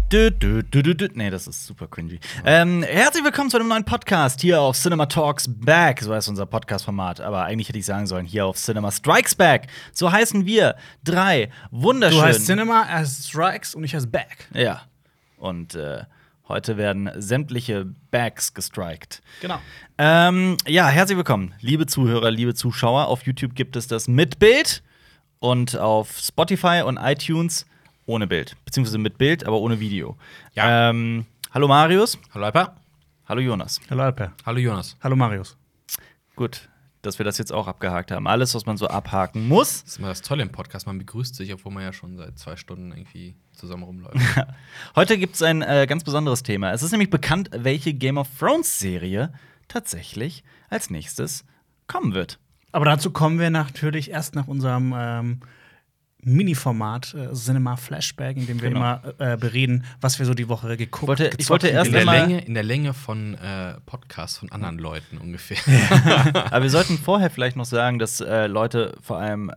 Nee, das ist super cringy. Herzlich willkommen zu einem neuen Podcast hier auf Cinema Talks Back. So heißt unser Podcast-Format. Aber eigentlich hätte ich sagen sollen, hier auf Cinema Strikes Back. So heißen wir drei wunderschön. Du heißt Cinema, er heißt Strikes und ich heiße Back. Ja. Und heute werden sämtliche Backs gestrikt. Genau. Ja, herzlich willkommen, liebe Zuhörer, liebe Zuschauer. Auf YouTube gibt es das mit Bild und auf Spotify und iTunes ohne Bild. Beziehungsweise mit Bild, aber ohne Video. Ja. Hallo Marius. Hallo Alper. Hallo Jonas. Hallo Alper. Hallo Jonas. Hallo Marius. Gut, dass wir das jetzt auch abgehakt haben. Alles, was man so abhaken muss. Das ist immer das Tolle im Podcast. Man begrüßt sich, obwohl man ja schon seit 2 Stunden irgendwie zusammen rumläuft. Heute gibt es ein ganz besonderes Thema. Es ist nämlich bekannt, welche Game of Thrones-Serie tatsächlich als nächstes kommen wird. Aber dazu kommen wir natürlich erst nach unserem Mini-Format Cinema Flashback, in dem wir immer bereden, was wir so die Woche geguckt haben. Ich wollte erst in der Länge von Podcasts von anderen Leuten ungefähr. Aber wir sollten vorher vielleicht noch sagen, dass Leute vor allem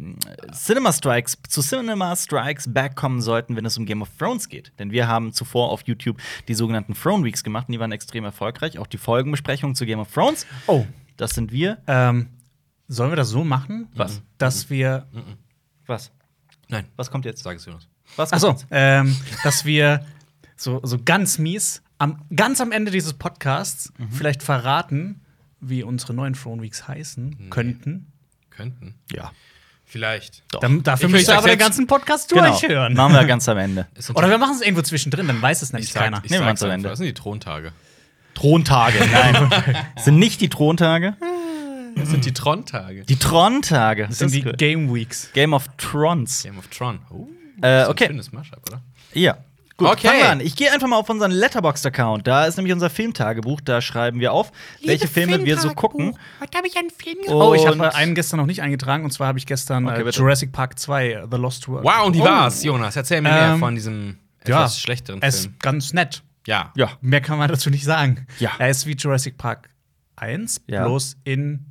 zu Cinema Strikes Back kommen sollten, wenn es um Game of Thrones geht. Denn wir haben zuvor auf YouTube die sogenannten Throne Weeks gemacht und die waren extrem erfolgreich. Auch die Folgenbesprechungen zu Game of Thrones. Oh. Das sind wir. Sollen wir das so machen? Was? Dass wir Was? Nein. Was kommt jetzt? Sag es, Jonas. Was Ach kommt so, jetzt? dass wir so ganz mies ganz am Ende dieses Podcasts vielleicht verraten, wie unsere neuen Throne Weeks heißen könnten. Könnten. Ja. Vielleicht. Doch. Dafür Ich müsst ihr aber den selbst- ganzen Podcast Genau. durchhören. Machen wir ganz am Ende. Oder wir machen es irgendwo zwischendrin, dann weiß es nämlich keiner. Ich Nehmen wir sag's uns am einfach. Ende. Das sind die Throntage. Throntage. Nein. Sind nicht die Throntage? Das sind die Tron-Tage. Die Tron-Tage. Das sind die gut. Game Weeks. Game of Thrones. Game of Tron. Das ist Okay. ein schönes Mashup, oder? Ja. Gut, Okay. fangen wir an. Ich gehe einfach mal auf unseren Letterboxd-Account. Da ist nämlich unser Filmtagebuch. Da schreiben wir auf, welche Filme wir so gucken. Heute habe ich einen Film Oh, ich Und- habe einen gestern noch nicht eingetragen. Und zwar habe ich gestern Okay, bitte. Jurassic Park 2, The Lost World. Wow, und wie war's, Jonas? Erzähl mir mehr von diesem Ja, etwas schlechteren er Film. ist ganz nett. Ja. Ja. Mehr kann man dazu nicht sagen. Ja. Er ist wie Jurassic Park 1, Ja. bloß in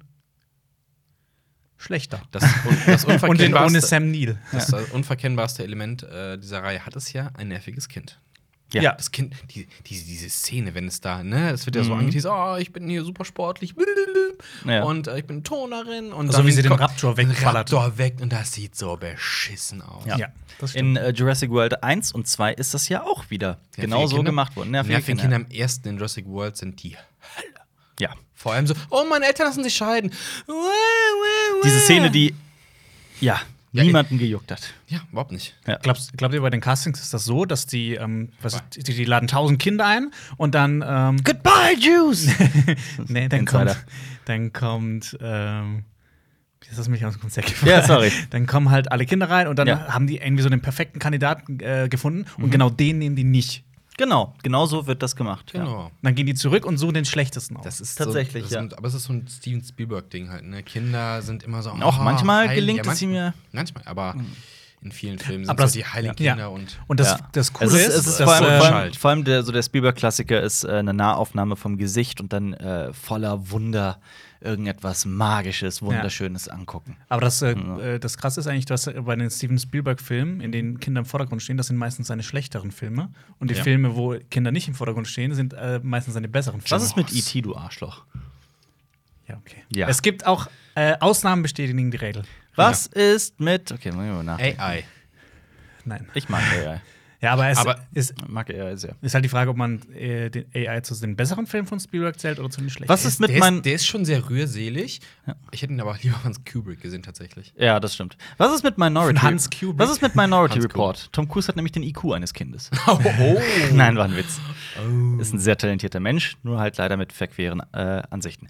schlechter. Das Und in, unverkennbarste, ohne Sam Neill. das unverkennbarste Element dieser Reihe hat es ja ein nerviges Kind. Ja. Das Kind, diese Szene, wenn es da, ne, es wird ja so angeteasert, oh, ich bin hier super sportlich Ja. und ich bin Turnerin und So dann wie sie den kommt Raptor ein wegballert. Raptor weg und das sieht so beschissen aus. Ja. Ja, das stimmt. In Jurassic World 1 und 2 ist das ja auch wieder genau so gemacht worden. Nervige Kinder im ersten in Jurassic World sind die. Ja. Vor allem so, oh, meine Eltern lassen sich scheiden. Diese Szene, die Ja, niemanden gejuckt hat. Ja, überhaupt nicht. Glaubt ihr, bei den Castings ist das so, dass die die laden 1000 Kinder ein und dann Goodbye, Jews! nee, Insider. dann kommt jetzt hast du mich aus dem Konzept gefragt. Ja, sorry. Dann kommen halt alle Kinder rein und dann Ja. haben die irgendwie so den perfekten Kandidaten gefunden und genau den nehmen die nicht. Genau so wird das gemacht. Ja. Genau. Dann gehen die zurück und suchen den schlechtesten aus. Das ist Tatsächlich, so, ja. aber es ist so ein Steven Spielberg-Ding halt, ne? Kinder sind immer so. Auch manchmal heil- gelingt ja, es ihm ja. Manchmal, aber in vielen Filmen sind Aber so die heiligen Kinder und. Und das, Ja. das Coole Es ist dass, vor allem, Schalt. vor allem der Spielberg-Klassiker ist eine Nahaufnahme vom Gesicht und dann voller Wunder irgendetwas Magisches, Wunderschönes angucken. aber das Krasse ist eigentlich, dass bei den Steven Spielberg-Filmen, in denen Kinder im Vordergrund stehen, das sind meistens seine schlechteren Filme. Und die Ja. Filme, wo Kinder nicht im Vordergrund stehen, sind meistens seine besseren Filme. Was ist mit E.T., du Arschloch? Ja, okay. Ja. Es gibt auch Ausnahmen bestätigen die Regel. Was ist mit. Okay, machen wir mal nach. AI. Nein. Ich mag AI. Ja, aber es Aber- ist Mag AI sehr. halt die Frage, ob man den AI zu den besseren Filmen von Spielberg zählt oder zu den schlechten. Was ist mit meinen. Der ist schon sehr rührselig. Ich hätte ihn aber lieber von Kubrick gesehen, tatsächlich. Ja, das stimmt. Was ist mit Minority? Von Hans Kubrick? Was ist mit Minority Hans Report? Tom Cruise hat nämlich den IQ eines Kindes. Oh. Nein, war ein Witz. Ist ein sehr talentierter Mensch, nur halt leider mit verqueren Ansichten.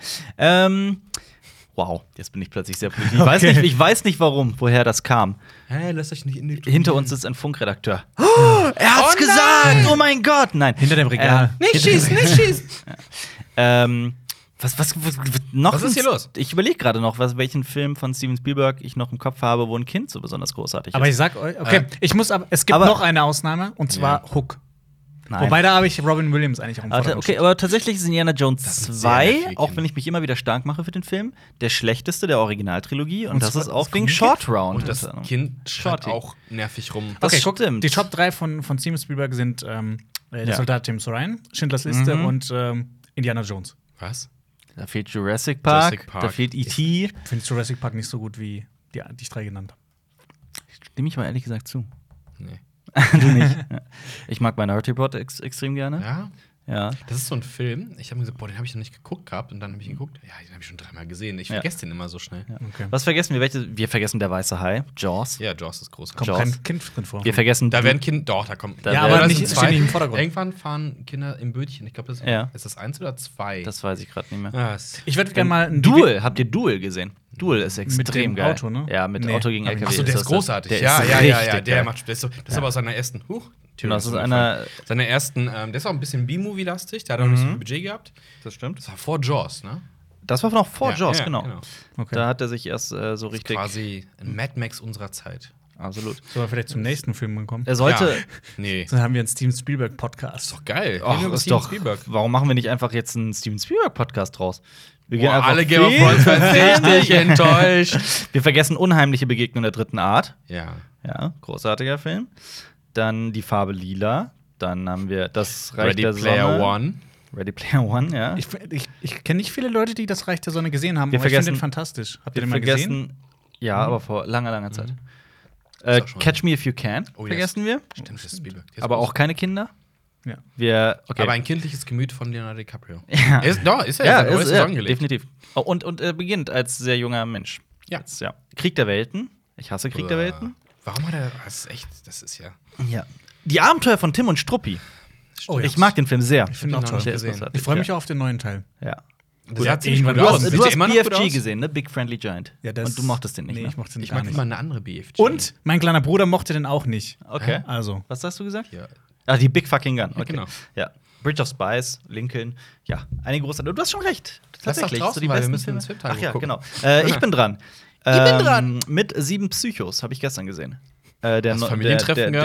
Wow, jetzt bin ich plötzlich sehr politisch. Ich weiß nicht warum, woher das kam. Hey, lass euch nicht in die Hinter uns ist ein Funkredakteur. Oh, er hat's gesagt! Oh mein Gott! Nein. Hinter dem Regal. Nicht schießen, nicht schießen! Was noch? Was ist hier los? Ich überlege gerade noch, welchen Film von Steven Spielberg ich noch im Kopf habe, wo ein Kind so besonders großartig Aber ist. ich sag euch, okay, es gibt Aber- noch eine Ausnahme und zwar Hook. Nein. Wobei da habe ich Robin Williams eigentlich auch im Aber, Vordergrund. okay, aber tatsächlich ist Indiana Jones Das sind 2, sehr nervige auch Kinder. wenn ich mich immer wieder stark mache für den Film, der schlechteste der Originaltrilogie. Und Und das zwar ist auch das wegen Comedy Short Round. Und das unter anderem. Kind schaut Shorty. auch nervig rum. Das Okay, guck, stimmt. die Top 3 von Steven Spielberg sind der Ja. Soldat James Ryan, Schindlers Liste Mhm. und Indiana Jones. Was? Da fehlt Jurassic Park, Jurassic Park. da fehlt E.T. Ich finde Jurassic Park nicht so gut wie die ich drei genannt habe. Stimme ich mal ehrlich gesagt zu. Nee. Du nicht. Ja. Ich mag Minority Report extrem gerne. Ja? Ja. Das ist so ein Film. Ich habe mir gesagt, boah, den habe ich noch nicht geguckt gehabt. Und dann habe ich ihn geguckt. Ja, den habe ich schon 3-mal gesehen. Ich Ja. vergesse den immer so schnell. Ja, Okay. Was vergessen wir? Wir vergessen der weiße Hai, Jaws. Jaws ist groß. Kommt Jaws. kein Kind drin vor. Wir vergessen Da werden Kinder. Doch, da kommt. Da ja, werden- aber das nicht, sind steht nicht im Vordergrund. Irgendwann fahren Kinder im Bötchen. Ich glaube, das Ja. ist das 1 oder 2. Das weiß ich gerade nicht mehr. Ja, Ich würde gerne mal ein Duel, habt ihr Duel gesehen? Duel ist extrem dem geil. Auto, ne? Ja, mit Nee, Auto gegen hab ich LKW. nicht. Achso, der ist das- großartig. Der ja, ist ja, richtig der geil. macht. Das ist aber aus seiner ersten. Genau, das ist einer. Seine ersten. Der ist auch ein bisschen B-Movie-lastig. Der hat auch nicht so viel Budget gehabt. Das stimmt. Das war vor Jaws, ne? Das war noch vor Ja, Jaws, ja, genau. Okay. Da hat er sich erst so richtig. Quasi ein Mad Max unserer Zeit. Absolut. Sollen wir vielleicht zum nächsten Film kommen? Er sollte. Ja. Nee. Dann haben wir einen Steven Spielberg Podcast. Ist doch geil. Ach, Reden wir über ist Steven doch. Spielberg. Warum machen wir nicht einfach jetzt einen Steven Spielberg-Podcast draus? Wir gehen Boah, einfach alle Game of viel- Thrones Fans richtig enttäuscht. Wir vergessen unheimliche Begegnungen der dritten Art. Ja. Ja, großartiger Film. Dann die Farbe Lila. Dann haben wir das Reich Ready der Player Sonne. One. Ready Player One, ja. Ich kenne nicht viele Leute, die das Reich der Sonne gesehen haben, Wir aber ich finde vergessen- den fantastisch. Habt ihr Wir den mal gesehen? vergessen. Ja, aber vor langer Zeit. Ist auch schon Catch Me If You Can Oh, yes. vergessen wir. Stimmt, das ist Spielberg. Der ist Aber groß. auch keine Kinder. Ja. Wir, okay. Aber ein kindliches Gemüt von Leonardo DiCaprio. Ja. Ist er. ja, Ist er. ist, Ist ja, angelegt. definitiv. Oh, und er beginnt als sehr junger Mensch. Ja. Jetzt, ja. Krieg der Welten. Ich hasse Krieg der Welten. Warum hat er. Das ist echt. Das ist ja. Ja. Die Abenteuer von Tim und Struppi. Oh, ja. Ich mag den Film sehr. Ich finde ihn auch noch toll. nicht Der ist gesehen. großartig. Ich freue mich auch auf den neuen Teil. Ja. Das sah ziemlich irgendwann gut du aus. hast- Sieht Du der hast immer noch gut BFG aus? gesehen, ne? Big Friendly Giant. Ja, das- und du mochtest den nicht, Nee, ne? ich mochte den Ich gar mag nicht. immer eine andere BFG. Und mein kleiner Bruder mochte den auch nicht. Okay. Also. Was hast du gesagt? Ja. Ah, die Big Fucking Gun. Okay. genau. Ja. Bridge of Spies, Lincoln. Ja, einige große. Du hast schon recht. Lass doch draußen, weil wir müssen ins Filmtagebuch Ach ja, gucken. genau. Ich bin dran. Ich bin dran. Mit 7 Psychos, habe ich gestern gesehen. Der, Hast no- Familientreffen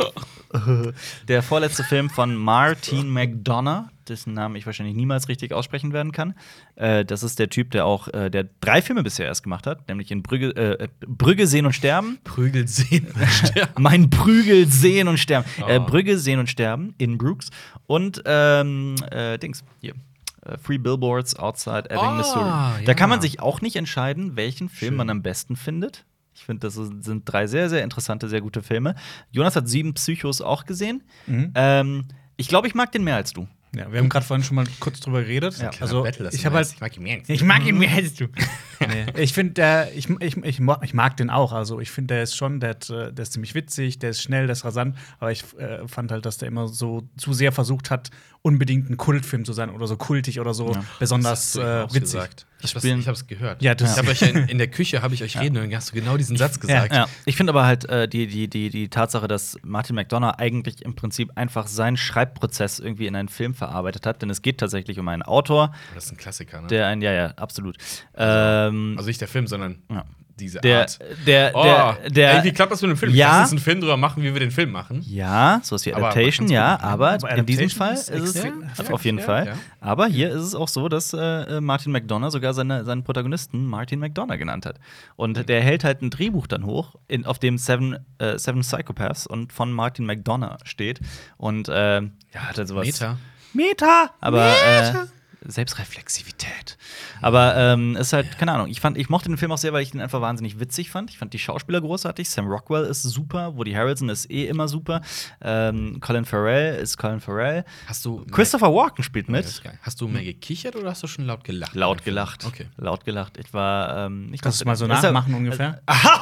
der vorletzte Film von Martin McDonagh, dessen Namen ich wahrscheinlich niemals richtig aussprechen werden kann. Das ist der Typ, der auch der 3 Filme bisher erst gemacht hat, nämlich in Brügge sehen und sterben. Prügel sehen. Mein Prügel sehen und sterben. Oh. Brügge sehen und sterben in Brooks und Dings hier. Free Billboards Outside Ebbing, Oh, Missouri. ja. Da kann man sich auch nicht entscheiden, welchen Film Schön. man am besten findet. Ich finde, das sind 3 sehr, sehr interessante, sehr gute Filme. Jonas hat 7 Psychos auch gesehen. Ich glaube, ich mag den mehr als du. Ja, wir haben gerade vorhin schon mal kurz drüber geredet. Ja. Also, Battle, ich habe halt. ich mag ihn mehr. Ich mag ihn mehr als du. Nee, ich finde, ich mag den auch. Also, ich finde, der ist schon, der ist ziemlich witzig, der ist schnell, der ist rasant. Aber ich fand halt, dass der immer so zu sehr versucht hat, unbedingt ein Kultfilm zu sein oder so kultig oder so Ja. besonders witzig. Gesagt. Ich spielen- habe es gehört. Ja, das- ich habe euch ja in der Küche habe ich euch reden hören, hast du genau diesen Satz gesagt. Ja. Ich finde aber halt die Tatsache, dass Martin McDonagh eigentlich im Prinzip einfach seinen Schreibprozess irgendwie in einen Film verarbeitet hat, denn es geht tatsächlich um einen Autor, Das ist ein Klassiker, ne? der ja, absolut. Also nicht der Film, sondern Ja. diese Der, Art. der, Oh, der, wie klappt das mit dem Film? Ja. Lass uns einen Film drüber machen, wie wir den Film machen. ja, sowas wie Aber Adaptation, ganz ja, gut, ne? aber Aber in diesem Adaptation Fall ist ist es extrem- auf jeden ja, Fall. ja. Aber hier ist es auch so, dass Martin McDonagh sogar seinen Protagonisten Martin McDonagh genannt hat. Und der hält halt ein Drehbuch dann hoch, auf dem Seven Psychopaths und von Martin McDonagh steht. Und ja, hat er sowas. Meta! Aber Selbstreflexivität. Aber ist halt, keine Ahnung, ich mochte den Film auch sehr, weil ich den einfach wahnsinnig witzig fand. Ich fand die Schauspieler großartig. Sam Rockwell ist super, Woody Harrelson ist immer super. Colin Farrell ist Colin Farrell. Hast du Christopher Walken spielt Ja, das ist mit. geil. Hast du mehr gekichert oder hast du schon laut gelacht? Laut gelacht. Okay. Laut gelacht. Ich war. Ich Kannst du mal so ist er- nachmachen ungefähr?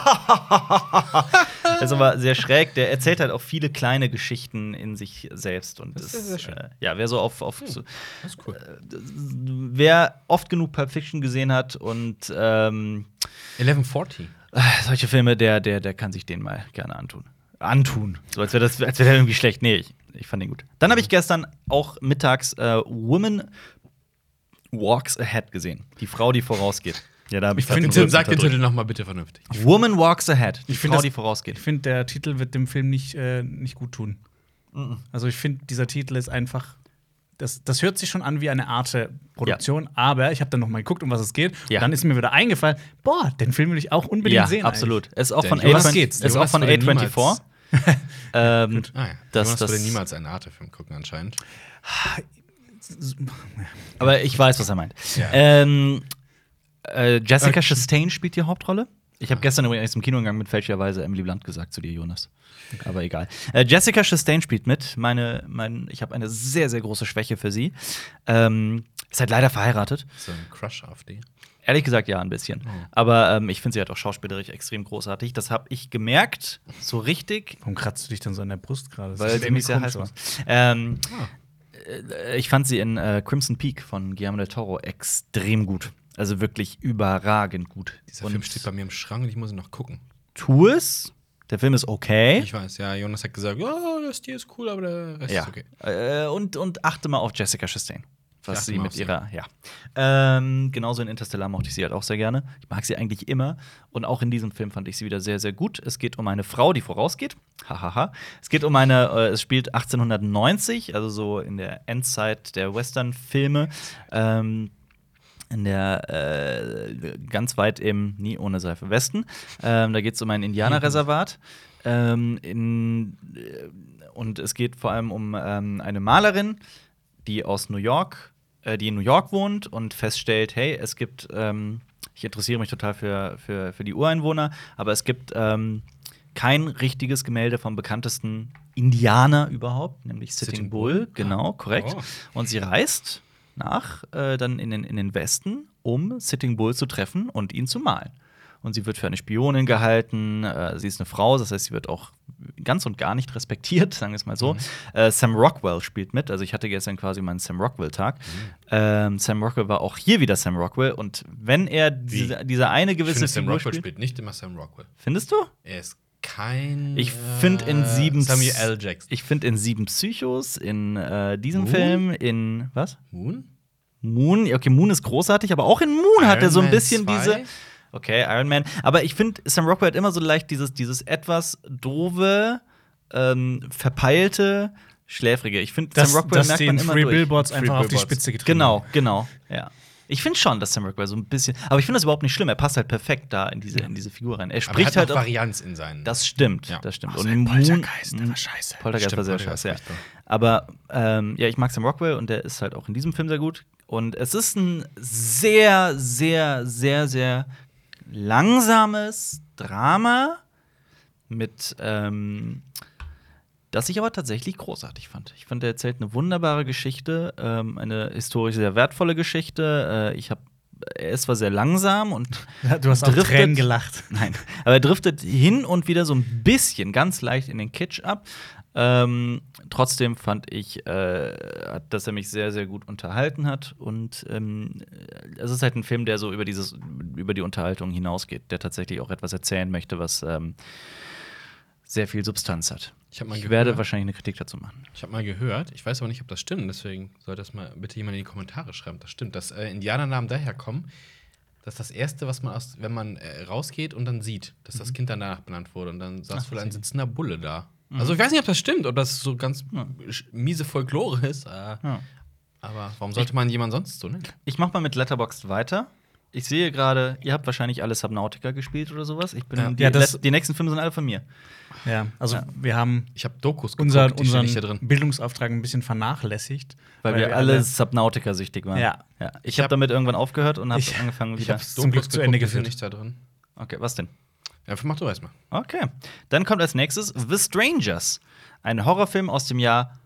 ist aber sehr schräg. Der erzählt halt auch viele kleine Geschichten in sich selbst. Und Das ist sehr schön. ja, wer so auf Das ist cool. wer oft genug Pulp Fiction gesehen hat und 1140. solche Filme, der kann sich den mal gerne antun. So, als wäre der irgendwie schlecht. Nee, ich fand den gut. Dann habe ich gestern auch mittags Woman Walks Ahead gesehen. Die Frau, die vorausgeht. Ja, da habe ich Sag den Titel noch mal bitte vernünftig. Woman Walks Ahead. Die Ich find Frau, das- die vorausgeht. Ich finde, der Titel wird dem Film nicht gut tun. Also ich finde, dieser Titel ist einfach. Das hört sich schon an wie eine Arte-Produktion, aber ich habe dann noch mal geguckt, um was es geht. Ja. Und dann ist mir wieder eingefallen, boah, den Film will ich auch unbedingt sehen. absolut. Es ist auch von Jonas A24. Es ist auch von Jonas würde A24. Jonas das würde niemals einen Arte-Film gucken, anscheinend. Aber ich weiß, was er meint. Ja. Jessica Chastain spielt die Hauptrolle. Ich habe gestern übrigens im Kino gegangen mit fälschlicherweise Emily Blunt gesagt zu dir, Jonas. Aber egal. Jessica Chastain spielt mit. Ich habe eine sehr, sehr große Schwäche für sie. Ist halt leider verheiratet. So ein Crush auf die. Ehrlich gesagt, ja, ein bisschen. Oh. Aber ich finde sie halt auch schauspielerisch extrem großartig. Das habe ich gemerkt, so richtig, Warum kratzt du dich dann so an der Brust gerade? weil sie mich sehr heiß war. Ich fand sie in Crimson Peak von Guillermo del Toro extrem gut. Also wirklich überragend gut. Dieser Film steht bei mir im Schrank und ich muss ihn noch gucken. Tu es. Der Film ist okay. Ich weiß, ja, Jonas hat gesagt, ja, das Tier ist cool, aber der Rest ist okay. Und achte mal auf Jessica Chastain. Was achte sie mal mit auf sie. ihrer, genauso in Interstellar mochte ich sie halt auch sehr gerne. Ich mag sie eigentlich immer. Und auch in diesem Film fand ich sie wieder sehr, sehr gut. Es geht um eine Frau, die vorausgeht. Hahaha. Es geht um es spielt 1890, also so in der Endzeit der Western-Filme. In der ganz weit im nie ohne Seife Westen. Da geht es um ein Indianerreservat. Und es geht vor allem um eine Malerin, die aus New York, die in New York wohnt und feststellt, hey, es gibt, ich interessiere mich total für die Ureinwohner, aber es gibt kein richtiges Gemälde vom bekanntesten Indianer überhaupt, nämlich Sitting Bull. Genau, korrekt. Oh. Und sie reist dann in den Westen, um Sitting Bull zu treffen und ihn zu malen. Und sie wird für eine Spionin gehalten. Sie ist eine Frau, das heißt, sie wird auch ganz und gar nicht respektiert, sagen wir es mal so. Sam Rockwell spielt mit. Also ich hatte gestern quasi meinen Sam Rockwell-Tag. Sam Rockwell war auch hier wieder Sam Rockwell. Und wenn er diese eine gewisse Sam Figur Rockwell spielt nicht immer Sam Rockwell. Findest du? Er ist kein Ich finde in Samuel L. Jackson. Ich finde in 7 Psychos, in diesem Moon? Film, in was? Moon? Moon, okay, Moon ist großartig, aber auch in Moon hat er so ein Man bisschen 2? diese. Okay, Iron Man. Aber ich finde, Sam Rockwell hat immer so leicht dieses etwas doofe, verpeilte, schläfrige. Ich finde, Sam Rockwell dass merkt die man in immer Free durch. Billboards Free einfach auf die Billboards. Spitze getrieben Genau, ja. Ich finde schon, dass Sam Rockwell so ein bisschen. Aber ich finde das überhaupt nicht schlimm. Er passt halt perfekt da in diese Figur rein. Er Aber er spricht hat halt auch auch. Varianz in seinen. Das stimmt, Ja. das stimmt. Außer in Poltergeist, der war scheiße. Poltergeist Stimmt, war sehr Poltergeist scheiße, ja. war furchtbar. Aber ja, ich mag Sam Rockwell und der ist halt auch in diesem Film sehr gut. Und es ist ein sehr, sehr, sehr, sehr langsames Drama mit das ich aber tatsächlich großartig fand. Ich fand, er erzählt eine wunderbare Geschichte, eine historisch sehr wertvolle Geschichte. Er ist zwar sehr langsam und Du hast auch driftet- Tränen gelacht. Nein, aber er driftet hin und wieder so ein bisschen ganz leicht in den Kitsch ab. Trotzdem fand ich, dass er mich sehr, sehr gut unterhalten hat. Und es ist halt ein Film, der so über die Unterhaltung hinausgeht, der tatsächlich auch etwas erzählen möchte, was sehr viel Substanz hat. Ich werde wahrscheinlich eine Kritik dazu machen. Ich habe mal gehört, ich weiß aber nicht, ob das stimmt, deswegen sollte das mal bitte jemand in die Kommentare schreiben. Das stimmt, dass Indianernamen daherkommen, dass das Erste, was man wenn man rausgeht und dann sieht, dass das Kind danach benannt wurde und dann saß wohl ein sitzender Bulle da. Also ich weiß nicht, ob das stimmt, ob das so ganz miese Folklore ist. Aber warum sollte man jemand sonst so nennen? Ich mach mal mit Letterboxd weiter. Ich sehe gerade, ihr habt wahrscheinlich alle Subnautica gespielt oder sowas. Die nächsten Filme sind alle von mir. Ja, also wir haben Ich habe Dokus geguckt, die stehen nicht da unseren drin. Bildungsauftrag ein bisschen vernachlässigt. Weil wir alle Subnautica-süchtig waren. Ja. Ich habe damit irgendwann aufgehört und habe Ich- angefangen Ich wieder. habe zum Glück zu Ende die sind geführt. nicht da drin. Okay, was denn? Ja, mach du erstmal. Okay. Dann kommt als nächstes The Strangers. Ein Horrorfilm aus dem Jahr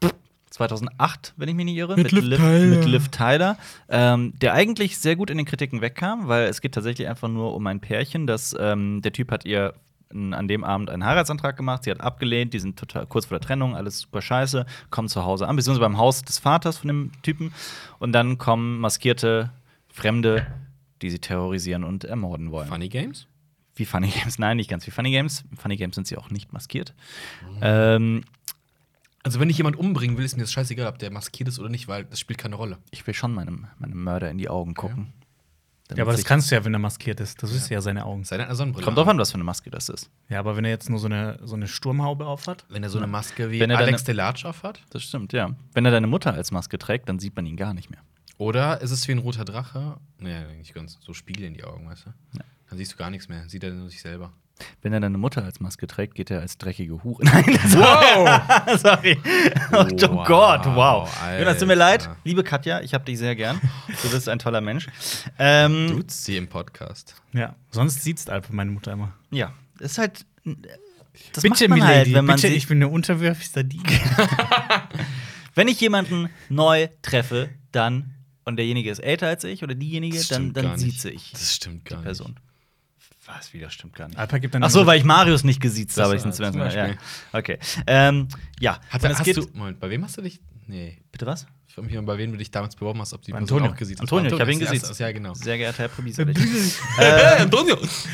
2008, wenn ich mich nicht irre. Mit Liv Tyler. Der eigentlich sehr gut in den Kritiken wegkam, weil es geht tatsächlich einfach nur um ein Pärchen, der Typ hat ihr an dem Abend einen Heiratsantrag gemacht, sie hat abgelehnt, die sind total kurz vor der Trennung, alles super scheiße, kommen zu Hause an, beziehungsweise beim Haus des Vaters von dem Typen. Und dann kommen maskierte Fremde, die sie terrorisieren und ermorden wollen. Funny Games? Wie Funny Games? Nein, nicht ganz wie Funny Games. Funny Games sind sie auch nicht maskiert. Also, wenn ich jemand umbringen will, ist mir das scheißegal, ob der maskiert ist oder nicht, weil das spielt keine Rolle. Ich will schon meinem Mörder in die Augen gucken. Ja, aber das kannst du ja, wenn er maskiert ist. Das ist ja seine Augen. Sei eine Sonnenbrille. Kommt drauf an, was für eine Maske das ist. Ja, aber wenn er jetzt nur so eine Sturmhaube aufhat. Wenn er so eine Maske wie Wenn er Alex Delarge aufhat. Das stimmt, ja. Wenn er deine Mutter als Maske trägt, dann sieht man ihn gar nicht mehr. Oder ist es wie ein roter Drache? Nee, nicht ganz. So Spiegel in die Augen, weißt du? Ja. Dann siehst du gar nichts mehr. Sieht er nur sich selber. Wenn er deine Mutter als Maske trägt, geht er als dreckige Hure. Nein, wow! Sorry. Oh Gott, wow. Alter. Jonas, tut mir leid. Liebe Katja, ich hab dich sehr gern. Du bist ein toller Mensch. Duzt sie im Podcast. Ja, sonst sieht's einfach meine Mutter immer. Ja, ist halt. Das Bitte, macht man halt, Milady, wenn man bitte, sich, ich bin eine unterwürfigste Diener. wenn ich jemanden neu treffe, dann und derjenige ist älter als ich oder diejenige, Das dann stimmt gar nicht. sieze ich Das stimmt die gar nicht. Person. Was wieder stimmt gar nicht. Alper gibt dann Ach so, weil ich Marius nicht gesiezt Das habe. Ich war sonst zum Beispiel. ja. Okay. Ja. Moment, bei wem hast du dich. Nee. Bitte was? Ich frage mich mal, bei wem du dich damals beworben hast, ob die Antonio. Person auch gesiezt hast. Antonio, ich habe ihn ist die gesiezt. erste- Ja, genau. Sehr geehrter Herr Provisor. Antonio!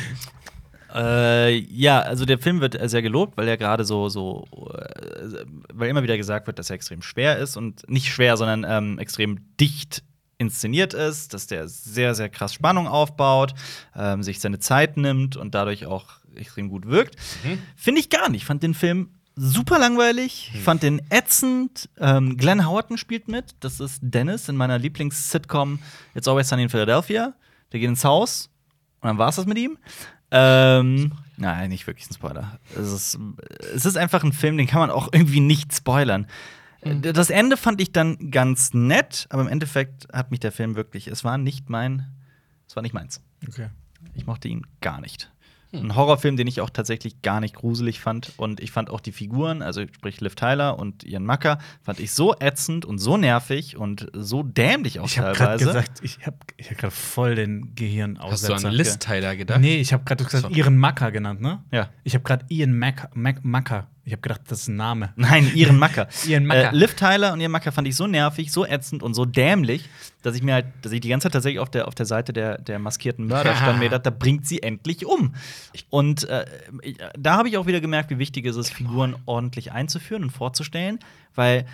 Ja, also der Film wird sehr gelobt, weil er gerade weil immer wieder gesagt wird, dass er extrem schwer ist und nicht schwer, sondern extrem dicht inszeniert ist, dass der sehr, sehr krass Spannung aufbaut, sich seine Zeit nimmt und dadurch auch extrem gut wirkt. Finde ich gar nicht. Ich fand den Film super langweilig. Ich fand den ätzend. Glenn Howerton spielt mit. Das ist Dennis in meiner Lieblings-Sitcom It's Always Sunny in Philadelphia. Der geht ins Haus und dann war's das mit ihm. Nein, nicht wirklich ein Spoiler. Es ist einfach ein Film, den kann man auch irgendwie nicht spoilern. Das Ende fand ich dann ganz nett, aber im Endeffekt hat mich der Film wirklich, es war nicht meins. Okay. Ich mochte ihn gar nicht. Ein Horrorfilm, den ich auch tatsächlich gar nicht gruselig fand. Und ich fand auch die Figuren, also sprich Liv Tyler und Ian Macker, fand ich so ätzend und so nervig und so dämlich auch Ich habe teilweise. gerade gesagt, ich hab gerade voll den Gehirnaussetzer. Hast du an Liz Tyler gedacht? Nee, ich habe gerade gesagt, So. Ian Macker genannt, ne? Ja. Ich habe gerade Ian Macker. Ich habe gedacht, das ist ein Name. Nein, Ian Macker. Ian Macker. Liv Tyler und Ian Macker fand ich so nervig, so ätzend und so dämlich, dass ich die ganze Zeit tatsächlich auf der Seite der maskierten Mörder stand und mir gedacht, da bringt sie endlich um. Und da habe ich auch wieder gemerkt, wie wichtig es ist, Figuren ordentlich einzuführen und vorzustellen, weil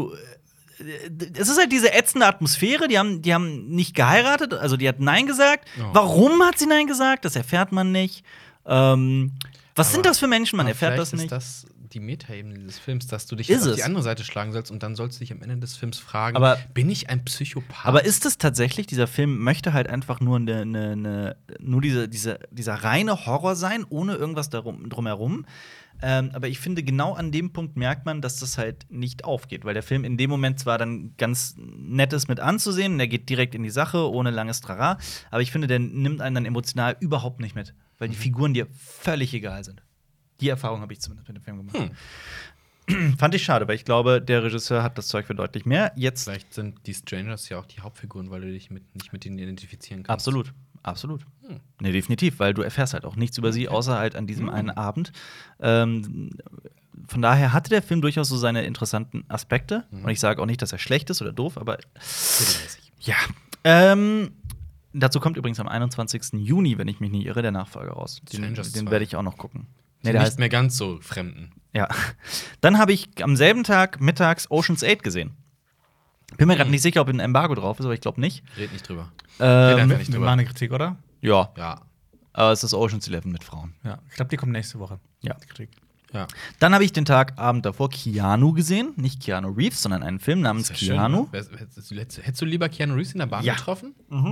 es ist halt diese ätzende Atmosphäre, die haben nicht geheiratet, also die hat Nein gesagt. Oh. Warum hat sie Nein gesagt? Das erfährt man nicht. Was sind das für Menschen? Man Aber erfährt das vielleicht nicht. Ist das die Metaebene dieses Films, dass du dich Ist auf es. die andere Seite schlagen sollst und dann sollst du dich am Ende des Films fragen, Aber- bin ich ein Psychopath? Aber ist es tatsächlich, dieser Film möchte halt einfach nur dieser reine Horror sein, ohne irgendwas drumherum. Aber ich finde, genau an dem Punkt merkt man, dass das halt nicht aufgeht, weil der Film in dem Moment zwar dann ganz nett ist mit anzusehen, und der geht direkt in die Sache, ohne langes Trara, aber ich finde, der nimmt einen dann emotional überhaupt nicht mit, weil die Figuren dir völlig egal sind. Die Erfahrung habe ich zumindest mit dem Film gemacht. Fand ich schade, weil ich glaube, der Regisseur hat das Zeug für deutlich mehr. Jetzt Vielleicht sind die Strangers ja auch die Hauptfiguren, weil du dich nicht mit ihnen identifizieren kannst. absolut. Absolut. Nee, definitiv, weil du erfährst halt auch nichts über sie, außer halt an diesem einen Abend. Von daher hatte der Film durchaus so seine interessanten Aspekte. Und ich sage auch nicht, dass er schlecht ist oder doof, aber ja. Dazu kommt übrigens am 21. Juni, wenn ich mich nicht irre, der Nachfolger raus. Strangers Den 2. werde ich auch noch gucken. Nee, der nicht heißt, mehr ganz so Fremden. ja. Dann habe ich am selben Tag mittags Ocean's 8 gesehen. Bin mir gerade nicht sicher, ob ein Embargo drauf ist, aber ich glaube nicht. Red nicht drüber. Red einfach nicht War drüber. eine Kritik, oder? Ja, Ja. aber es ist Ocean's 11 mit Frauen. Ja. Ich glaube, die kommt nächste Woche. Ja. Die Kritik. Ja. Dann habe ich den Abend davor Keanu gesehen. Nicht Keanu Reeves, sondern einen Film namens Ist ja Keanu. schön, ne? Hättest du lieber Keanu Reeves in der Bahn Ja. getroffen?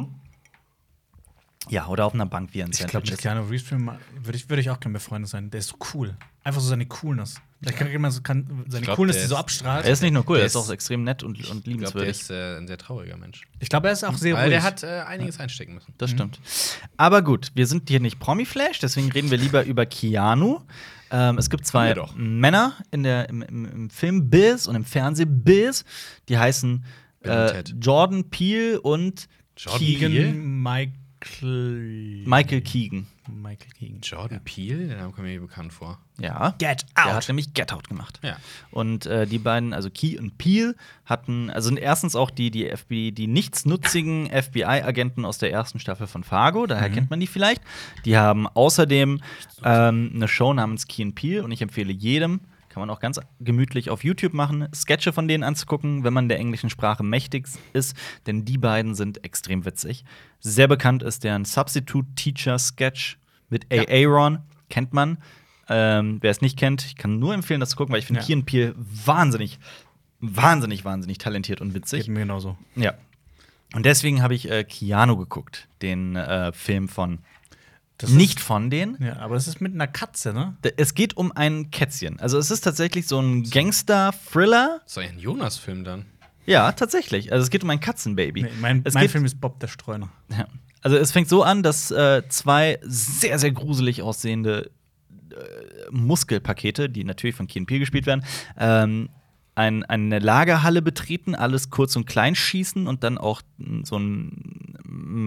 Ja, oder auf einer Bank wie ein Ich glaube, Sandwich. mit Keanu Reeves würde ich auch gerne befreundet sein. Der ist so cool. Einfach so seine Coolness. Seine glaub, Coolness, der die so ist- abstrahlt. Er ist nicht nur cool, er Der ist auch ist- extrem nett und Ich glaube, der liebenswürdig. ist ein sehr trauriger Mensch. Ich glaube, er ist auch sehr Weil ruhig. der hat einiges einstecken müssen. Das stimmt. Aber gut, wir sind hier nicht Promi-Flash, deswegen reden wir lieber über Keanu. Es gibt zwei wir doch. Männer im Film-Biz und im Fernseh-Biz, die heißen Bill und Ted. Jordan Peele und Jordan Keegan- Peele? Michael Keegan. Michael Keegan. Jordan Peele? Der Name kommt mir bekannt vor. Ja. Get Der out. hat nämlich Get Out gemacht. Ja. Und die beiden, also Key und Peele, hatten, also sind erstens auch die nichtsnutzigen FBI-Agenten aus der ersten Staffel von Fargo, daher kennt man die vielleicht. Die haben außerdem eine Show namens Key and Peele und ich empfehle jedem, Kann man auch ganz gemütlich auf YouTube machen, Sketche von denen anzugucken, wenn man der englischen Sprache mächtig ist, denn die beiden sind extrem witzig. Sehr bekannt ist deren Substitute Teacher Sketch mit Aaron, kennt man. Wer es nicht kennt, ich kann nur empfehlen, das zu gucken, weil ich finde Key & Peele wahnsinnig talentiert und witzig. Geht mir genauso. Ja. Und deswegen habe ich Keanu geguckt, den Film von. Nicht von denen. Ja, aber es ist mit einer Katze, ne? Es geht um ein Kätzchen. Also es ist tatsächlich so ein Gangster-Thriller. Das ist doch ein Jonas-Film dann. Ja, tatsächlich. Also es geht um ein Katzenbaby. Nee, mein Film ist Bob der Streuner. Ja. Also es fängt so an, dass zwei sehr, sehr gruselig aussehende Muskelpakete, die natürlich von Key & Peele gespielt werden, eine Lagerhalle betreten, alles kurz und klein schießen und dann auch so einen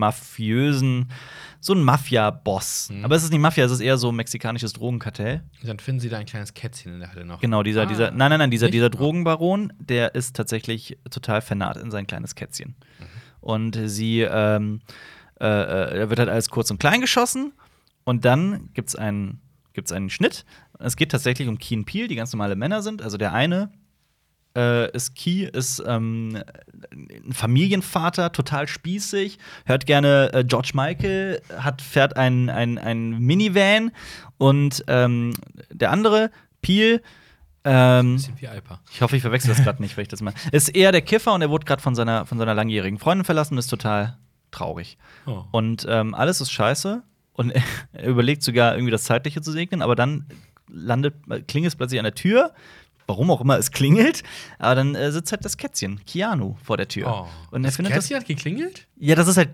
Mafia-Boss. Aber es ist nicht Mafia, es ist eher so mexikanisches Drogenkartell. Dann finden sie da ein kleines Kätzchen in der Halle noch. Genau, dieser Drogenbaron, der ist tatsächlich total vernarrt in sein kleines Kätzchen. Und er wird halt alles kurz und klein geschossen und dann gibt's einen Schnitt. Es geht tatsächlich um Key & Peele, die ganz normale Männer sind. Also der eine ist ein Familienvater, total spießig, hört gerne George Michael, fährt ein Minivan und der andere, Peele, bisschen wie Alpa. ich hoffe, ich verwechsel das gerade nicht, weil ich das mal. Ist eher der Kiffer und er wurde gerade von seiner langjährigen Freundin verlassen und ist total traurig. Oh. Und alles ist scheiße und er überlegt sogar irgendwie das Zeitliche zu segnen, aber dann klingelt es plötzlich an der Tür. Warum auch immer es klingelt, aber dann sitzt halt das Kätzchen, Keanu, vor der Tür. Oh. Und er findet Kätzchen hat geklingelt? Ja,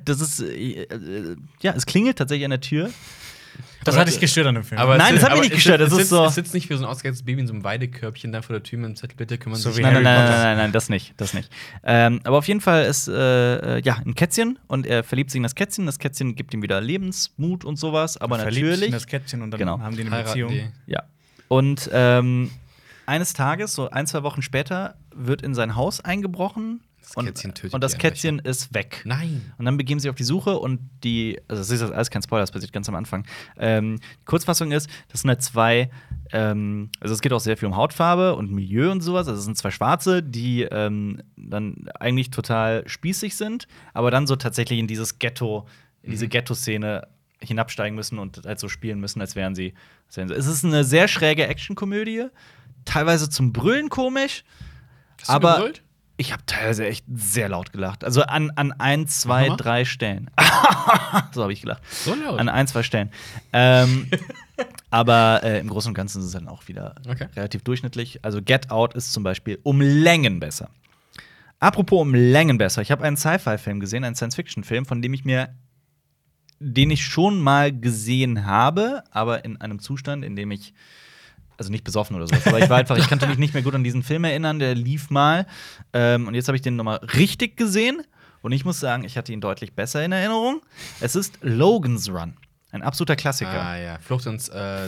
es klingelt tatsächlich an der Tür. Das hat dich gestört an dem Film. Nein, das hat mich nicht gestört. Das ist so. Es sitzt nicht wie so ein ausgeheiztes Baby in so einem Weidekörbchen da vor der Tür mit dem Zettel, bitte kümmern Sie sich. Nein, das nicht. Aber auf jeden Fall ist ein Kätzchen und er verliebt sich in das Kätzchen. Das Kätzchen gibt ihm wieder Lebensmut und sowas, aber verliebt natürlich. sich in das Kätzchen und dann haben die eine Beziehung. Ja. Und eines Tages, so 1-2 Wochen später, wird in sein Haus eingebrochen. Und das Kätzchen ist weg. Nein. Und dann begeben sie auf die Suche und das ist alles kein Spoiler, das passiert ganz am Anfang. Die Kurzfassung ist, das sind halt zwei, also es geht auch sehr viel um Hautfarbe und Milieu und sowas. Also es sind zwei Schwarze, die dann eigentlich total spießig sind, aber dann so tatsächlich in dieses Ghetto, in diese Ghetto-Szene hinabsteigen müssen und halt so spielen müssen, als wären sie. Es ist eine sehr schräge Actionkomödie, teilweise zum Brüllen komisch. Hast du aber gebrüllt? ich habe teilweise echt sehr laut gelacht. Also an 1, 2, 3 Stellen. So habe ich gelacht. So laut? An 1, 2 Stellen. Aber im Großen und Ganzen ist es dann auch wieder relativ durchschnittlich. Also Get Out ist zum Beispiel um Längen besser. Apropos um Längen besser. Ich habe einen Sci-Fi-Film gesehen, einen Science-Fiction-Film, von dem den ich schon mal gesehen habe, aber in einem Zustand, in dem ich also nicht besoffen oder sowas, aber ich kannte mich nicht mehr gut an diesen Film erinnern, der lief mal. Und jetzt habe ich den nochmal richtig gesehen. Und ich muss sagen, ich hatte ihn deutlich besser in Erinnerung. Es ist Logan's Run. Ein absoluter Klassiker. Ah ja, Flucht ins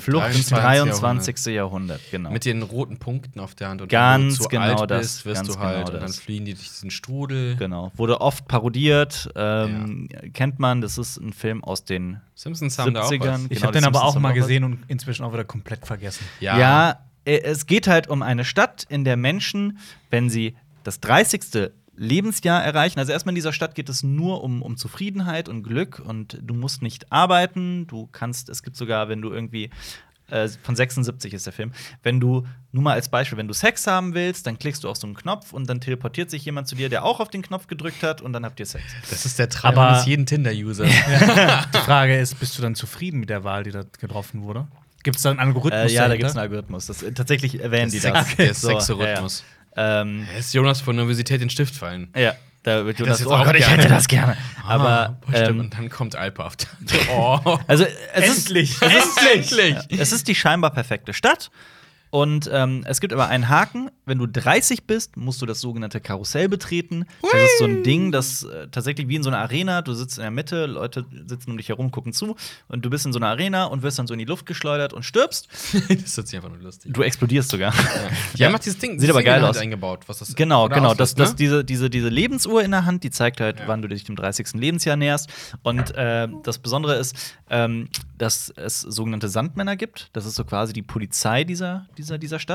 23. Jahrhundert, genau. Mit den roten Punkten auf der Hand. Und ganz wenn du zu genau alt das. bist, wirst Ganz du halt, genau und dann das. fliehen die durch diesen Strudel. Genau. Wurde oft parodiert. Kennt man, das ist ein Film aus den Simpsons haben da auch was. 70ern. Ich Genau, habe den die aber auch Simpsons mal haben gesehen und inzwischen auch wieder komplett vergessen. Ja, es geht halt um eine Stadt, in der Menschen, wenn sie das 30. Lebensjahr erreichen. Also erstmal in dieser Stadt geht es nur um Zufriedenheit und Glück und du musst nicht arbeiten. Es gibt sogar, wenn du irgendwie von 76 ist der Film. Wenn du, nur mal als Beispiel, wenn du Sex haben willst, dann klickst du auf so einen Knopf und dann teleportiert sich jemand zu dir, der auch auf den Knopf gedrückt hat und dann habt ihr Sex. Das ist der Traum Aber eines jeden Tinder-Users. Die Frage ist, bist du dann zufrieden mit der Wahl, die da getroffen wurde? Gibt es da einen Algorithmus? Ja, da gibt es einen Algorithmus. Tatsächlich erwähnen die das. Der Sexorhythmus. Ist Jonas von der Universität den Stift fallen. Ja, da wird Jonas jetzt oh auch Gott, ich gerne. hätte das gerne. Aber stimmt. Und dann kommt Alpa auf der Oh. also Endlich! Es ist die scheinbar perfekte Stadt. Und es gibt aber einen Haken. Wenn du 30 bist, musst du das sogenannte Karussell betreten. Das ist so ein Ding, das tatsächlich wie in so einer Arena, du sitzt in der Mitte, Leute sitzen um dich herum, gucken zu. Und du bist in so einer Arena und wirst dann so in die Luft geschleudert und stirbst. Das hört sich einfach nur lustig. Du explodierst sogar. Die haben auch dieses Ding Sieht aber geil aus. eingebaut, was das Genau. auslöst, Das diese Lebensuhr in der Hand, die zeigt halt, wann du dich dem 30. Lebensjahr näherst. Und das Besondere ist, dass es sogenannte Sandmänner gibt. Das ist so quasi die Polizei dieser Stadt.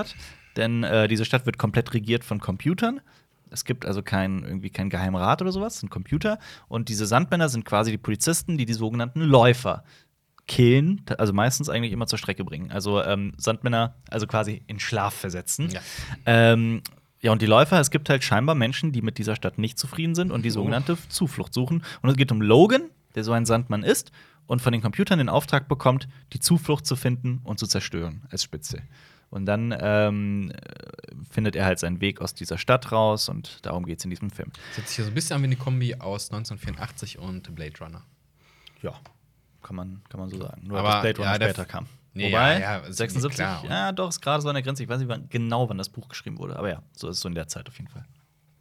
denn diese Stadt wird komplett regiert von Computern. Es gibt also keinen geheimen Rat oder sowas, ein Computer. Und diese Sandmänner sind quasi die Polizisten, die sogenannten Läufer killen, also meistens eigentlich immer zur Strecke bringen. Also Sandmänner, also quasi in Schlaf versetzen. Ja. Ja, und die Läufer, es gibt halt scheinbar Menschen, die mit dieser Stadt nicht zufrieden sind und die sogenannte Zuflucht suchen. Und es geht um Logan, der so ein Sandmann ist und von den Computern den Auftrag bekommt, die Zuflucht zu finden und zu zerstören als Spitze. Und dann findet er halt seinen Weg aus dieser Stadt raus und darum geht es in diesem Film. Das hört sich ja so ein bisschen an wie eine Kombi aus 1984 und Blade Runner. Ja, kann man so sagen. Nur, Aber, dass Blade Runner ja, später kam. Nee, Wobei, ja, ist mir 76, klar. ja, doch, ist gerade so an der Grenze. Ich weiß nicht genau, wann das Buch geschrieben wurde. Aber ja, so ist es so in der Zeit auf jeden Fall.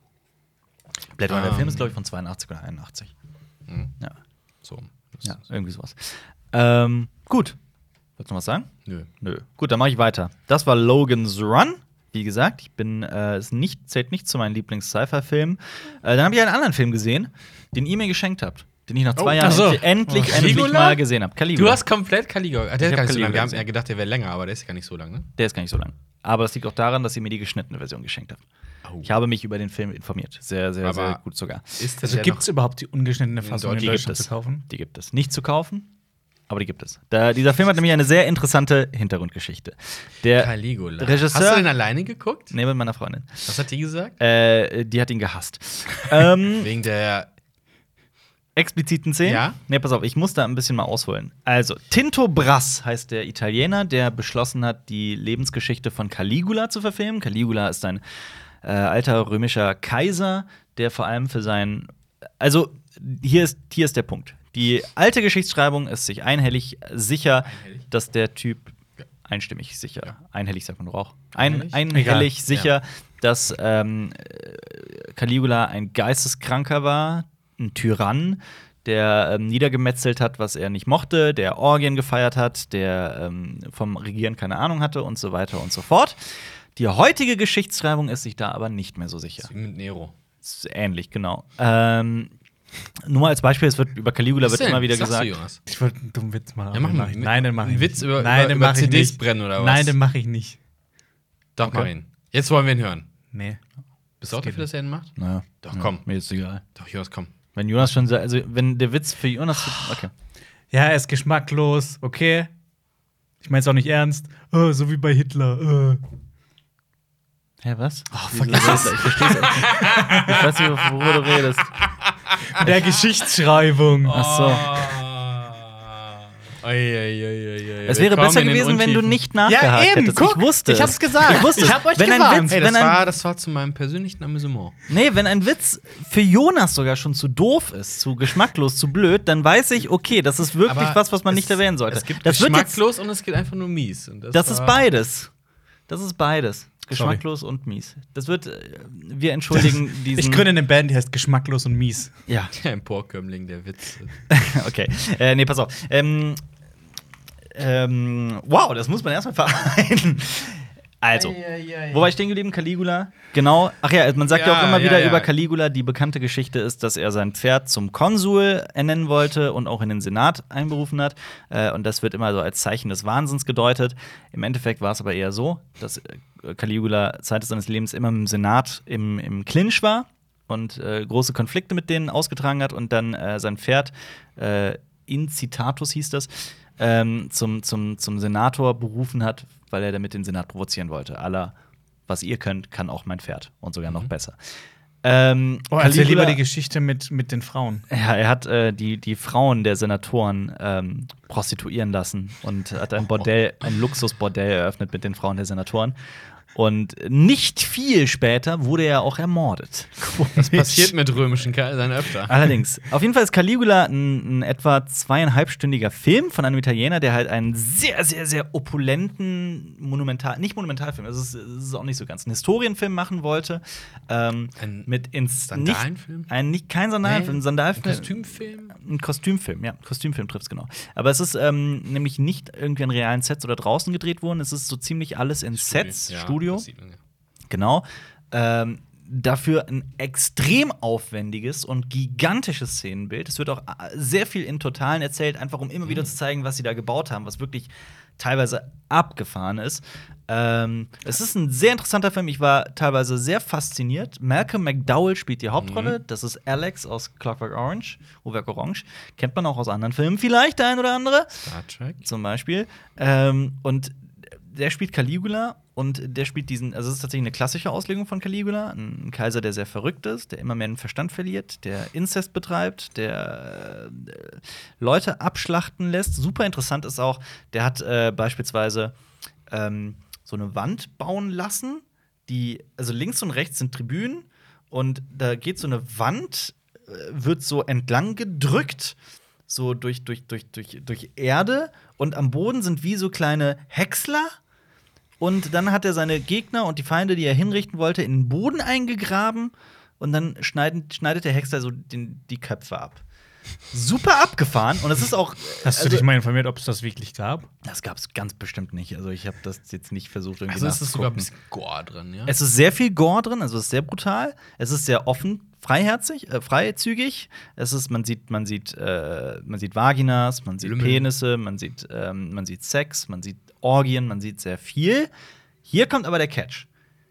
Blade Runner, der Film ist, glaube ich, von 82 oder 81. Mhm. Ja. So. Ja, irgendwie sowas. Gut. Wolltest du noch was sagen? Nö. Gut, dann mache ich weiter. Das war Logan's Run. Wie gesagt, zählt nicht zu meinen Lieblings-Sci-Fi-Filmen. Dann habe ich einen anderen Film gesehen, den ihr mir geschenkt habt. Den ich nach 2 Jahren ach so. endlich Caligula? mal gesehen habe. Caligula. Du hast komplett Caligula. Der ist hab gar nicht so Caligula lang. Wir haben gesehen. ja gedacht, der wäre länger, aber der ist gar nicht so lang, ne? Der ist gar nicht so lang. Aber es liegt auch daran, dass ihr mir die geschnittene Version geschenkt habt. Oh. Ich habe mich über den Film informiert. Sehr, sehr, Aber sehr gut sogar. Ist Also der gibt es überhaupt die ungeschnittene Fassung in Deutsch- Deutschland zu kaufen? Die gibt es. Nicht zu kaufen, aber die gibt es. Dieser Film hat nämlich eine sehr interessante Hintergrundgeschichte. Der Caligula. Regisseur- Hast du den alleine geguckt? Nee, mit meiner Freundin. Was hat die gesagt? Die hat ihn gehasst. Wegen der. Expliziten Szenen? Ja? Nee, pass auf, ich muss da ein bisschen mal ausholen. Also, Tinto Brass heißt der Italiener, der beschlossen hat, die Lebensgeschichte von Caligula zu verfilmen. Caligula ist ein alter römischer Kaiser, der vor allem für seinen. Also, hier ist der Punkt. Die alte Geschichtsschreibung ist sich einhellig sicher, Einhellig? dass der Typ. Einstimmig sicher. Ja. Einhellig sagt man doch auch. Einhellig? Einhellig Egal. sicher, dass Caligula ein Geisteskranker war, ein Tyrann, der niedergemetzelt hat, was er nicht mochte, der Orgien gefeiert hat, der vom Regieren keine Ahnung hatte und so weiter und so fort. Die heutige Geschichtsschreibung ist sich da aber nicht mehr so sicher. Das ist wie mit Nero. Ist ähnlich, genau. Nur mal als Beispiel, es wird über Caligula Was wird denn? immer wieder Was sagst du, gesagt. Jonas? Ich wollte einen dummen Witz machen. Ja, mach den mal. ich. Nein, den mache ich Einen nicht. Witz über, Nein, den über mach ich CDs nicht. brennen oder was? Nein, den mache ich nicht. Doch, Okay. mach ihn. Jetzt wollen wir ihn hören. Nee. Bist du auch dafür, dass er ihn macht? Naja, Doch, komm. Mir ist egal. Doch, Jonas, komm. Wenn Jonas schon sagt, also wenn der Witz für Jonas. Okay. Ja, er ist geschmacklos, okay. Ich meine es auch nicht ernst. So wie bei Hitler. Hä, was? Oh, Wieso vergiss sagst du- Ich versteh's auch nicht. Ich weiß nicht, worüber du redest. Der Geschichtsschreibung. Ach so. Es wäre besser gewesen, wenn du nicht nachgehakt Ja, eben, hättest. guck, ich wusste ich hab's es. gesagt. Ich wusste Ich es. hab euch wenn ein gewarnt. Witz, Hey, wenn ein, das war zu meinem persönlichen Amüsement. nee, wenn ein Witz für Jonas sogar schon zu doof ist, zu geschmacklos, zu blöd, dann weiß ich, okay, das ist wirklich Aber was man nicht erwähnen sollte. Es gibt das wird jetzt, geschmacklos und es gibt einfach nur mies. Und das ist war- beides. Das ist beides. Geschmacklos und mies. Das wird, wir entschuldigen diesen. Ich gründe eine Band, die heißt Geschmacklos und mies. Ja, Der Emporkömmling, der Witz. okay. Nee, pass auf. Wow, das muss man erstmal vereinen. Also, wo war ich stehen geblieben? Caligula? Genau. Ach ja, man sagt ja auch Ja, immer ja, wieder ja. über Caligula, die bekannte Geschichte ist, dass er sein Pferd zum Konsul ernennen wollte und auch in den Senat einberufen hat. Und das wird immer so als Zeichen des Wahnsinns gedeutet. Im Endeffekt war es aber eher so, dass Caligula Zeit seines Lebens immer im Senat im Clinch war und große Konflikte mit denen ausgetragen hat und dann sein Pferd Incitatus hieß das, zum Senator berufen hat, weil er damit den Senat provozieren wollte. Aller, was ihr könnt, kann auch mein Pferd. Und sogar noch besser. Erzähl Caligula- lieber die Geschichte mit den Frauen. Ja, er hat die Frauen der Senatoren prostituieren lassen und hat ein Luxusbordell eröffnet mit den Frauen der Senatoren. Und nicht viel später wurde er auch ermordet. Das passiert mit römischen Kaisern öfter. Allerdings. Auf jeden Fall ist Caligula ein etwa 2,5-stündiger Film von einem Italiener, der halt einen sehr, sehr, sehr opulenten nicht Monumentalfilm, es ist auch nicht so ganz, einen Historienfilm machen wollte. Sandalenfilm? Kein Sandalenfilm, ein Sandalfilm. Ein Kostümfilm? Ein Kostümfilm, ja. Kostümfilm trifft's genau. Aber es ist nämlich nicht irgendwie an realen Sets oder draußen gedreht worden. Es ist so ziemlich alles in Sets, Ja, Studio. das sieht man, ja. Genau. dafür ein extrem aufwendiges und gigantisches Szenenbild. Es wird auch sehr viel in Totalen erzählt, einfach um immer wieder zu zeigen, was sie da gebaut haben, was wirklich teilweise abgefahren ist. Es ist ein sehr interessanter Film. Ich war teilweise sehr fasziniert. Malcolm McDowell spielt die Hauptrolle. Das ist Alex aus Clockwork Orange. Kennt man auch aus anderen Filmen vielleicht, der ein oder andere. Star Trek. Zum Beispiel. Und der spielt Caligula und der spielt also es ist tatsächlich eine klassische Auslegung von Caligula. Ein Kaiser, der sehr verrückt ist, der immer mehr den Verstand verliert, der Inzest betreibt, der Leute abschlachten lässt. Super interessant ist auch, der hat beispielsweise so eine Wand bauen lassen, also links und rechts sind Tribünen und da geht so eine Wand, wird so entlang gedrückt, so durch Erde und am Boden sind wie so kleine Häcksler. Und dann hat er seine Gegner und die Feinde, die er hinrichten wollte, in den Boden eingegraben und dann schneidet der Häcksler so die Köpfe ab. Super abgefahren und es ist auch. Hast du dich mal informiert, ob es das wirklich gab? Das gab es ganz bestimmt nicht. Also ich habe das jetzt nicht versucht irgendwie Also es ist sogar ein nachzugucken. bisschen Gore drin, ja? Es ist sehr viel Gore drin, also es ist sehr brutal. Es ist sehr offen, freizügig. Man sieht Vaginas, man sieht Lümmel. Penisse, man sieht Sex, man sieht Orgien, man sieht sehr viel. Hier kommt aber der Catch.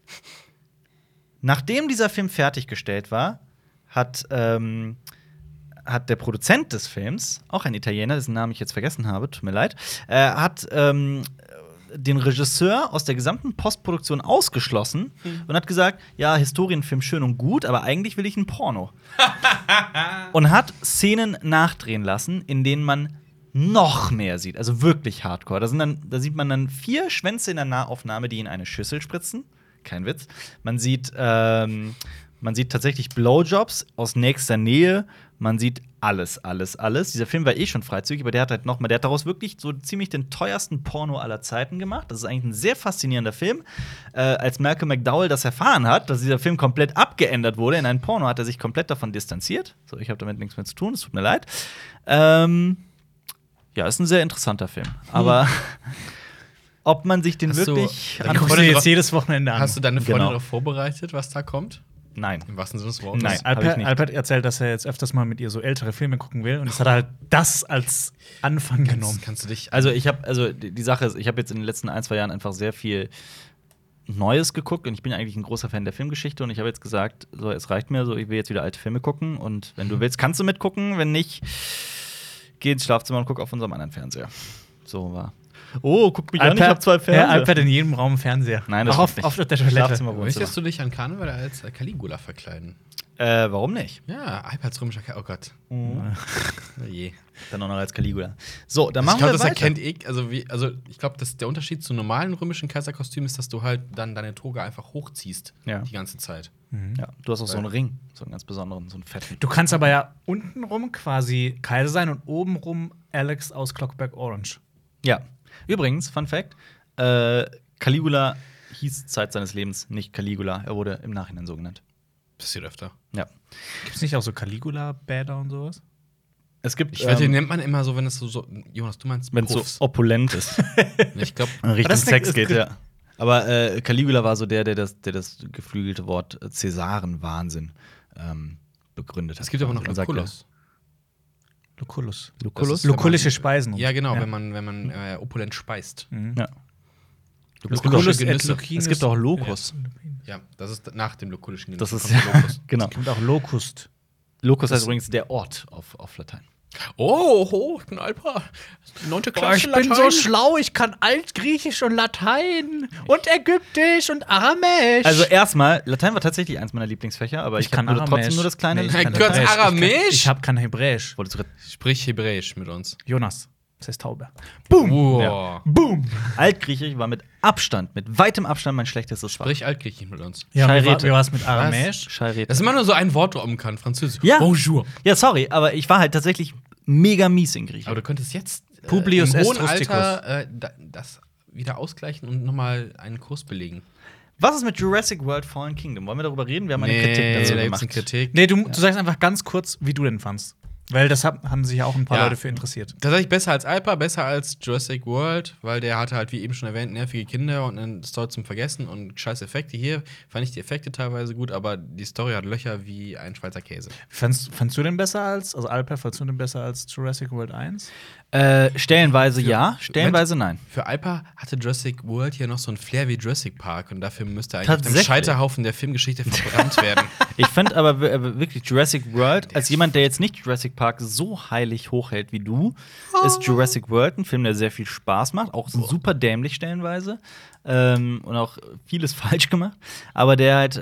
Nachdem dieser Film fertiggestellt war, hat der Produzent des Films, auch ein Italiener, dessen Namen ich jetzt vergessen habe, tut mir leid, hat den Regisseur aus der gesamten Postproduktion ausgeschlossen und hat gesagt, ja, Historienfilm schön und gut, aber eigentlich will ich ein Porno. Und hat Szenen nachdrehen lassen, in denen man noch mehr sieht, also wirklich Hardcore. Da sieht man dann 4 Schwänze in der Nahaufnahme, die in eine Schüssel spritzen. Kein Witz. Man sieht tatsächlich Blowjobs aus nächster Nähe. Man sieht alles. Dieser Film war schon freizügig, aber der hat daraus wirklich so ziemlich den teuersten Porno aller Zeiten gemacht. Das ist eigentlich ein sehr faszinierender Film. Als Malcolm McDowell das erfahren hat, dass dieser Film komplett abgeändert wurde in einen Porno, hat er sich komplett davon distanziert. So, ich habe damit nichts mehr zu tun, es tut mir leid. Ja, ist ein sehr interessanter Film. Aber ob man sich den wirklich Dann guckst du jetzt jedes Wochenende an. Hast du deine Freundin Genau. darauf vorbereitet, was da kommt? Nein. Im wahrsten Sinne des Wortes? Nein. Hab ich nicht. Albert erzählt, dass er jetzt öfters mal mit ihr so ältere Filme gucken will. Und jetzt hat er halt das als Anfang genommen. Kannst du dich. Also die Sache ist, ich habe jetzt in den letzten 1-2 Jahren einfach sehr viel Neues geguckt und ich bin eigentlich ein großer Fan der Filmgeschichte und ich habe jetzt gesagt, so, es reicht mir, so, ich will jetzt wieder alte Filme gucken und wenn du willst, kannst du mitgucken, wenn nicht, geh ins Schlafzimmer und guck auf unserem anderen Fernseher. So war. Oh, guck mich an, ich habe 2 Fernseher. Alper hat in jedem Raum einen Fernseher. Nein, das auch stimmt auf nicht. der Toilette. Schlafzimmer, Wohnzimmer. Möchtest du dich an Karneval als Caligula verkleiden? Warum nicht? Ja, Alperts römischer Oh Gott. Oh je. Dann auch noch als Caligula. So, dann Ich machen glaube, wir das weiter. erkennt ich glaube, der Unterschied zu normalen römischen Kaiserkostümen ist, dass du halt dann deine Toga einfach hochziehst Ja. die ganze Zeit. Ja, du hast auch so einen Ring, so einen ganz besonderen, so einen fetten. Du kannst aber ja untenrum quasi Kaiser sein und obenrum Alex aus Clockwork Orange. Ja. Übrigens, Fun Fact: Caligula hieß Zeit seines Lebens nicht Caligula. Er wurde im Nachhinein so genannt. Passiert öfter. Ja. Gibt's nicht auch so Caligula-Bäder und sowas? Es gibt, Ich wette, den nennt man immer so, wenn es so Jonas, du meinst wenn es so Puffs. opulent ist, Ich glaube, Richtung das ist Sex ist geht, gut. ja. Aber Caligula war so der das geflügelte Wort Cäsarenwahnsinn begründet hat. es gibt aber noch Er sagte- Lucullus. Lucullus. Lucullus? Lukullische Speisen. Ja, genau, Ja. wenn man opulent speist. Ja. Lucullus et Genüsse. Lucinus. Es gibt auch Locus. Ja, das ist nach dem lukullischen Das Genuss ist kommt der Locus. genau. Und auch Locust. Locus Das- heißt übrigens der Ort auf Latein. Oh, ich bin Alper. 9. Klasse schlau, ich kann Altgriechisch und Latein und Ägyptisch und Aramäisch. Also erstmal, Latein war tatsächlich eins meiner Lieblingsfächer, aber ich kann kann trotzdem Aramäisch. nur das kleine. Nee, ich ich kann kann Kurz Hebräisch. Aramäisch? Ich habe kein Hebräisch. Wolltest du Sprich Hebräisch mit uns. Jonas, das heißt Taube. Wow. Ja. Boom. Altgriechisch war mit weitem Abstand mein schlechtestes Fach. Sprich Altgriechisch mit uns. Ja, Scheirete. wie war es mit Aramäisch? Scheirete. Das ist immer nur so ein Wort droppen kann, Französisch. Ja. Bonjour. Ja, sorry, aber ich war halt tatsächlich mega mies in Griechisch. Aber du könntest jetzt Publius im est hohen rusticus. Alter das wieder ausgleichen und nochmal einen Kurs belegen. Was ist mit Jurassic World Fallen Kingdom? Wollen wir darüber reden? Wir haben eine Kritik dazu da gibt's gemacht. eine Kritik. Nee, du sagst einfach ganz kurz, wie du den fandst. Weil das haben sich ja auch ein paar Ja. Leute für interessiert. Tatsächlich besser als Alpa, besser als Jurassic World, weil der hatte halt, wie eben schon erwähnt, nervige Kinder und eine Story zum Vergessen und scheiß Effekte. Hier fand ich die Effekte teilweise gut, aber die Story hat Löcher wie ein Schweizer Käse. Fandst du den besser also Alper, fandst du den besser als Jurassic World 1? Stellenweise ja, stellenweise nein. Für Alpa hatte Jurassic World hier noch so ein Flair wie Jurassic Park und dafür müsste eigentlich auf dem Tatsächlich. Scheiterhaufen der Filmgeschichte verbrannt werden. Ich fand aber wirklich Jurassic World, als jemand, der jetzt nicht Jurassic Park so heilig hochhält wie du, ist Jurassic World ein Film, der sehr viel Spaß macht, auch super dämlich stellenweise und auch vieles falsch gemacht. Aber der halt,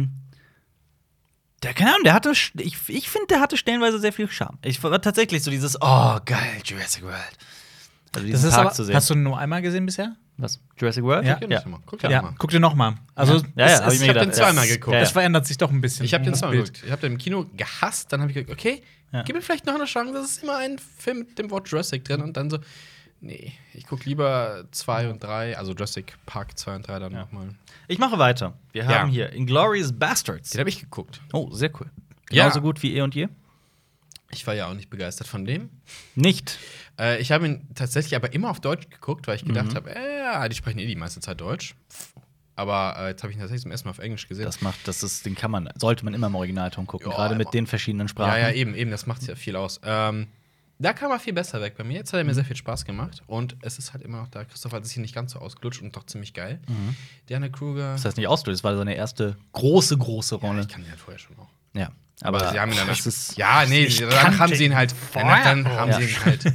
keine Ahnung, ich finde, der hatte stellenweise sehr viel Charme. Ich war tatsächlich so dieses, oh, geil, Jurassic World. Also diesen Park zu sehen. Hast du ihn nur einmal gesehen bisher? Was? Jurassic World? Ja. Guck dir Ja, mal. guck dir noch mal. Also Ja, hab Ich mir habe den gedacht, zweimal ja. geguckt. Ja, ja. das verändert sich doch ein bisschen. Ich habe den das zweimal Bild. geguckt. Ich habe den im Kino gehasst, dann habe ich gesagt, okay, Ja. gib mir vielleicht noch eine Chance. Das ist immer ein Film mit dem Wort Jurassic drin und dann so, nee, ich gucke lieber 2 und 3, also Jurassic Park 2 und 3 dann nochmal. Ich mache weiter. Wir Ja. haben hier Inglourious Basterds. Den habe ich geguckt. Oh, sehr cool. Ja. Genauso gut wie eh und je? Ich war ja auch nicht begeistert von dem. Nicht. Ich habe ihn tatsächlich aber immer auf Deutsch geguckt, weil ich gedacht habe, die sprechen die meiste Zeit Deutsch. Aber jetzt habe ich ihn tatsächlich zum ersten Mal auf Englisch gesehen. Sollte man immer im Originalton gucken, Ja, gerade mit immer. den verschiedenen Sprachen. Ja, eben, das macht ja viel aus. Da kam er viel besser weg bei mir. Jetzt hat er mir sehr viel Spaß gemacht. Und es ist halt immer noch da. Christoph hat sich hier nicht ganz so ausgelutscht und doch ziemlich geil. Diana Kruger. Das heißt nicht ausgelöst, das war seine erste große Rolle. Ich kann den halt vorher schon auch. Ja. Aber sie haben ihn dann. das ist Dann haben sie ihn halt. Dann haben Ja. sie ihn halt.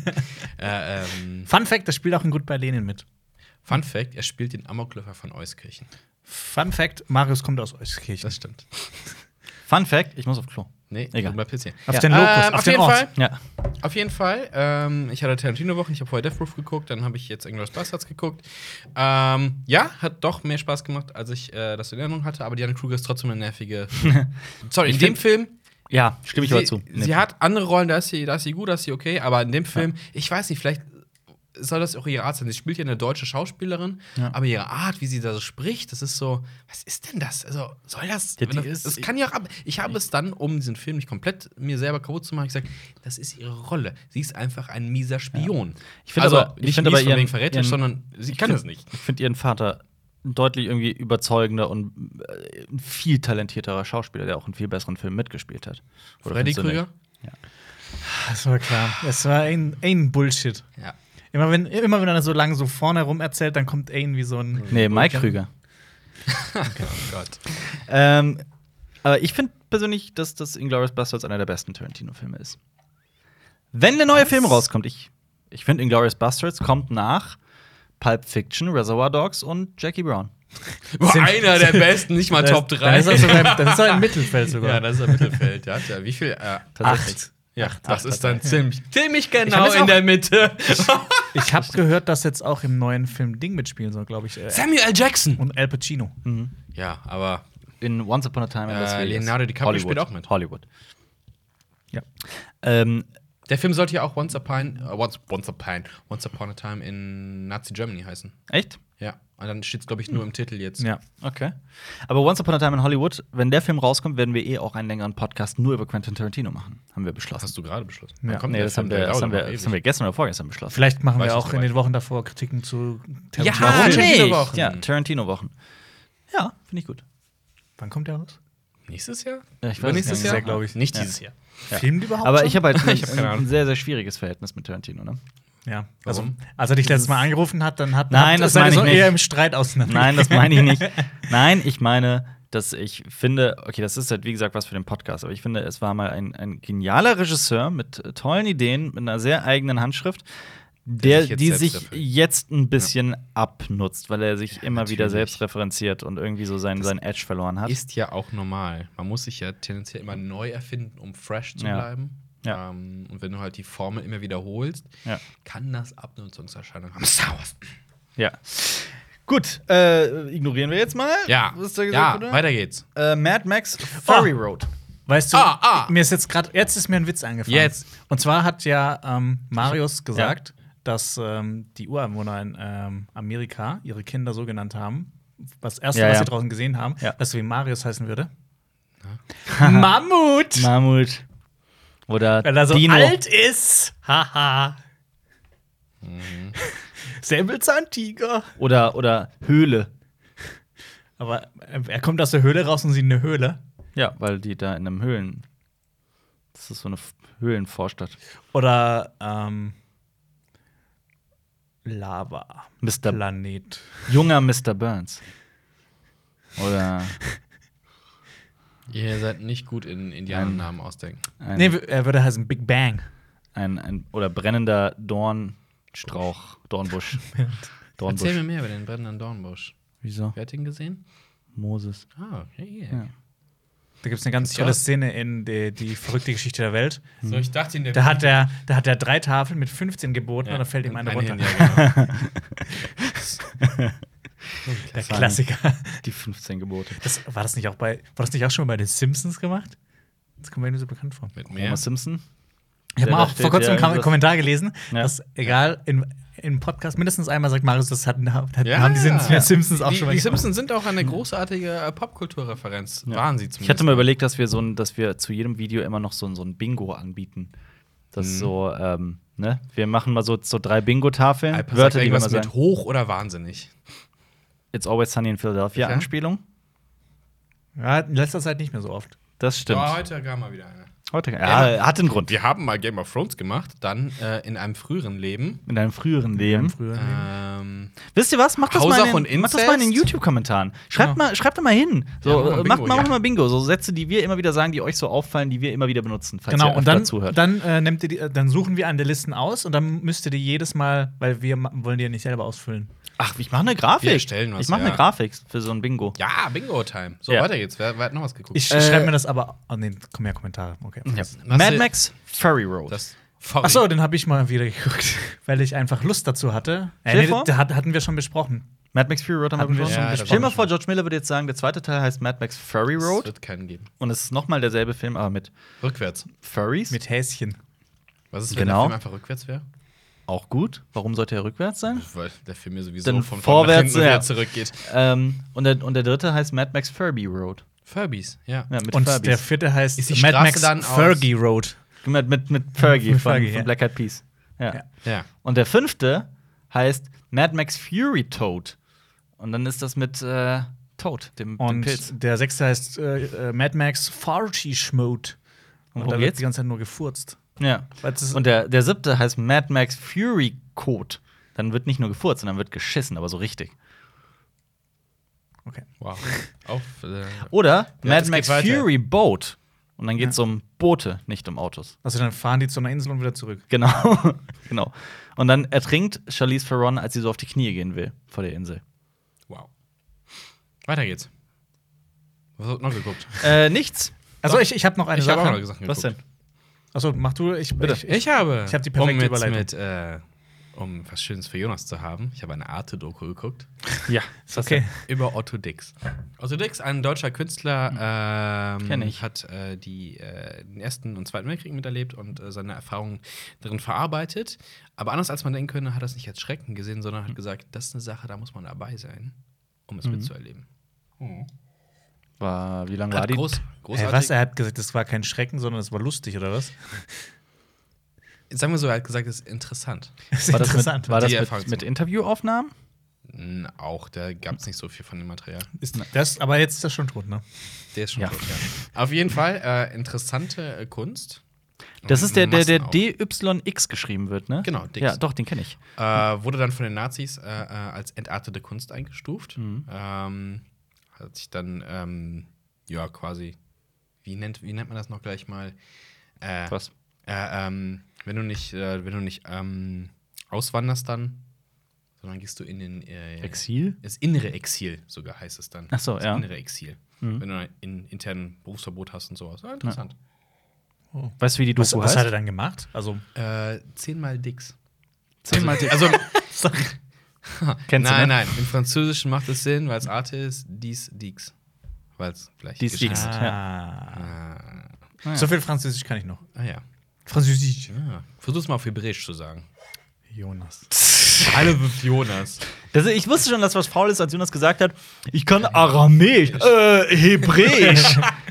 Fun Fact: Das spielt auch in Goodbye Lenin mit. Fun Fact: Er spielt den Amoklöcher von Euskirchen. Fun Fact: Marius kommt aus Euskirchen. Das stimmt. Fun Fact, ich muss auf Klo. Nee, Egal. du bleibst jetzt hier. Auf den Lokus, auf auf den jeden Ort. Fall. Ja. Auf jeden Fall. Ich hatte Tarantino-Wochen. Ich habe vorher Death Proof geguckt. Dann habe ich jetzt Inglourious Basterds geguckt. Ja, hat doch mehr Spaß gemacht, als ich das in Erinnerung hatte. Aber Diana Kruger ist trotzdem eine nervige. Sorry, in dem Film. Ja, stimme ich aber zu. Sie hat andere Rollen, da ist sie gut, da ist sie okay. Aber in dem Film, ich weiß nicht, vielleicht soll das auch ihre Art sein. Sie spielt ja eine deutsche Schauspielerin, Ja. aber ihre Art, wie sie da so spricht, das ist so, was ist denn das? Also, soll das? Ja, die Wenn ist- das kann ja auch ich habe es dann, um diesen Film nicht komplett mir selber kaputt zu machen, gesagt, das ist ihre Rolle. Sie ist einfach ein mieser Spion. Ich finde aber- ich nicht finde mies aber von wegen ihren- verräterisch, sondern sie kann es nicht. Ich finde ihren Vater deutlich irgendwie überzeugender und ein viel talentierterer Schauspieler, der auch in viel besseren Filmen mitgespielt hat. Oder Freddy findest du Krüger? nicht? Das war klar. Es war ein Bullshit. Ja. Immer wenn er so lange so vorne rum erzählt, dann kommt wie so ein. Nee, Mike Krüger. Oh Gott. Aber ich finde persönlich, dass das Inglourious Basterds einer der besten Tarantino-Filme ist. Wenn der neue Film rauskommt, ich finde Inglourious Basterds kommt nach Pulp Fiction, Reservoir Dogs und Jackie Brown. Einer der besten, nicht mal Top 3. Das ist auch im Mittelfeld sogar. Ja, das ist im Mittelfeld. Ja, wie viel? Tatsächlich. Ja, das ist dann Acht. ziemlich Ich genau hab jetzt in auch- der Mitte. Ich habe gehört, dass jetzt auch im neuen Film Ding mitspielen soll, glaube ich. Samuel L. Jackson. Und Al Pacino. Ja, aber In Once Upon a Time in Las Vegas. Leonardo DiCaprio Hollywood. spielt auch mit. Hollywood. Ja. der Film sollte ja auch Once Upon a Time in Nazi Germany heißen. Echt? Ja, und dann steht es, glaube ich, nur im Titel jetzt. Ja. Okay. Aber Once Upon a Time in Hollywood, wenn der Film rauskommt, werden wir auch einen längeren Podcast nur über Quentin Tarantino machen. Haben wir beschlossen. Hast du gerade beschlossen? Ja. Wann kommt Nee, der das Film? haben wir, Der das dauert haben wir, noch das haben wir gestern oder vorgestern beschlossen. Vielleicht machen Weiß wir ich auch nicht, in den weiß Wochen davor Kritiken zu Ja, Warum? natürlich. Natürlich. Tarantino-Wochen. Ja, Tarantino-Wochen. Ja, finde ich gut. Wann kommt der raus? Nächstes Jahr? Ja, ich weiß Übernächstes es Jahr? nicht. glaub ich. Nicht Ja. dieses Jahr. Ja. Filmen die überhaupt Aber schon? ich habe halt Ich hab keine Ahnung. ein sehr, sehr schwieriges Verhältnis mit Tarantino, ne? Ja. Also, Warum? als er dich letztes Mal angerufen hat, dann Nein, das seid ihr meine ich so nicht. eher im Streit auseinander. Nein, das meine ich nicht. Nein, ich meine, dass ich finde, okay, das ist halt wie gesagt was für den Podcast, aber ich finde, es war mal ein genialer Regisseur mit tollen Ideen, mit einer sehr eigenen Handschrift, Der sich jetzt die selbst sich erfüllt. jetzt ein bisschen abnutzt, weil er sich immer wieder natürlich. selbst referenziert und irgendwie so seinen Edge verloren hat. Ist ja auch normal. Man muss sich ja tendenziell immer neu erfinden, um fresh zu Ja. bleiben. Ja. Und wenn du halt die Formel immer wiederholst, Ja. kann das Abnutzungserscheinungen haben. Star Wars. Ja. Gut, ignorieren wir jetzt mal. Ja, was da gesagt wurde. weiter geht's. Mad Max Fury Road. Weißt du, mir ist jetzt ist mir ein Witz eingefallen. Jetzt. Und zwar hat ja Marius gesagt, dass die Ureinwohner in Amerika ihre Kinder so genannt haben, was erste, Ja, was ja. sie draußen gesehen haben, Ja. dass so wie Marius heißen würde. Mammut! Mammut. Oder Weil er so Dino. alt ist. Haha. Säbelzahntiger. Oder Höhle. Aber er kommt aus der Höhle raus und sieht eine Höhle. Ja, weil die da in einem Höhlen. Das ist so eine Höhlenvorstadt. Oder Lava. Mr. Planet. Junger Mr. Burns. Oder Ihr seid nicht gut in Indianernamen ausdenken. Nee, er würde heißen Big Bang. oder brennender Dornstrauch, Dornbusch. Erzähl mir mehr über den brennenden Dornbusch. Wieso? Wer hat ihn gesehen? Moses. Ah, okay. Ja. Da gibt es eine ganz tolle Szene in die verrückte Geschichte der Welt. So, ich dachte in der Da hat er 3 Tafeln mit 15 Geboten und da fällt ihm eine runter. Hin, ja, genau. Der Klassiker. Die 15 Gebote. War das nicht auch schon mal bei den Simpsons gemacht? Das kommt mir nicht so bekannt vor. Mit mehr. Homer Simpson. Ich habe Ja, mal da auch vor kurzem steht ja einen Kommentar gelesen, Ja. dass egal im Podcast mindestens einmal sagt Marius, das haben die Ja. Simpsons auch schon mal Die gemacht. Simpsons sind auch eine großartige Popkulturreferenz. Waren sie zumindest. Ich hatte mal überlegt, dass wir zu jedem Video immer noch so ein Bingo anbieten. Das ist so, ne? Wir machen mal so 3 Bingo-Tafeln. Wörter, die wir irgendwas mal mit sagen. hoch oder wahnsinnig. It's Always Sunny in Philadelphia Sicher? Anspielung. Ja, in letzter Zeit nicht mehr so oft. Das stimmt. Ja, heute gab mal wieder eine. Heute, ja, hat einen Grund. Wir haben mal Game of Thrones gemacht, dann in einem früheren Leben. In deinem früheren Leben. Wisst Wisst ihr was? Macht das, Hausach mal und in den Inzest? YouTube-Kommentaren. Schreibt da mal hin. So, Ja, macht Bingo, mal Bingo. So Sätze, die wir immer wieder sagen, die euch so auffallen, die wir immer wieder benutzen. Falls Genau, ihr und öfter zuhört. dann suchen wir an der Listen aus und dann müsst ihr die jedes Mal, weil wir wollen die ja nicht selber ausfüllen. Ach, ich mache eine Grafik. Wir erstellen was, ich mache ja. eine Grafik für so ein Bingo. Ja, Bingo-Time. So, Ja. weiter geht's. Wer hat noch was geguckt? Ich schreibe mir das aber. Oh, nee, kommen ja Kommentare. Okay. Ja. Hast Mad du- Max Fury Road. Das Achso, den habe ich mal wieder geguckt, weil ich einfach Lust dazu hatte. Stell dir vor- Hatten wir schon besprochen. Mad Max Fury Road haben Hatten wir wir schon schon besprochen. besprochen. Stell dir mal vor, George Miller würde jetzt sagen, der zweite Teil heißt Mad Max Fury Es Road. wird keinen geben. Und es ist nochmal derselbe Film, aber mit Rückwärts. Furries. Mit Häschen. Was ist, wenn Genau. der Film einfach rückwärts wäre? Auch gut. Warum sollte er rückwärts sein? Weil der Film mir sowieso Dann von vorwärts, vorwärts nach hinten und ja. wieder zurückgeht. Und der dritte heißt Mad Max Furby Road. Furbies, ja. Ja, mit Und der Furbies. 4. heißt Ist die Mad Straße Max dann aus- Fergie Road. Mit Fergie Mit von Fergie, ja. Black Eyed Peas. Ja. Ja. Ja. Und der 5. heißt Mad Max Fury Toad. Und dann ist das mit Toad, dem Und Pilz. der 6. heißt Mad Max Farty Schmode. Und worum da wird geht's? die ganze Zeit nur gefurzt. Ja. Weil das ist- Und der 7. heißt Mad Max Fury Code. Dann wird nicht nur gefurzt, sondern wird geschissen, aber so richtig. Okay. Wow. Auf, Oder Ja, Mad das Max geht weiter. Fury Boat. Und dann geht es um Boote, nicht um Autos. Also dann fahren die zu einer Insel und wieder zurück. Genau. genau. Und dann ertrinkt Charlize Theron, als sie so auf die Knie gehen will vor der Insel. wow. Weiter geht's. Was hast du noch geguckt? Nichts. Also ich habe noch eine Ich habe Sache. auch noch Sachen Was geguckt. denn? Achso, mach du. Bitte. Ich habe. Ich habe die perfekte um Überleitung. Um was Schönes für Jonas zu haben, ich habe eine Arte-Doku geguckt Ja. Ist okay. über Otto Dix. Otto Dix, ein deutscher Künstler, Kenn ich. hat den Ersten und Zweiten Weltkrieg miterlebt und seine Erfahrungen darin verarbeitet. Aber anders als man denken könnte, hat er es nicht als Schrecken gesehen, sondern hat gesagt, das ist eine Sache, da muss man dabei sein, um es mitzuerleben. Wie lange war Hat die? großartig. Was? Er hat gesagt, das war kein Schrecken, sondern es war lustig, oder was? Sagen wir so, er hat gesagt, es ist interessant. Das ist War das interessant. War das Die Erfahrung mit zu- Interviewaufnahmen? Auch, da gab es nicht so viel von dem Material. Aber jetzt ist das schon tot, ne? Der ist schon Ja. tot, ja. Auf jeden Fall interessante Kunst. Das ist der Massen auch. DYX geschrieben wird, ne? Genau, Dix. Ja, doch, den kenne ich. Wurde dann von den Nazis als entartete Kunst eingestuft. Hat sich dann, ja, quasi, wie nennt man das noch gleich mal? Was? Wenn du nicht auswanderst dann, sondern gehst du in den Exil? Das innere Exil, sogar heißt es dann. Ach so, das ja. innere Exil. Wenn du ein internen Berufsverbot hast und sowas. Ja, interessant. Weißt du, wie die Was, Doku was hat er heißt? dann gemacht? Also, 10-mal Dix. 10-mal Dix. Also, Kennst du, nein, ne? nein. Im Französischen macht es Sinn, weil es Arte ist, dies, Dix. Weil es vielleicht Dies, geschrieben Dix. wird. Ja. So viel Französisch kann ich noch. Ah ja. Französisch. Ja. Versuch's mal auf Hebräisch zu sagen. Jonas. Alle mit Jonas. Ich wusste schon, dass was faul ist, als Jonas gesagt hat, ich kann Aramäisch, Hebräisch.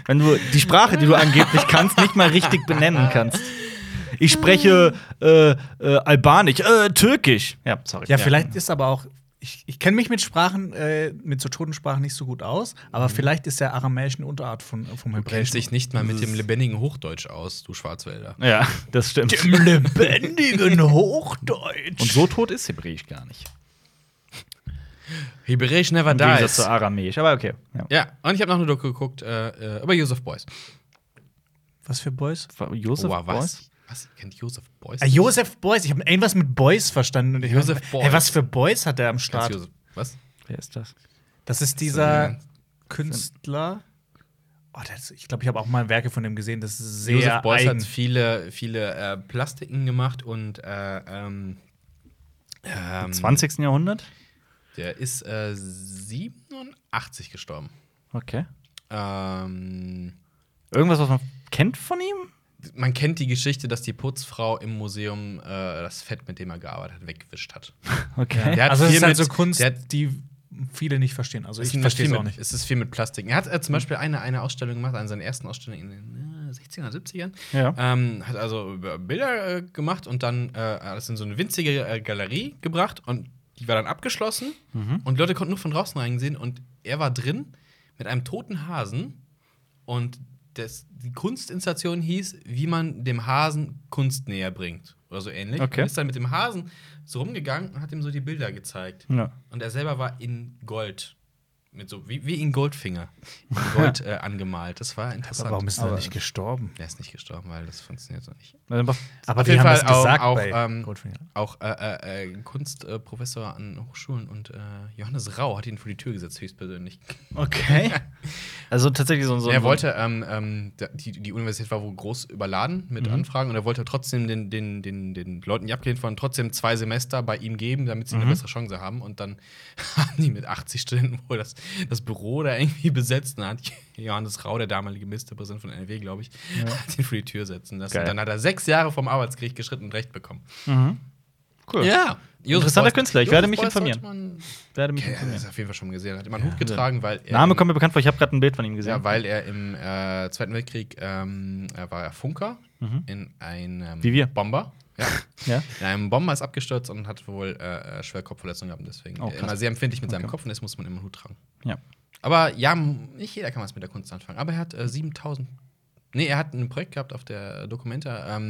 Wenn du die Sprache, die du angeblich kannst, nicht mal richtig benennen kannst. Ich spreche Albanisch, Türkisch. Ja, sorry. Ja, vielleicht ist aber auch. Ich kenne mich mit Sprachen, mit so Totensprachen nicht so gut aus, aber vielleicht ist der Aramäisch eine Unterart vom Du kennst Hebräischen. dich nicht mal mit dem lebendigen Hochdeutsch aus, du Schwarzwälder. Ja, das stimmt. Im lebendigen Hochdeutsch. Und so tot ist Hebräisch gar nicht. Hebräisch never Im Gegensatz dies. zu Aramäisch, aber okay. Ja. Ja, und ich habe noch eine Doku geguckt über Joseph Beuys. Was für Boys? Joseph Oh, Beuys? Was? Kennt Joseph Beuys? Joseph Beuys. Ich habe irgendwas mit Boys verstanden. Und ich Joseph hab- Beuys. Hey, was für Boys hat er am Kennst Start? du Joseph? Was? Wer ist das? Das ist dieser Künstler. Oh, ich glaube, ich habe auch mal Werke von dem gesehen. Das ist sehr Joseph Beuys eigen. hat viele Plastiken gemacht und 20. Jahrhundert? der ist 87 gestorben. Okay. Ähm, Irgendwas, was man kennt von ihm? man kennt die Geschichte, dass die Putzfrau im Museum das Fett, mit dem er gearbeitet hat, weggewischt hat. Okay. Der hat Also, es viel ist halt mit- so Kunst, der hat- die viele nicht verstehen. Also, ich mit verstehe es viel auch mit- nicht. Es ist viel mit Plastik. Er hat zum Beispiel eine Ausstellung gemacht, eine seiner ersten Ausstellungen in den 60er, 70ern. Ja. Hat also über Bilder gemacht und dann alles in so eine winzige Galerie gebracht und die war dann abgeschlossen und die Leute konnten nur von draußen reinsehen und er war drin mit einem toten Hasen und die Kunstinstallation hieß, wie man dem Hasen Kunst näher bringt oder so ähnlich. Okay. Und ist dann mit dem Hasen so rumgegangen und hat ihm so die Bilder gezeigt. Ja. Und er selber war in Gold. Mit so, wie in Goldfinger. In Gold angemalt. Das war interessant. Aber warum ist er Aber- nicht gestorben? Der ist nicht gestorben, weil das funktioniert so nicht. Aber Auf die jeden haben Fall das gesagt auch, bei ähm, Goldfinger. Auch Kunstprofessor an Hochschulen und Johannes Rau hat ihn vor die Tür gesetzt, höchstpersönlich. Okay. Also tatsächlich so Er wollte, die Universität war wohl groß überladen mit Anfragen und er wollte trotzdem den Leuten, die abgelehnt waren, trotzdem 2 Semester bei ihm geben, damit sie eine bessere Chance haben. Und dann haben die mit 80 Studenten wohl das Büro da irgendwie besetzt. Und dann hat Johannes Rau, der damalige Ministerpräsident von NRW, glaube ich, hat ihn vor die Tür setzen lassen. Geil. Und dann hat er 6 Jahre vom Arbeitsgericht geschritten und Recht bekommen. Cool. Ja. Interessanter Künstler, ich werde mich Joseph Beuys informieren. sollte Werde mich Man, okay, das informieren. ist auf jeden Fall schon mal gesehen. Hat immer einen Hut getragen, weil er. Name kommt mir bekannt vor, ich habe gerade ein Bild von ihm gesehen. Ja, weil er im Zweiten Weltkrieg er war Funker in einem Wie wir. Bomber. Ja. Ja? In einem Bomber ist abgestürzt und hat wohl schwer Kopfverletzungen gehabt. Deswegen Oh, krass. immer sehr empfindlich mit seinem Okay. Kopf und das muss man immer einen Hut tragen. Ja. Aber ja, nicht jeder kann was mit der Kunst anfangen. Aber er hat 7000. Nee, er hat ein Projekt gehabt auf der Documenta.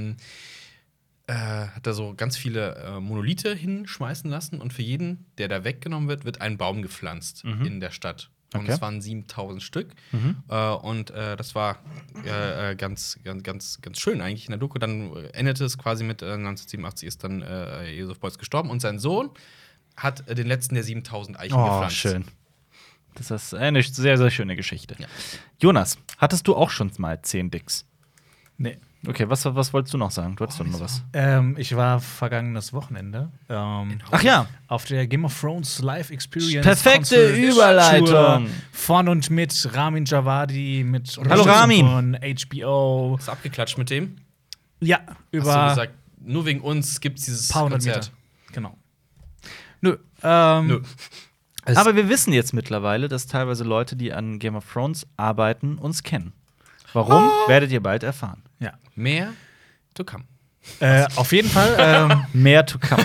Hat da so ganz viele Monolithe hinschmeißen lassen und für jeden, der da weggenommen wird ein Baum gepflanzt in der Stadt. Und Okay. es waren 7000 Stück. Und das war ganz schön eigentlich in der Doku. Dann endete es quasi mit 1987 ist dann Joseph Beuys gestorben und sein Sohn hat den letzten der 7000 Eichen Oh, gepflanzt. schön. Das ist eine sehr, sehr schöne Geschichte. Ja. Jonas, hattest du auch schon mal 10 Dicks? Nee. Okay, was wolltest du noch sagen? Du hattest doch noch was. Ich war vergangenes Wochenende Ach ja. auf der Game of Thrones Live Experience. Perfekte Concert Überleitung. Tour von und mit Ramin Djawadi, mit Hallo, Ramin. von HBO. Hast du abgeklatscht mit dem? Ja, Hast du über gesagt, nur wegen uns gibt es dieses paar hundert Konzert. Meter. Genau. Nö. Nö. Aber wir wissen jetzt mittlerweile, dass teilweise Leute, die an Game of Thrones arbeiten, uns kennen. Warum, werdet ihr bald erfahren. Ja. Mehr to come. Auf jeden Fall. Mehr to come.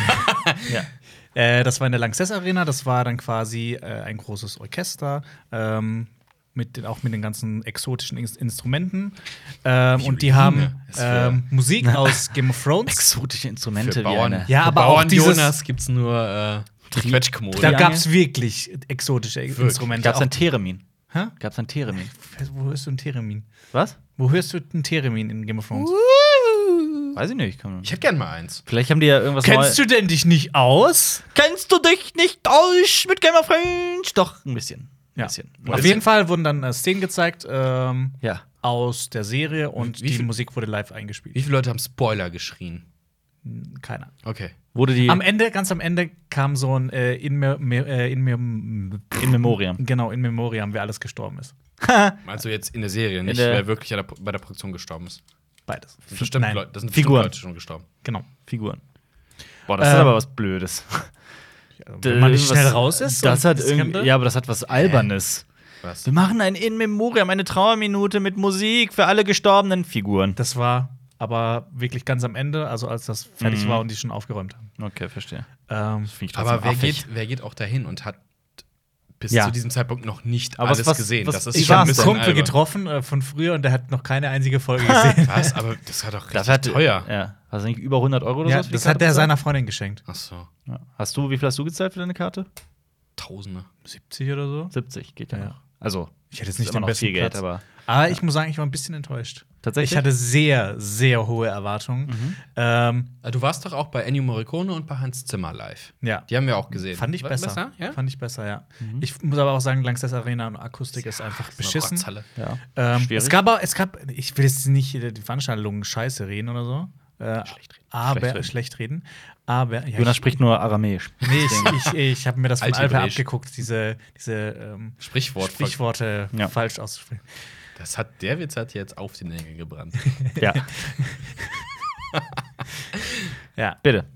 Das war in der Lanxess Arena. Das war dann quasi ein großes Orchester. Auch mit den ganzen exotischen Instrumenten. Und die haben Ist für- Musik aus Game of Thrones. Exotische Instrumente Für wie Bauern, eine. Ja, für aber Bauern auch dieses- Jonas gibt's nur Quetschkommode. Da Triangel? gab es wirklich exotische Instrumente. Gab's Auch- ein Theremin? Hä? Gab's ein Theremin? Wo hörst du einen Theremin? Was? Wo hörst du einen Theremin in Game of Thrones? Weiß ich nicht. Ich hätte gern mal eins. Vielleicht haben die ja irgendwas Kennst du denn dich nicht aus? Kennst du dich nicht aus mit Game of Thrones? Doch, ein bisschen. Ja. Bisschen. Auf jeden Fall wurden dann Szenen gezeigt Ja. aus der Serie und Wie die viel- Musik wurde live eingespielt. Wie viele Leute haben Spoiler geschrien? Keiner. Okay. Wurde die Ganz am Ende kam so ein in Memoriam. Genau, in Memoriam, wer alles gestorben ist. Meinst du jetzt in der Serie, nicht der- wer wirklich bei der Produktion gestorben ist? Beides. Das sind bestimmt Nein, Leute, das sind Figuren. bestimmt Leute schon gestorben. genau. Figuren. Boah, das ist aber was Blödes. Wenn man nicht schnell raus ist. Das und hat das irgendwie. könnte- Ja, aber das hat was Albernes. Was? Wir machen ein In Memoriam, eine Trauerminute mit Musik für alle gestorbenen Figuren. Das war aber wirklich ganz am Ende, also als das fertig war und die schon aufgeräumt haben. Okay, verstehe. Ähm, Finde ich trotzdem Aber affig. wer geht auch dahin und hat bis Ja. zu diesem Zeitpunkt noch nicht Aber alles was- gesehen? was- Das ist ich ich schon habe ein einen bisschen Kumpel albern. getroffen von früher und der hat noch keine einzige Folge gesehen. Was? Aber das war doch richtig Das hat teuer. Ja. Hast du nicht über 100 Euro oder Ja, sowas für die das Karte hat der bezahlt? seiner Freundin geschenkt. Ach so. Ja. Wie viel hast du gezahlt für deine Karte? Tausende. 70 oder so. 70 geht ja, Ja. noch. Also, Ich hätte jetzt ist nicht immer den noch besten viel Geld, Platz. aber Aber ich muss sagen, ich war ein bisschen enttäuscht. tatsächlich. Ich hatte sehr, sehr hohe Erwartungen. Du warst doch auch bei Ennio Morricone und bei Hans Zimmer live. Ja. Die haben wir auch gesehen. Fand ich War besser. Ja? Fand ich besser, ja. Ich muss aber auch sagen, Lanxess Arena und Akustik ist einfach Das ist eine beschissen. Rotzhalle. ja. Es gab, ich will jetzt nicht die Veranstaltungen scheiße reden oder so. Schlecht reden. Aber ja, Jonas spricht nur Aramäisch. Nee, ich habe mir das von Alper Althebräisch. abgeguckt, diese Sprichwort. Sprichworte Ja. falsch auszusprechen. Der Witz hat jetzt auf die Nägel gebrannt. Ja, Ja. bitte.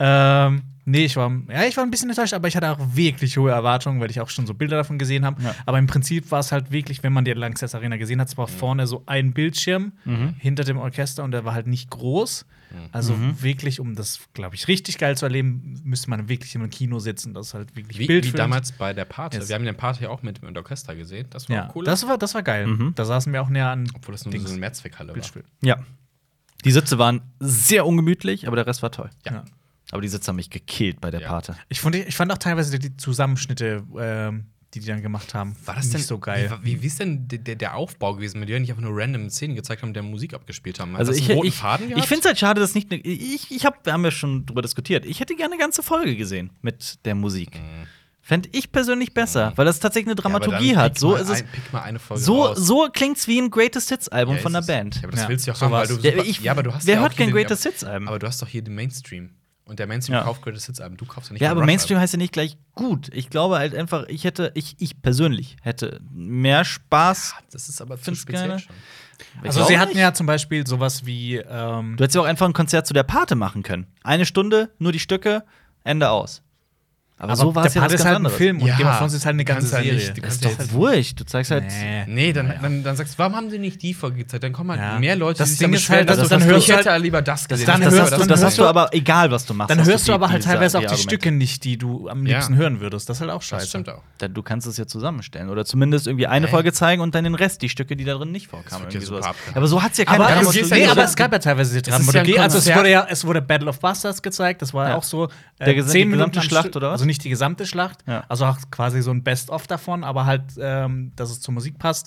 Nee, ich war ein bisschen enttäuscht, aber ich hatte auch wirklich hohe Erwartungen, weil ich auch schon so Bilder davon gesehen habe. Ja. Aber im Prinzip war es halt wirklich, wenn man die Lanxess Arena gesehen hat, es war vorne so ein Bildschirm hinter dem Orchester und der war halt nicht groß. Also wirklich, um das, glaube ich, richtig geil zu erleben, müsste man wirklich in einem Kino sitzen, das halt wirklich Wie Bildfilm. damals bei der Pate. Yes. Wir haben den Pate ja auch mit Orchester gesehen. Das war Ja, auch cool. das war geil. Da saßen wir auch näher an Obwohl das nur Dings. so eine Mehrzweckhalle war. Bildspiel. Ja. Die Sitze waren sehr ungemütlich, aber der Rest war toll. Ja. Aber die Sitze haben mich gekillt bei der Ja. Pate. Ich fand auch teilweise die Zusammenschnitte, die dann gemacht haben, War das nicht denn so geil. Wie ist denn der Aufbau gewesen, mit denen nicht einfach nur random Szenen gezeigt haben, der Musik abgespielt haben? Hat Also das ich, einen roten ich, Faden ich gehabt? finde es halt schade, dass nicht. Wir haben ja schon drüber diskutiert. Ich hätte gerne eine ganze Folge gesehen mit der Musik. Fände ich persönlich besser, weil das tatsächlich eine Dramaturgie hat. So ist es. Pick mal eine Folge So, raus. so klingt's wie ein Greatest Hits Album Ja, von ist der es. Band. Ja, aber das Ja, willst du ja auch so haben, weil war's. du Ja, super, aber du hast wer ja hört auch hier kein den- Greatest Hits Album? Aber du hast doch hier den Mainstream. Und der Mainstream Ja. kauft Greatest Hits Alben. Du kaufst ja nicht Ja, mal aber Rock Mainstream Alben. heißt ja nicht gleich gut. Ich glaube halt einfach, ich persönlich hätte mehr Spaß. Das ist aber zu Find's speziell gerne. schon. Also glaube sie hatten nicht. ja zum Beispiel sowas wie Du hättest ja auch einfach ein Konzert zu der Pate machen können. 1 Stunde, nur die Stücke, Ende aus. Aber so war es der ja Part was ist ganz halt ein anderes. Film und Ja, Game of Thrones ist halt eine ganze kannst ja Serie. nicht- du Das kannst ist doch wurscht. Du zeigst halt. Nee. Nee, dann sagst du, warum haben sie nicht die Folge gezeigt? Dann kommen halt Ja. mehr Leute, Das sich Ding dann ist halt, beschweren, dass dass dann du hörst du ich hätte halt- lieber das gesehen. dann das hörst aber du- Das dann hast du aber, egal was du machst. Dann hast hörst du die- aber halt teilweise auch die Argumente. Stücke nicht, die du am Ja. liebsten hören würdest. Das ist halt auch scheiße. Das stimmt auch. Du kannst es ja zusammenstellen. Oder zumindest irgendwie eine Folge zeigen und dann den Rest, die Stücke, die da drin nicht vorkamen. wird ja Irgendwie super sowas. abgehakt. Aber so hat es ja keine Aber, du es, gehst ja nee, nicht aber so- es gab ja teilweise die ist ja ein Dramaturgie. Also Konzert. es wurde Battle of Bastards gezeigt. Das war Ja. auch so Die gesamte 10 Minuten am Schlacht, Stück. oder was? Also nicht die gesamte Schlacht. Ja. Also auch quasi so ein Best-of davon, aber halt, dass es zur Musik passt.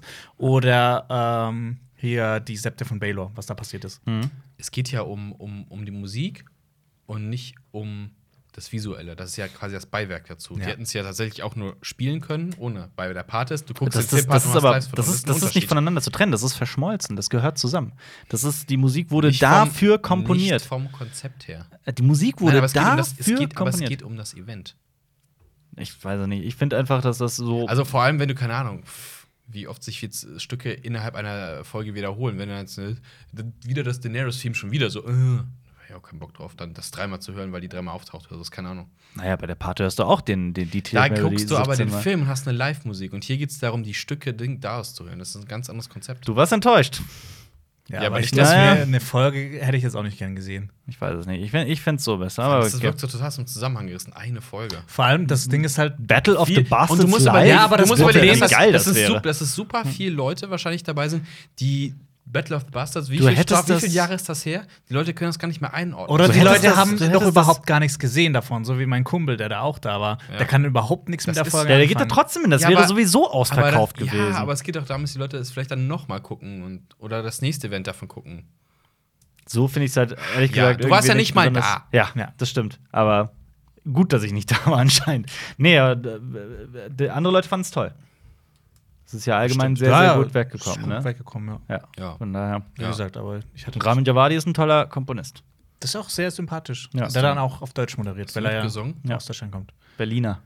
Oder hier die Septe von Baylor, was da passiert ist. Es geht ja um die Musik und nicht um das Visuelle. Das ist ja quasi das Beiwerk dazu. Ja. Die hätten es ja tatsächlich auch nur spielen können, ohne bei der Part ist. Du guckst Das den ist, Film-Part das und ist hast aber live von das uns. ist, das ist nicht voneinander zu trennen. Das ist verschmolzen. Das gehört zusammen. Die Musik wurde Nicht dafür vom- komponiert. Nicht vom Konzept her. Die Musik wurde Nein, aber es geht um dafür das, aber es komponiert. geht um das Event. Ich weiß es nicht. Ich finde einfach, dass das so. Also vor allem, wenn du, keine Ahnung, wie oft sich jetzt Stücke innerhalb einer Folge wiederholen. Wenn du jetzt wieder das Daenerys-Theme schon wieder so, ich auch keinen Bock drauf, dann das dreimal zu hören, weil die dreimal auftaucht oder so, ist keine Ahnung. Naja, bei der Party hörst du auch die Da Titelmelodie guckst du aber 17 den Mal. Film und hast eine Live-Musik. Und hier geht es darum, die Stücke da auszuhören. Das ist ein ganz anderes Konzept. Du warst enttäuscht. Ja, Ja, aber weil ich ich das naja. eine Folge hätte ich jetzt auch nicht gern gesehen. Ich weiß es nicht. Ich fände es so besser. Aber das okay. wirkt so total zum Zusammenhang gerissen. Eine Folge. Vor allem, das Ding ist halt Battle of the Viel- Bastards und du musst aber, live? Ja, aber das du musst Problem überlegen, ist, wie geil das ist wäre. dass es super viele Leute wahrscheinlich dabei sind, die Battle of the Bastards, wie Du viele hättest das- Jahre ist das her? Die Leute können das gar nicht mehr einordnen. Oder Du die hättest Leute das- haben du hättest doch das- überhaupt gar nichts gesehen davon, so wie mein Kumpel, der da auch da war. Ja. Der kann überhaupt nichts mit Das der ist- Folge Ja, der geht da anfangen. trotzdem hin. Das Ja, wäre aber- sowieso ausverkauft aber gewesen. Ja, aber es geht doch darum, dass die Leute es vielleicht dann noch mal gucken oder das nächste Event davon gucken. So finde ich es halt, ehrlich Ja, gesagt. du warst irgendwie ja nicht mal besonders- da. Ja, Ja. das stimmt. Aber gut, dass ich nicht da war, anscheinend. Nee, aber, andere Leute fanden es toll. Es ist ja allgemein Stimmt. sehr, Ja, sehr gut ist weggekommen. gut Ne? weggekommen, ja. Ja. Ja. Von daher. Wie Ja. gesagt, aber ich hatte Und Ramin Djawadi ist ein toller Komponist. das ist auch sehr sympathisch. Ja. Der dann auch auf Deutsch moderiert, weil er ja mitgesungen? Ja. aus Deutschland kommt. Berliner.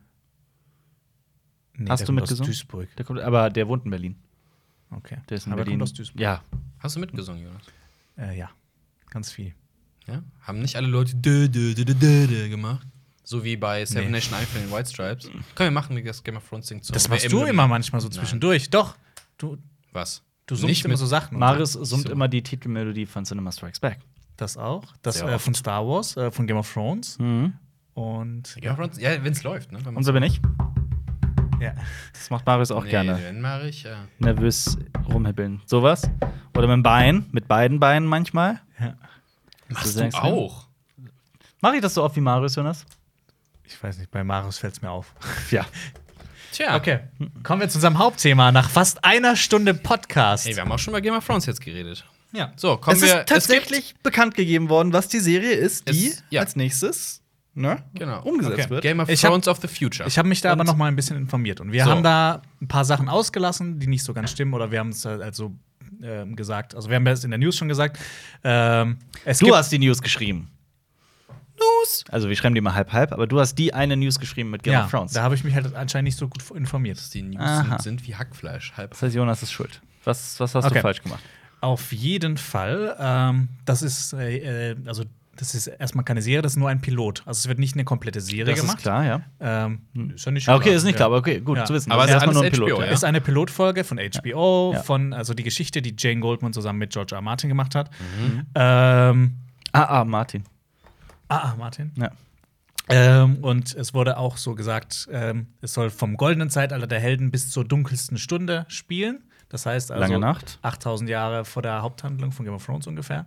Nee, Hast der du kommt mitgesungen? Aus Duisburg. Aber der wohnt in Berlin. Okay. Der ist in aber er Berlin. kommt aus Duisburg. Ja. Hast du mitgesungen, Jonas? Ja, ganz viel. Ja? Haben nicht alle Leute gemacht? So wie bei Seven Nation Army von den White Stripes. Können wir machen, wie das Game of Thrones Ding zu. Das machst du immer manchmal so zwischendurch. Doch. Was? Du summst immer so Sachen. Marius summt immer die Titelmelodie von Cinema Strikes Back. Das auch. Das Sehr oft. von Star Wars, von Game of Thrones. Und Game of Thrones? Ja, wenn es läuft, ne? Und so bin ich. ja. Das macht Marius auch gerne. Wenn mache ich, Nervös rumhibbeln. Sowas. Oder mit dem Bein, mit beiden Beinen manchmal. Ja. Machst du auch? Mache ich das so oft wie Marius, Jonas? Ich weiß nicht, bei Marius fällt es mir auf. Ja. Tja. Okay, kommen wir zu unserem Hauptthema nach fast einer Stunde Podcast. Ey, wir haben auch schon bei Game of Thrones jetzt geredet. Ja. So, kommen Es wir. ist tatsächlich bekannt gegeben worden, was die Serie ist, die Es- ja. als nächstes Genau. umgesetzt Okay. wird. Game of Ich hab- Thrones of the Future. Ich habe mich da aber noch mal ein bisschen informiert und wir So. haben da ein paar Sachen ausgelassen, die nicht so ganz stimmen oder wir haben es halt so gesagt. Also wir haben es in der News schon gesagt. Es Du gibt hast die News geschrieben. News! Also wir schreiben die mal halb-halb, aber du hast die eine News geschrieben mit Game ja, of Thrones. da habe ich mich halt anscheinend nicht so gut informiert. die News Aha. sind wie Hackfleisch. Halb. Das heißt, Jonas ist schuld. Was hast Okay. du falsch gemacht? Auf jeden Fall. Das ist also das ist erstmal keine Serie, das ist nur ein Pilot. Also es wird nicht eine komplette Serie Das gemacht. ist klar, ja. Ist ja nicht Ah, okay, klar. ist nicht Ja. klar, aber okay, gut Ja. zu wissen. Aber Das es ist erstmal alles HBO, Pilot, ja. Ist eine Pilotfolge von HBO, Ja. also die Geschichte, die Jane Goldman zusammen mit George R. Martin gemacht hat. Martin. Martin. Ja. Und es wurde auch so gesagt, es soll vom goldenen Zeitalter der Helden bis zur dunkelsten Stunde spielen. Das heißt also Lange Nacht. 8000 Jahre vor der Haupthandlung von Game of Thrones ungefähr.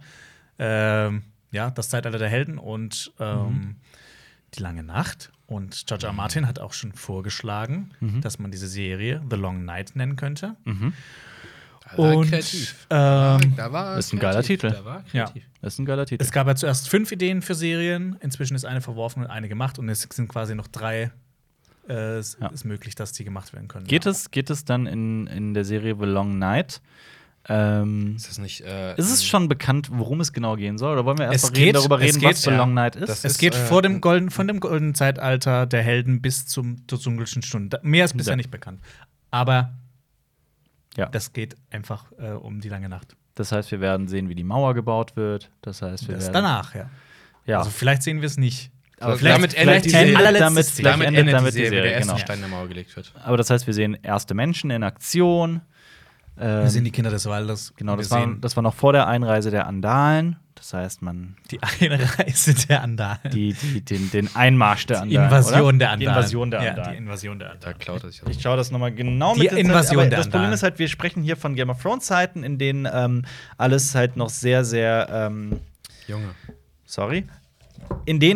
Ja, das Zeitalter der Helden und die lange Nacht. Und George R. Martin hat auch schon vorgeschlagen, dass man diese Serie The Long Night nennen könnte. Da war Und, kreativ. Da war ist ein geiler Titel. Da war Ja. kreativ. Das ist ein geiler Titel. Es gab ja zuerst 5 Ideen für Serien. Inzwischen ist eine verworfen und eine gemacht. Und es sind quasi noch 3. Es ist möglich, dass die gemacht werden können. Geht es dann in der Serie The Long Night? Ist das nicht. Ist es schon bekannt, worum es genau gehen soll? Oder wollen wir Es erst mal geht- darüber es reden, geht, was The ja. Long Night ist? Das Es ist, geht von dem goldenen Zeitalter der Helden bis zur dunkelsten Stunde. Mehr ist bisher Ja. nicht bekannt. Aber Ja. das geht einfach um die lange Nacht. Das heißt, wir werden sehen, wie die Mauer gebaut wird. Das heißt, wir Das werden danach, ja. Ja. Also vielleicht sehen wir es nicht. Aber vielleicht- damit vielleicht endet die die Serie. allerletzte damit, Szene. vielleicht endet damit die wenn der Serie, erste genau. Stein in der Mauer gelegt wird. Aber das heißt, wir sehen erste Menschen in Aktion. Wir sehen die Kinder des Waldes. Genau, Wir das sehen war noch vor der Einreise der Andalen. Das heißt, man die Einreise der Andalen. den Einmarsch der Andalen. Invasion oder? der Andalen. Die Invasion der Ja, Andalen. die Invasion der Da Andalen. klaut er sich Ich schaue das nochmal genau Die mit der Zeit, Invasion aber der das Problem Andalen. ist halt, wir sprechen hier von Game of Thrones Zeiten, in denen alles halt noch sehr, sehr Junge. sorry. In denen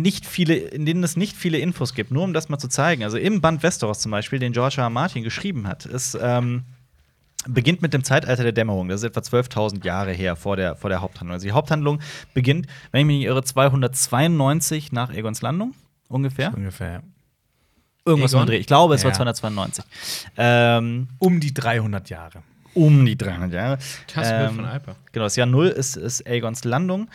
es nicht viele Infos gibt, nur um das mal zu zeigen. Also im Band Westeros zum Beispiel, den George R. R. Martin geschrieben hat, ist beginnt mit dem Zeitalter der Dämmerung. Das ist etwa 12.000 Jahre her vor der Haupthandlung. Also die Haupthandlung beginnt, wenn ich mich nicht irre, 292 nach Aegons Landung ungefähr. Ungefähr, ja. Irgendwas Aegon? im Dreh. Ich glaube, es war Ja. 292. Um die 300 Jahre. Um die 300 Jahre. Das Bild von Alper. Genau, das Jahr 0 ist Aegons Landung.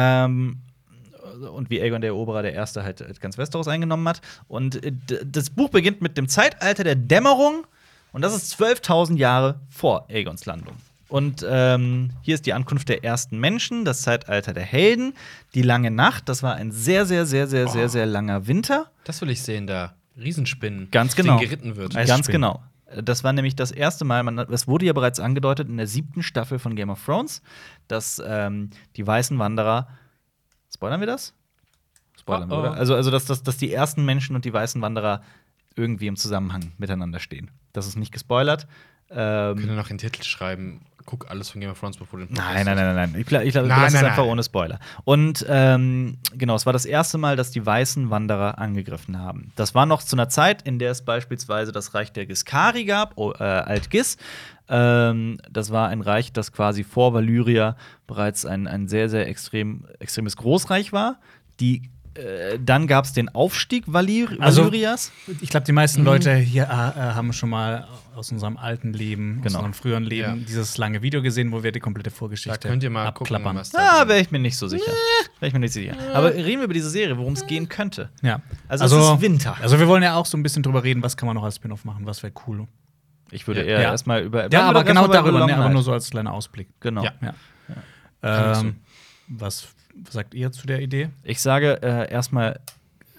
Und wie Aegon der Eroberer der Erste halt ganz Westeros eingenommen hat. Und das Buch beginnt mit dem Zeitalter der Dämmerung. Und das ist 12.000 Jahre vor Aegons Landung. Und hier ist die Ankunft der ersten Menschen, das Zeitalter der Helden, die lange Nacht. Das war ein sehr, sehr, sehr, sehr, sehr, sehr langer Winter. Das will ich sehen, da. Riesenspinnen. Ganz auf denen genau. geritten wird. Eisspinnen. Ganz genau. Das war nämlich das erste Mal, es wurde ja bereits angedeutet in der 7. Staffel von Game of Thrones, dass die weißen Wanderer. Spoilern wir das? Spoilern, Oh, oh. oder? Also dass die ersten Menschen und die weißen Wanderer irgendwie im Zusammenhang miteinander stehen. Das ist nicht gespoilert. Könnt ihr noch den Titel schreiben? Guck alles von Game of Thrones, bevor du den Podcast Nein. Ich glaube, Nein, das ist nein, einfach nein. ohne Spoiler. Und genau, es war das erste Mal, dass die weißen Wanderer angegriffen haben. Das war noch zu einer Zeit, in der es beispielsweise das Reich der Giscari gab, Alt-Gis. Das war ein Reich, das quasi vor Valyria bereits ein sehr, sehr extremes Großreich war. Dann gab es den Aufstieg Also- Valyrias. Ich glaube, die meisten Leute hier haben schon mal aus unserem alten Leben, aus Genau. unserem früheren Leben, Ja. dieses lange Video gesehen, wo wir die komplette Da Vorgeschichte könnt ihr mal gucken, abklappern. was da Wäre ich mir nicht so sicher. Aber reden wir über diese Serie, worum es gehen könnte. Ja. Also es ist Winter. Also wir wollen ja auch so ein bisschen drüber reden, was kann man noch als Spin-off machen, was wäre cool. Ich würde Ja. eher Ja. erstmal über. Ja, aber genau darüber, ne, aber nur so als kleiner Ausblick. Genau. Ja. Ja. Kann ich so. Was sagt ihr zu der Idee? Ich sage erstmal,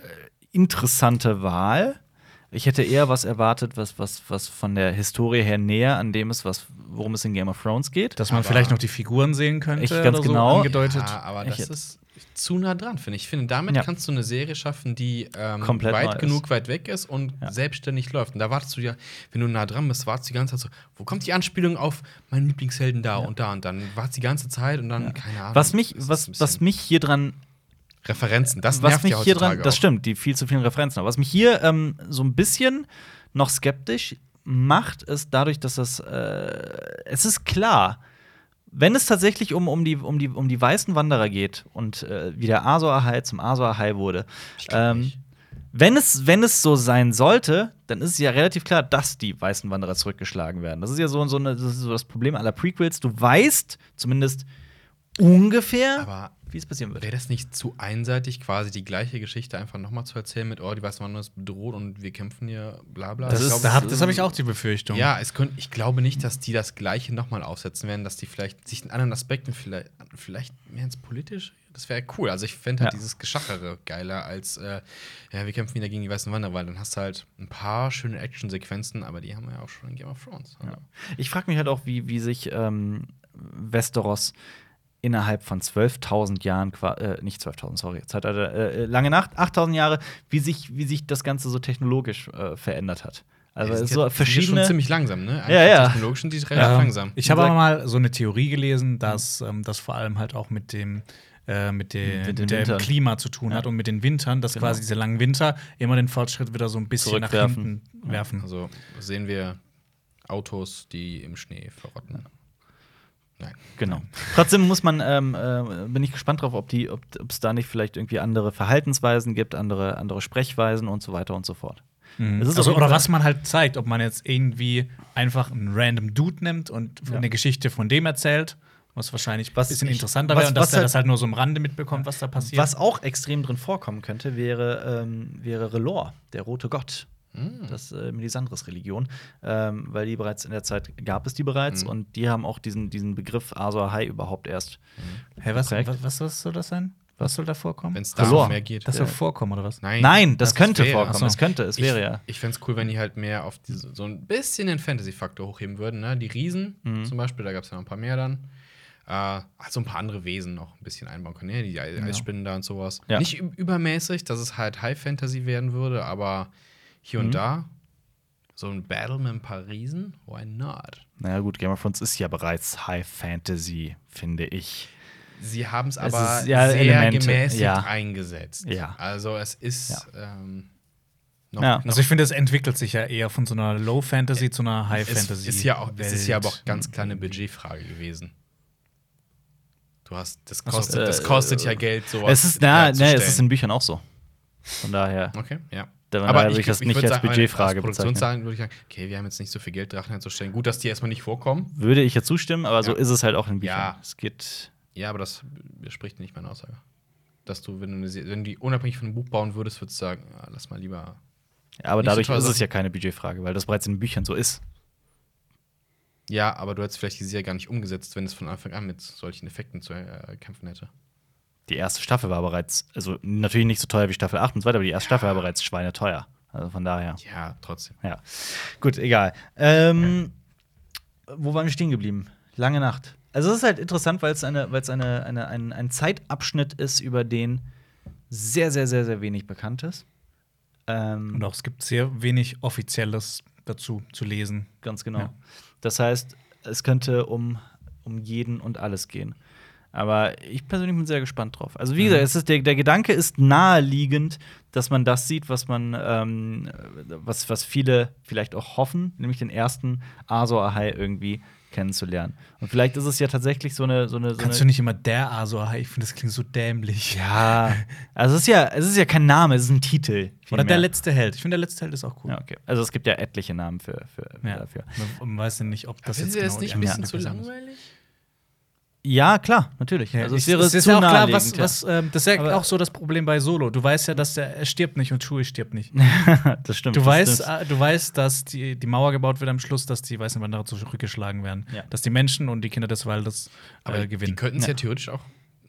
interessante Wahl. Ich hätte eher was erwartet, was von der Historie her näher an dem ist, worum es in Game of Thrones geht. Dass man vielleicht noch die Figuren sehen könnte. Ich ganz oder genau. So angedeutet. Ja, aber das Echt? ist zu nah dran, finde ich. Ich finde, damit Ja. kannst du eine Serie schaffen, die Komplett neu weit ist. genug weit weg ist und selbstständig läuft. Und da wartest du ja, wenn du nah dran bist, wartest du die ganze Zeit so, wo kommt die Anspielung auf meinen Lieblingshelden da und da? Und dann wartest du die ganze Zeit und dann, keine Ahnung. Was mich, das ist was, ein was bisschen- mich hier dran Referenzen, das was nervt mich ja hier dran, heutzutage das auch. stimmt, die viel zu vielen Referenzen. Aber was mich hier so ein bisschen noch skeptisch macht, ist dadurch, dass es ist klar, wenn es tatsächlich um die weißen Wanderer geht und wie der Azor Ahai zum Azor Ahai wurde, Ich glaub nicht. wenn es so sein sollte, dann ist es ja relativ klar, dass die weißen Wanderer zurückgeschlagen werden. Das ist ja das ist so das Problem aller Prequels. Du weißt zumindest ungefähr, Aber wie es passieren wird. wäre das nicht zu einseitig, quasi die gleiche Geschichte einfach nochmal zu erzählen mit, oh, die weißen Wanderer ist bedroht und wir kämpfen hier, bla bla. Das, Ich ist, glaube, das habe ich auch die Befürchtung. Ja, ich glaube nicht, dass die das Gleiche nochmal aufsetzen werden, dass die vielleicht sich in anderen Aspekten vielleicht mehr ins Politische. Das wäre cool. Also ich fände halt Ja. dieses Geschachere geiler als, wir kämpfen wieder gegen die weißen Wanderer, weil dann hast du halt ein paar schöne Actionsequenzen, aber die haben wir ja auch schon in Game of Thrones. Also. Ja. Ich frage mich halt auch, wie sich Westeros innerhalb von 12.000 Jahren, nicht 12.000, sorry, lange Nacht, 8.000 Jahre, wie sich das Ganze so technologisch verändert hat. Also Die sind es ist so die sind verschiedene. schon ziemlich langsam, ne? Ja, ja. Technologisch sind die relativ langsam. Ich habe aber mal so eine Theorie gelesen, dass das vor allem halt auch mit dem Mit den dem Wintern. Klima zu tun hat und mit den Wintern, dass Genau. quasi diese langen Winter immer den Fortschritt wieder so ein bisschen nach Zurückwerfen. hinten werfen. Also sehen wir Autos, die im Schnee verrotten. Nein. Genau. Trotzdem muss man, bin ich gespannt drauf, ob es da nicht vielleicht irgendwie andere Verhaltensweisen gibt, andere Sprechweisen und so weiter und so fort. Es ist Also, auf jeden oder Fall- was man halt zeigt, ob man jetzt irgendwie einfach einen random Dude nimmt und Ja. eine Geschichte von dem erzählt, was wahrscheinlich ein bisschen interessanter was- wäre und dass was der halt- das halt nur so am Rande mitbekommt, was da passiert. Was auch extrem drin vorkommen könnte, wäre Relor, der rote Gott. Das Melisandres-Religion, weil die bereits in der Zeit gab es die bereits und die haben auch diesen Begriff Azor Ahai überhaupt erst. Hä, was soll das sein? Was soll da vorkommen? Wenn es da Relor. um mehr geht. Das soll vorkommen, oder was? Nein, das das könnte wäre- vorkommen. Achso. Es wäre ja. Ich fände es cool, wenn die halt mehr auf so ein bisschen den Fantasy-Faktor hochheben würden. Ne? Die Riesen zum Beispiel, da gab es ja noch ein paar mehr dann. Also ein paar andere Wesen noch ein bisschen einbauen können. Ne? Die Eisspinnen da und sowas. Ja. Nicht übermäßig, dass es halt High-Fantasy werden würde, aber hier und da. So ein Battle mit ein paar Riesen? Why not? Naja, gut, Game of Thrones ist ja bereits High Fantasy, finde ich. Sie haben es aber ist ja sehr Elemente, gemäßigt ja. eingesetzt. Ja. Also es ist noch, Ja. noch Also ich finde, es entwickelt sich ja eher von so einer Low Fantasy zu einer High Fantasy. es ist ja aber auch ganz Welt. klar eine Budgetfrage gewesen. Das Ach so, kostet ja Geld, sowas. Es ist, es herzustellen. ist in Büchern auch so. Von daher. Okay, ja. Von daher würde ich das nicht würd als sagen, Budgetfrage aus Produktionszahlen würde ich sagen, okay, wir haben jetzt nicht so viel Geld, Drachen herzustellen. Gut, dass die erstmal nicht vorkommen. Würde ich ja zustimmen, aber so Ja. ist es halt auch in Büchern. Ja. Es geht. Ja, aber das widerspricht nicht meiner Aussage. Dass du, wenn du die unabhängig von einem Buch bauen würdest, würdest du sagen, lass mal lieber. Aber Nicht so dadurch teuer ist es Sachen. ja keine Budgetfrage, weil das bereits in Büchern so ist. Ja, aber du hättest vielleicht die Serie gar nicht umgesetzt, wenn es von Anfang an mit solchen Effekten zu kämpfen hätte. Die erste Staffel war bereits, also natürlich nicht so teuer wie Staffel 8 und so weiter, aber die erste Staffel war bereits schweineteuer. Also von daher. Ja, trotzdem. Ja. Gut, egal. Wo waren wir stehen geblieben? Lange Nacht. Also es ist halt interessant, weil es ein Zeitabschnitt ist, über den sehr, sehr, sehr, sehr wenig bekannt ist. Und auch es gibt sehr wenig Offizielles dazu zu lesen. Ganz genau. Ja. Das heißt, es könnte um jeden und alles gehen. Aber ich persönlich bin sehr gespannt drauf. Also, wie gesagt, der Gedanke ist naheliegend, dass man das sieht, was viele vielleicht auch hoffen, nämlich den ersten Azor Ahai irgendwie kennenzulernen. Und vielleicht ist es ja tatsächlich so eine Kannst du nicht immer der Azor Ahai? Ich finde, das klingt so dämlich. Ja, also es ist ja kein Name, es ist ein Titel. Oder der vielmehr. letzte Held. Ich finde, der letzte Held ist auch cool. Ja, okay. Also es gibt ja etliche Namen Ja. dafür. Man weiß ja nicht, ob das Finden jetzt Sie das genau nicht die ein bisschen eine zu Person ist. langweilig? Ja, klar, natürlich. Ja, also es wäre ist zu ja auch klar, naheliegend, das ist ja Aber- auch so das Problem bei Solo. Du weißt ja, dass er stirbt nicht und Chewie stirbt nicht. ja. Das stimmt. Du das weißt, stimmt. du weißt, dass die Mauer gebaut wird am Schluss, dass die weißen Wanderer zurückgeschlagen werden. Ja. Dass die Menschen und die Kinder des Waldes Aber die gewinnen. könnten es ja theoretisch auch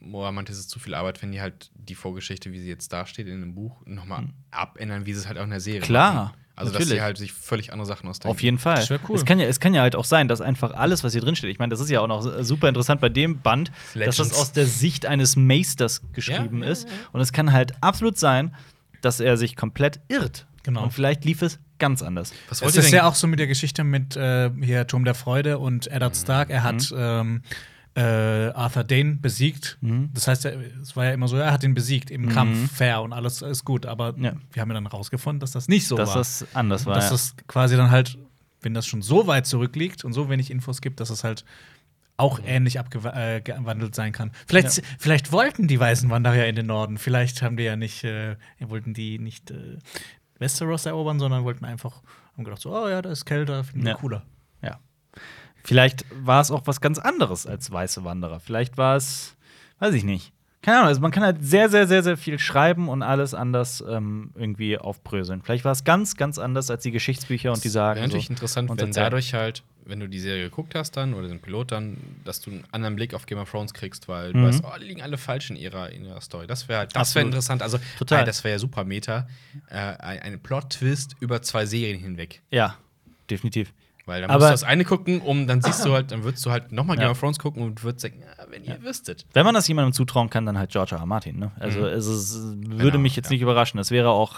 Moa meinte, es ist zu viel Arbeit, wenn die halt die Vorgeschichte, wie sie jetzt dasteht in dem Buch, nochmal abändern, wie sie es halt auch in der Serie Klar, machen. Also, dass natürlich. sie halt sich völlig andere Sachen ausdenken. Auf jeden Fall. Das wär cool. Es kann ja halt auch sein, dass einfach alles, was hier drin steht, ich meine, das ist ja auch noch super interessant bei dem Band, dass das aus der Sicht eines Meisters geschrieben ist. Und es kann halt absolut sein, dass er sich komplett irrt. Genau. Und vielleicht lief es ganz anders. Was Es wollt ihr ist denn? ja auch so mit der Geschichte mit hier Turm der Freude und Eddard Stark. Er hat Arthur Dane besiegt. Das heißt, es war ja immer so, er hat ihn besiegt im Kampf, fair und alles ist gut. Aber Ja. wir haben ja dann rausgefunden, dass das nicht so Dass war. das anders war. Dass Ja. das quasi dann halt, wenn das schon so weit zurückliegt und so wenig Infos gibt, dass es halt auch ähnlich abgewandelt sein kann. Vielleicht wollten die weißen Wanderer ja in den Norden. Vielleicht haben die ja nicht, wollten die nicht Westeros erobern, sondern wollten einfach, haben gedacht so, oh ja, da ist kälter, finden wir Ja. cooler. Ja. Vielleicht war es auch was ganz anderes als weiße Wanderer. Vielleicht war es, weiß ich nicht. Keine Ahnung, also man kann halt sehr, sehr, sehr, sehr viel schreiben und alles anders irgendwie aufbröseln. Vielleicht war es ganz, ganz anders als die Geschichtsbücher und die Sagen. Wäre natürlich so. interessant, und wenn erzählen. dadurch halt, wenn du die Serie geguckt hast dann oder den Pilot dann, dass du einen anderen Blick auf Game of Thrones kriegst, weil du weißt, oh, die liegen alle falsch in ihrer Story. Das wäre Absolut. interessant. Also, Total. Das wäre ja super Meta. Ein Plot-Twist über 2 Serien hinweg. Ja, definitiv. Weil dann Aber- musst du das eine gucken, dann siehst du halt, dann würdest du halt nochmal Ja. Game of Thrones gucken und würdest denken, wenn ihr wüsstet. Wenn man das jemandem zutrauen kann, dann halt George R. R. Martin. Ne? Also würde mich jetzt nicht überraschen. Es wäre auch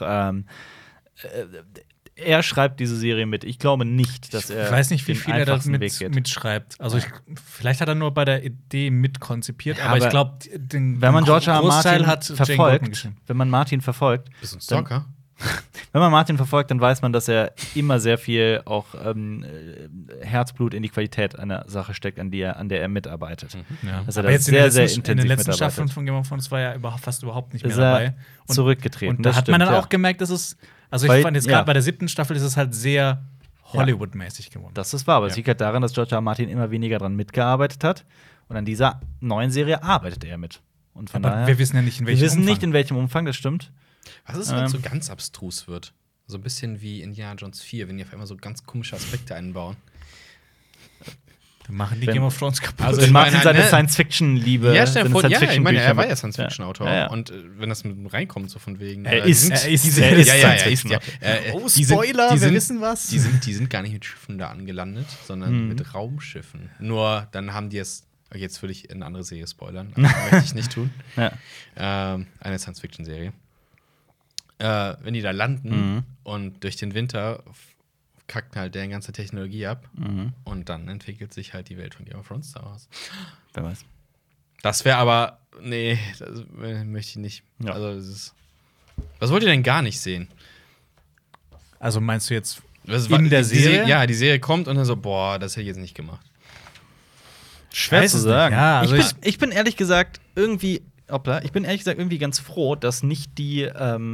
er schreibt diese Serie mit. Ich glaube nicht, dass er Ich weiß nicht, wie den viel er da einfachsten Weg geht. mitschreibt. Also vielleicht hat er nur bei der Idee mitkonzipiert, Ja, aber ich aber glaube, Wenn man George R. R. Großteil Martin hat Jane Goldman verfolgt, geschrieben. wenn man Martin verfolgt, Bist du ein Stalker? wenn man Martin verfolgt, dann weiß man, dass er immer sehr viel auch Herzblut in die Qualität einer Sache steckt, an der er mitarbeitet. Ja. Dass er Aber da jetzt sehr, sehr in den intensiv letzten mitarbeitet. Staffeln von Game of Thrones war er fast überhaupt nicht mehr Ist er dabei. zurückgetreten. Und da das hat man dann stimmt, auch gemerkt, dass es, also Weil- ich fand jetzt ja. gerade bei der 7. Staffel ist es halt sehr Hollywood-mäßig geworden. Das ist wahr, aber es liegt halt daran, dass George R. R. Martin immer weniger dran mitgearbeitet hat. Und an dieser neuen Serie arbeitet er mit. Und von Aber daher, wir wissen ja nicht, in wir welchem wissen Umfang. nicht, in welchem Umfang, das stimmt. Was ist, wenn es so ganz abstrus wird? So ein bisschen wie Indiana Jones 4, wenn die auf einmal so ganz komische Aspekte einbauen. Dann machen die Wenn- Game of Thrones kaputt. Also Wenn ich Martin meine, seine ne? Science-Fiction-Liebe. Ja, stell dir seine vor, ja, ich meine, Science-Fiction-Bücher er war ja mit- Science-Fiction-Autor. Ja. Und wenn das mit reinkommt, so von wegen. Er die ist. sind- Er die ist. sind- Er ja, ist ja, er ist ja. Science-Fiction-Autor. Oh, Die sind- Spoiler, die wir sind- wissen was. Die sind gar nicht mit Schiffen da angelandet, sondern mit Raumschiffen. Nur dann haben die es. Okay, jetzt würde ich eine andere Serie spoilern. Aber möchte ich nicht tun. Ja. Eine Science-Fiction-Serie. Wenn die da landen und durch den Winter kackt halt deren ganze Technologie ab und dann entwickelt sich halt die Welt von Game of Thrones daraus. Wer weiß. Das wäre aber, nee, das möchte ich nicht. Ja. Also, was wollt ihr denn gar nicht sehen? Also meinst du jetzt Was, in der die Serie? Ja, die Serie kommt und dann so, boah, das hätte ich jetzt nicht gemacht. Schwer weiß zu es nicht. sagen. Ja, also ich bin ehrlich gesagt irgendwie ganz froh, dass nicht die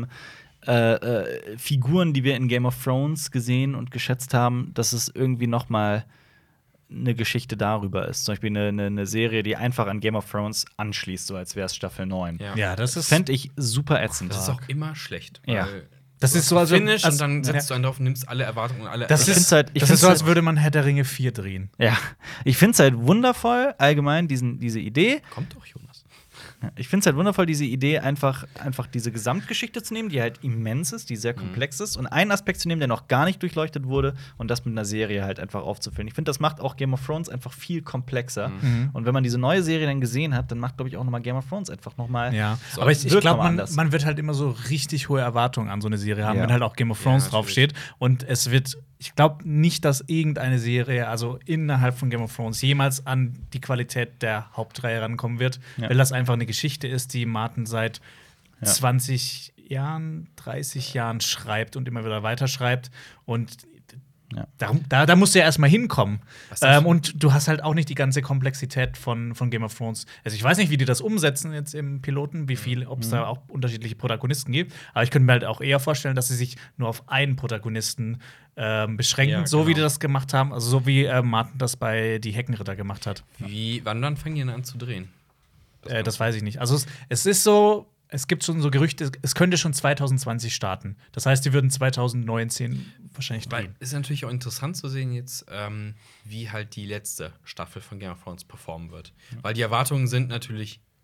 Figuren, die wir in Game of Thrones gesehen und geschätzt haben, dass es irgendwie noch mal eine Geschichte darüber ist. Zum Beispiel eine Serie, die einfach an Game of Thrones anschließt, so als wäre es Staffel 9. Ja, das ist Fände ich super ätzend. Das ist auch immer schlecht. Ja. weil Das du ist hast so, also- Finish als- und dann setzt du einen drauf und nimmst alle Erwartungen und alle. Das Ich ist, find's halt- ich das find's ist so, als halt- würde man Herr der Ringe 4 drehen. Ja, ich finde es halt wundervoll, allgemein, diese Idee. Kommt doch, Jonas. Ich finde es halt wundervoll, diese Idee, einfach diese Gesamtgeschichte zu nehmen, die halt immens ist, die sehr komplex ist, und einen Aspekt zu nehmen, der noch gar nicht durchleuchtet wurde, und das mit einer Serie halt einfach aufzufüllen. Ich finde, das macht auch Game of Thrones einfach viel komplexer. Und wenn man diese neue Serie dann gesehen hat, dann macht, glaube ich, auch noch mal Game of Thrones einfach noch mal. Ja, So, aber ich wirkt glaube, noch man, anders. man wird halt immer so richtig hohe Erwartungen an so eine Serie haben, Ja. wenn halt auch Game of Thrones Ja, draufsteht. Und es wird, ich glaube nicht, dass irgendeine Serie, also innerhalb von Game of Thrones, jemals an die Qualität der Hauptreihe rankommen wird, Ja. weil das einfach eine Geschichte ist, die Martin seit Ja. 20 Jahren, 30 Jahren schreibt und immer wieder weiterschreibt. Und Ja. da musst du ja erstmal hinkommen. Was das- Und du hast halt auch nicht die ganze Komplexität von Game of Thrones. Also ich weiß nicht, wie die das umsetzen jetzt im Piloten, wie viel, ob es da auch unterschiedliche Protagonisten gibt. Aber ich könnte mir halt auch eher vorstellen, dass sie sich nur auf einen Protagonisten beschränken, Ja, so wie genau. die das gemacht haben, also so wie Martin das bei Die Heckenritter gemacht hat. Wann fangen die denn an zu drehen? Das weiß ich nicht. Also es ist so, es gibt schon so Gerüchte, es könnte schon 2020 starten. Das heißt, die würden 2019 wahrscheinlich Weil drehen. ist natürlich auch interessant zu sehen jetzt, wie halt die letzte Staffel von Game of Thrones performen wird. Weil die Erwartungen sind natürlich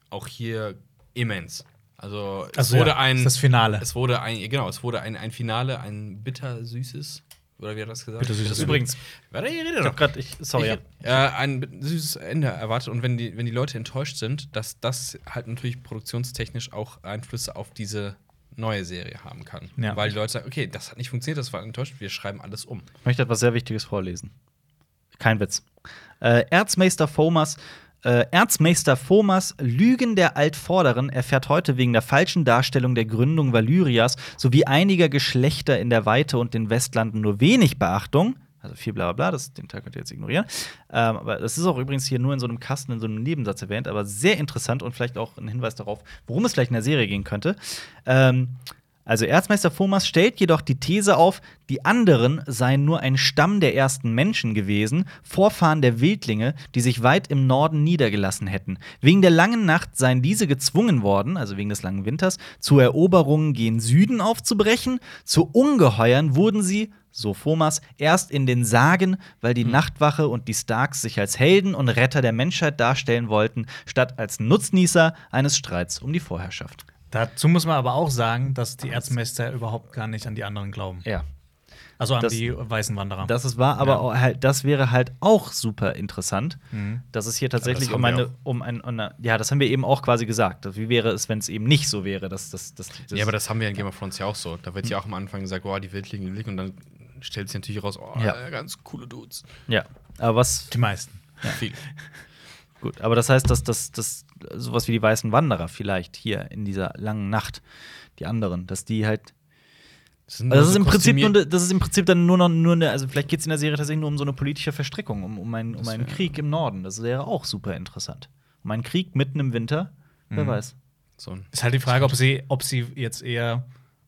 auch hier immens. Also ist das Finale. Es wurde ein Finale, ein bittersüßes, oder wie hat er das gesagt? Bittersüßes. Übrigens, Warte, ihr ich redet hab doch. grad, sorry. Ja. Ein süßes Ende erwartet. Und wenn die Leute enttäuscht sind, dass das halt natürlich produktionstechnisch auch Einflüsse auf diese neue Serie haben kann. Ja. Weil die Leute sagen, okay, das hat nicht funktioniert, das war enttäuscht, wir schreiben alles um. Ich möchte etwas sehr Wichtiges vorlesen. Kein Witz. Erzmeister Fomas, Lügen der Altvorderen, erfährt heute wegen der falschen Darstellung der Gründung Valyrias sowie einiger Geschlechter in der Weite und den Westlanden nur wenig Beachtung. Also viel bla bla bla, den Teil könnt ihr jetzt ignorieren. Aber das ist auch übrigens hier nur in so einem Kasten, in so einem Nebensatz erwähnt, aber sehr interessant und vielleicht auch ein Hinweis darauf, worum es vielleicht in der Serie gehen könnte. Also Erzmeister Fomas stellt jedoch die These auf, die anderen seien nur ein Stamm der ersten Menschen gewesen, Vorfahren der Wildlinge, die sich weit im Norden niedergelassen hätten. Wegen der langen Nacht seien diese gezwungen worden, also wegen des langen Winters, zu Eroberungen gen Süden aufzubrechen. Zu Ungeheuern wurden sie, so Fomas, erst in den Sagen, weil die Nachtwache und die Starks sich als Helden und Retter der Menschheit darstellen wollten, statt als Nutznießer eines Streits um die Vorherrschaft. Dazu muss man aber auch sagen, dass die Erzmeister überhaupt gar nicht an die anderen glauben. Ja. Also an Das- die weißen Wanderer. Das ist wahr, aber Ja. auch halt, das wäre halt auch super interessant, dass es hier tatsächlich Ja, das ja, das haben wir eben auch quasi gesagt. Wie wäre es, wenn es eben nicht so wäre? Ja, aber das haben wir in Game of Thrones ja auch so. Da wird ja auch am Anfang gesagt, oh, die Wildlinge liegen und dann stellt sich natürlich raus, oh, Ja. ganz coole Dudes. ja, aber was Die meisten. Viel. gut, aber das heißt, dass sowas wie die weißen Wanderer vielleicht hier in dieser langen Nacht, die anderen, dass die halt Das sind Also nur so das ist im Prinzip dann nur eine, also vielleicht geht es in der Serie tatsächlich nur um so eine politische Verstrickung, um einen Krieg im Norden. Das wäre auch super interessant. Um einen Krieg mitten im Winter, wer weiß. so ein Ist halt die Frage, ob sie jetzt eher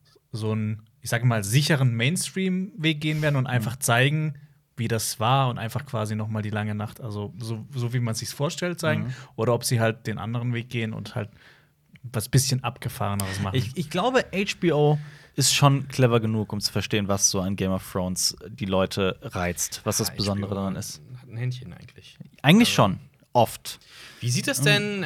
so einen, ich sage mal, sicheren Mainstream-Weg gehen werden und einfach zeigen, wie das war und einfach quasi noch mal die lange Nacht, also so wie man es sich vorstellt, zeigen. Oder ob sie halt den anderen Weg gehen und halt was bisschen abgefahreneres machen. Ich glaube, HBO ist schon clever genug, um zu verstehen, was so an Game of Thrones die Leute reizt, was das Besondere daran ist. Hat ein Händchen eigentlich. Eigentlich schon, oft. Wie sieht das denn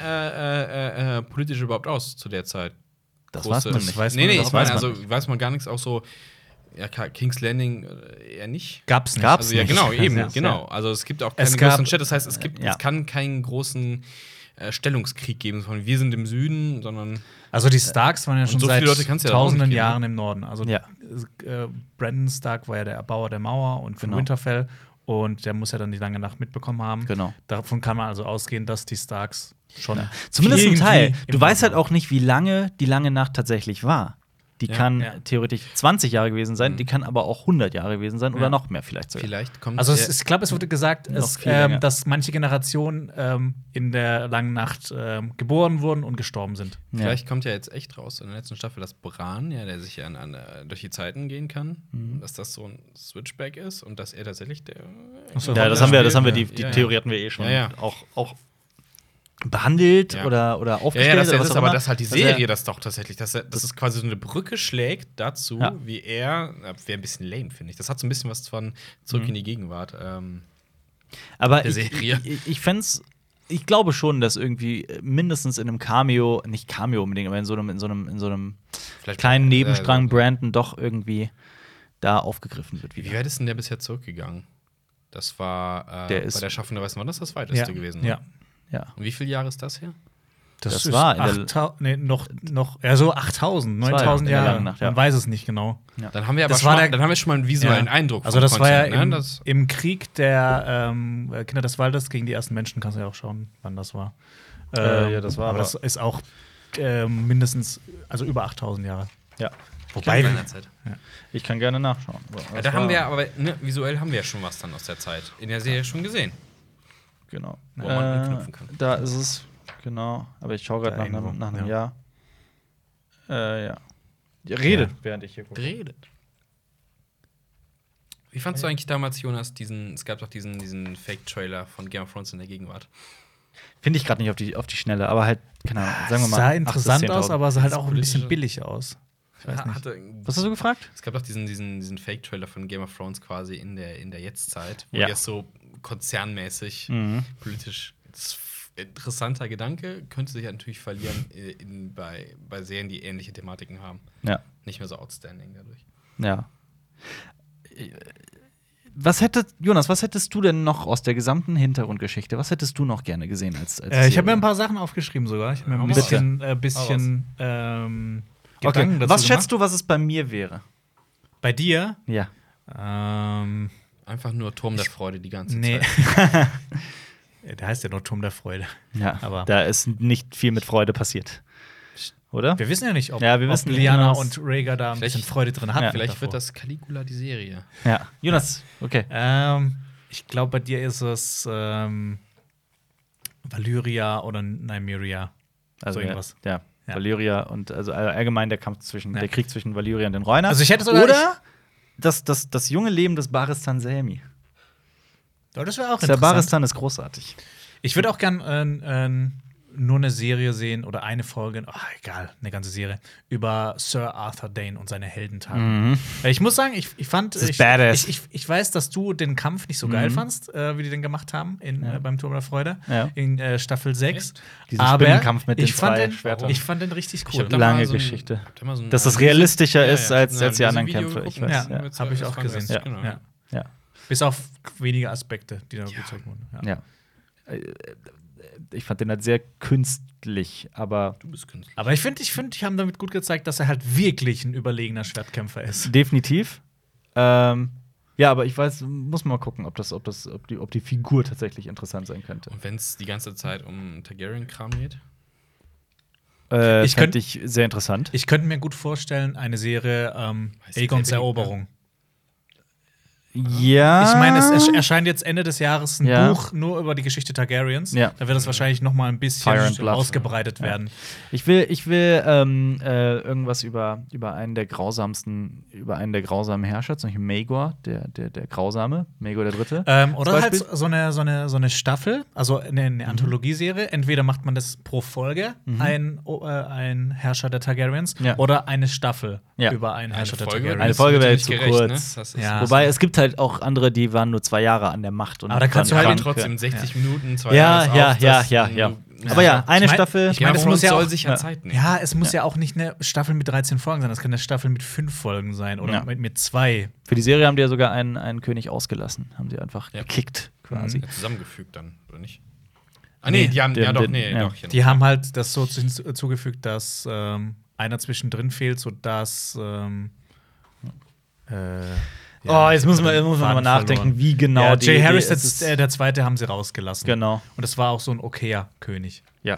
politisch überhaupt aus zu der Zeit? Das weiß man nicht. weiß Nee, man ich überhaupt meine, nicht. also weiß man gar nichts, auch so ja, King's Landing eher nicht. Gab's nicht. Gab's Also ja, nicht. genau, eben, Ja. genau. Also es gibt auch Es keinen gab- größeren Chat, das heißt, es Ja. kann keinen großen Stellungskrieg geben, von wir sind im Süden, sondern Also die Starks waren ja schon so viele seit Leute kann's ja auch tausenden nicht geben, Jahren im Norden. Also Ja. Brandon Stark war ja der Erbauer der Mauer und von Genau. Winterfell und der muss ja dann die lange Nacht mitbekommen haben. Genau. Davon kann man also ausgehen, dass die Starks schon Zumindest ein irgendwie Teil. im Du weißt halt Norden auch nicht, wie lange die lange Nacht tatsächlich war. Die Ja. kann Ja. theoretisch 20 Jahre gewesen sein, die kann aber auch 100 Jahre gewesen sein oder Ja. noch mehr vielleicht sogar. vielleicht kommt Also ich glaube, es wurde gesagt, Noch viel länger. dass manche Generationen in der langen Nacht geboren wurden und gestorben sind. Vielleicht kommt ja jetzt echt raus in der letzten Staffel, dass Bran, ja, der sich ja durch die Zeiten gehen kann, dass das so ein Switchback ist und dass er tatsächlich der. Ach so. Ja, das haben wir, die Ja, ja. Theorie hatten wir eh schon Ja, ja. auch behandelt Ja. oder Ja, aufgestellt. das oder was ist auch aber immer. dass halt die Dass er- Serie das doch tatsächlich, dass es quasi so eine Brücke schlägt dazu, Ja. wie er, wäre ein bisschen lame, finde ich. Das hat so ein bisschen was von zurück in die Gegenwart. Aber der Serie. ich fänd's, ich glaube schon, dass irgendwie mindestens in einem Cameo, nicht Cameo unbedingt, aber in so einem Vielleicht kleinen Nebenstrang so- Brandon doch irgendwie da aufgegriffen wird Wie wieder. weit ist denn der bisher zurückgegangen? Das war Der bei ist- der Schaffung der Weißen Wand das weiteste gewesen. Ne? Ja. Ja. Und wie viele Jahre ist das her? Das ist war in der- 8000, nee, noch ja, so 8000, war ja 9000 in der Jahre. langen Nacht, ja. Man weiß es nicht genau. Dann haben wir aber Das schon war mal, der- dann haben wir schon mal einen visuellen Ja. Eindruck Also vom das war ja Konzept, im, ne? Das, im Krieg der Kinder des Waldes gegen die ersten Menschen, kannst du ja auch schauen, wann das war. Ja, das war aber das ist auch mindestens, also über 8000 Jahre. Ja. Wobei, Zeit. Ich kann gerne nachschauen. Ja, da haben wir aber, ne, visuell haben wir ja schon was dann aus der Zeit in der Serie schon gesehen. Genau. Wo man anknüpfen kann. Da ist es, genau. Aber ich schaue gerade Da nach einem irgendwo, Jahr. Ja. Redet, während ich hier gucke. Redet. Wie fandst du eigentlich damals, Jonas, es gab doch diesen Fake-Trailer von Game of Thrones in der Gegenwart? Finde ich gerade nicht auf die Schnelle, aber halt, keine Ahnung, sagen wir mal. sah 8.000 bis interessant aus, 10.000. aber sah halt Das auch ein bisschen politische- billig aus. Ich weiß nicht. Was hast du gefragt? Es gab doch diesen Fake-Trailer von Game of Thrones quasi in der Jetztzeit, wo Ja. die es so konzernmäßig, Mhm. politisch interessanter Gedanke, könnte sich ja natürlich verlieren bei Serien, die ähnliche Thematiken haben. Ja. Nicht mehr so outstanding dadurch. Ja. Jonas, was hättest du denn noch aus der gesamten Hintergrundgeschichte? Was hättest du noch gerne gesehen als ich habe mir ein paar Sachen aufgeschrieben sogar. Ich habe mir ein bisschen Gedanken dazu Was gemacht. schätzt du, was es bei mir wäre? Bei dir? Ja. Einfach nur Turm der Freude die ganze Nee. Zeit. Der heißt ja nur Turm der Freude. Ja, Aber da ist nicht viel mit Freude passiert. Oder? wir wissen ja nicht, ob nicht, Liana Jonas. und Rhaegar da ein Vielleicht- bisschen Freude drin hatten. Ja. Vielleicht davor. wird das Caligula die Serie. Ja. Jonas, okay. Ich glaube, bei dir ist es Valyria oder Nymeria. Also irgendwas. Ja. Ja. Valyria und also allgemein der Kampf Ja. der Krieg zwischen Valyria und den Reunern. Also ich hätte sogar Oder das junge Leben des Baristan Selmy. Das wäre auch Der interessant. Baristan ist großartig. Ich würde auch gern nur eine Serie sehen oder eine Folge, egal, eine ganze Serie, über Sir Arthur Dayne und seine Heldentaten. Ich muss sagen, ich fand, Das ist badass. ich weiß, dass du den Kampf nicht so geil fandst, wie die den gemacht haben beim Turm der Freude Ja. in Staffel 6. Dieser Aber Spinnenkampf mit den ich fand zwei den, Schwertern. Ich fand den richtig Ich cool. hab da Lange mal so ein- Geschichte. hab da mal so ein Dass das Analyse- realistischer Ja, ist ja, als ich hab die ein anderen Analysevideo Kämpfe. Ich geguckt. weiß. Ja. Mit Hab ich auch Frank gesehen. West, genau. Ja. Ja. Bis auf wenige Aspekte, die da gezeigt wurden. Ja. Ja. Ich fand den halt sehr künstlich, aber Du bist Künstler. Aber ich finde, die haben damit gut gezeigt, dass er halt wirklich ein überlegener Schwertkämpfer ist. definitiv. Ja, aber ich weiß, muss mal gucken, ob die Figur tatsächlich interessant sein könnte. Und wenn es die ganze Zeit um Targaryen-Kram geht? Ich Fände ich sehr interessant. Ich könnte mir gut vorstellen, eine Serie Weiß ich, Aegons wer bin ich? Eroberung. Ja. Ich meine, es erscheint jetzt Ende des Jahres ein Ja. Buch nur über die Geschichte Targaryens. Ja. Da wird es wahrscheinlich noch mal ein bisschen Fire and Blood. ausgebreitet werden. Ich will irgendwas über einen der grausamen Herrscher, zum Beispiel Maegor, der Grausame, Maegor der Dritte. Oder halt Beispiel? so eine Staffel, also eine Anthologieserie. Entweder macht man das pro Folge, ein Herrscher der Targaryens, Ja. oder eine Staffel Ja. über einen Herrscher der Folge, Targaryens. Eine Folge wäre wird zu nicht gerecht, ne? kurz. Das ist Ja. Wobei es gibt halt auch andere, die waren nur 2 Jahre an der Macht. Und Aber da kannst du waren halt krank. trotzdem 60 Minuten, 2 Ja, Jahre ja. Aber ja, eine Ich mein- Staffel. ich meine, das es muss ja soll auch- sich ja Zeit nehmen. Ja, es muss ja auch nicht eine Staffel mit 13 Folgen sein. Das kann eine Staffel mit 5 Folgen sein oder Ja. mit 2. Für die Serie haben die ja sogar einen König ausgelassen. Haben sie einfach Ja. gekickt, quasi. Ja, zusammengefügt dann, oder nicht? Ah, nee, die haben, ja, doch. Die haben halt das so zugefügt, dass einer zwischendrin fehlt, sodass Oh, jetzt muss man mal Faden nachdenken, verloren. wie genau Ja, die Jay Harris, es ist- der Zweite, haben sie rausgelassen. Genau. Und das war auch so ein okayer König. Ja.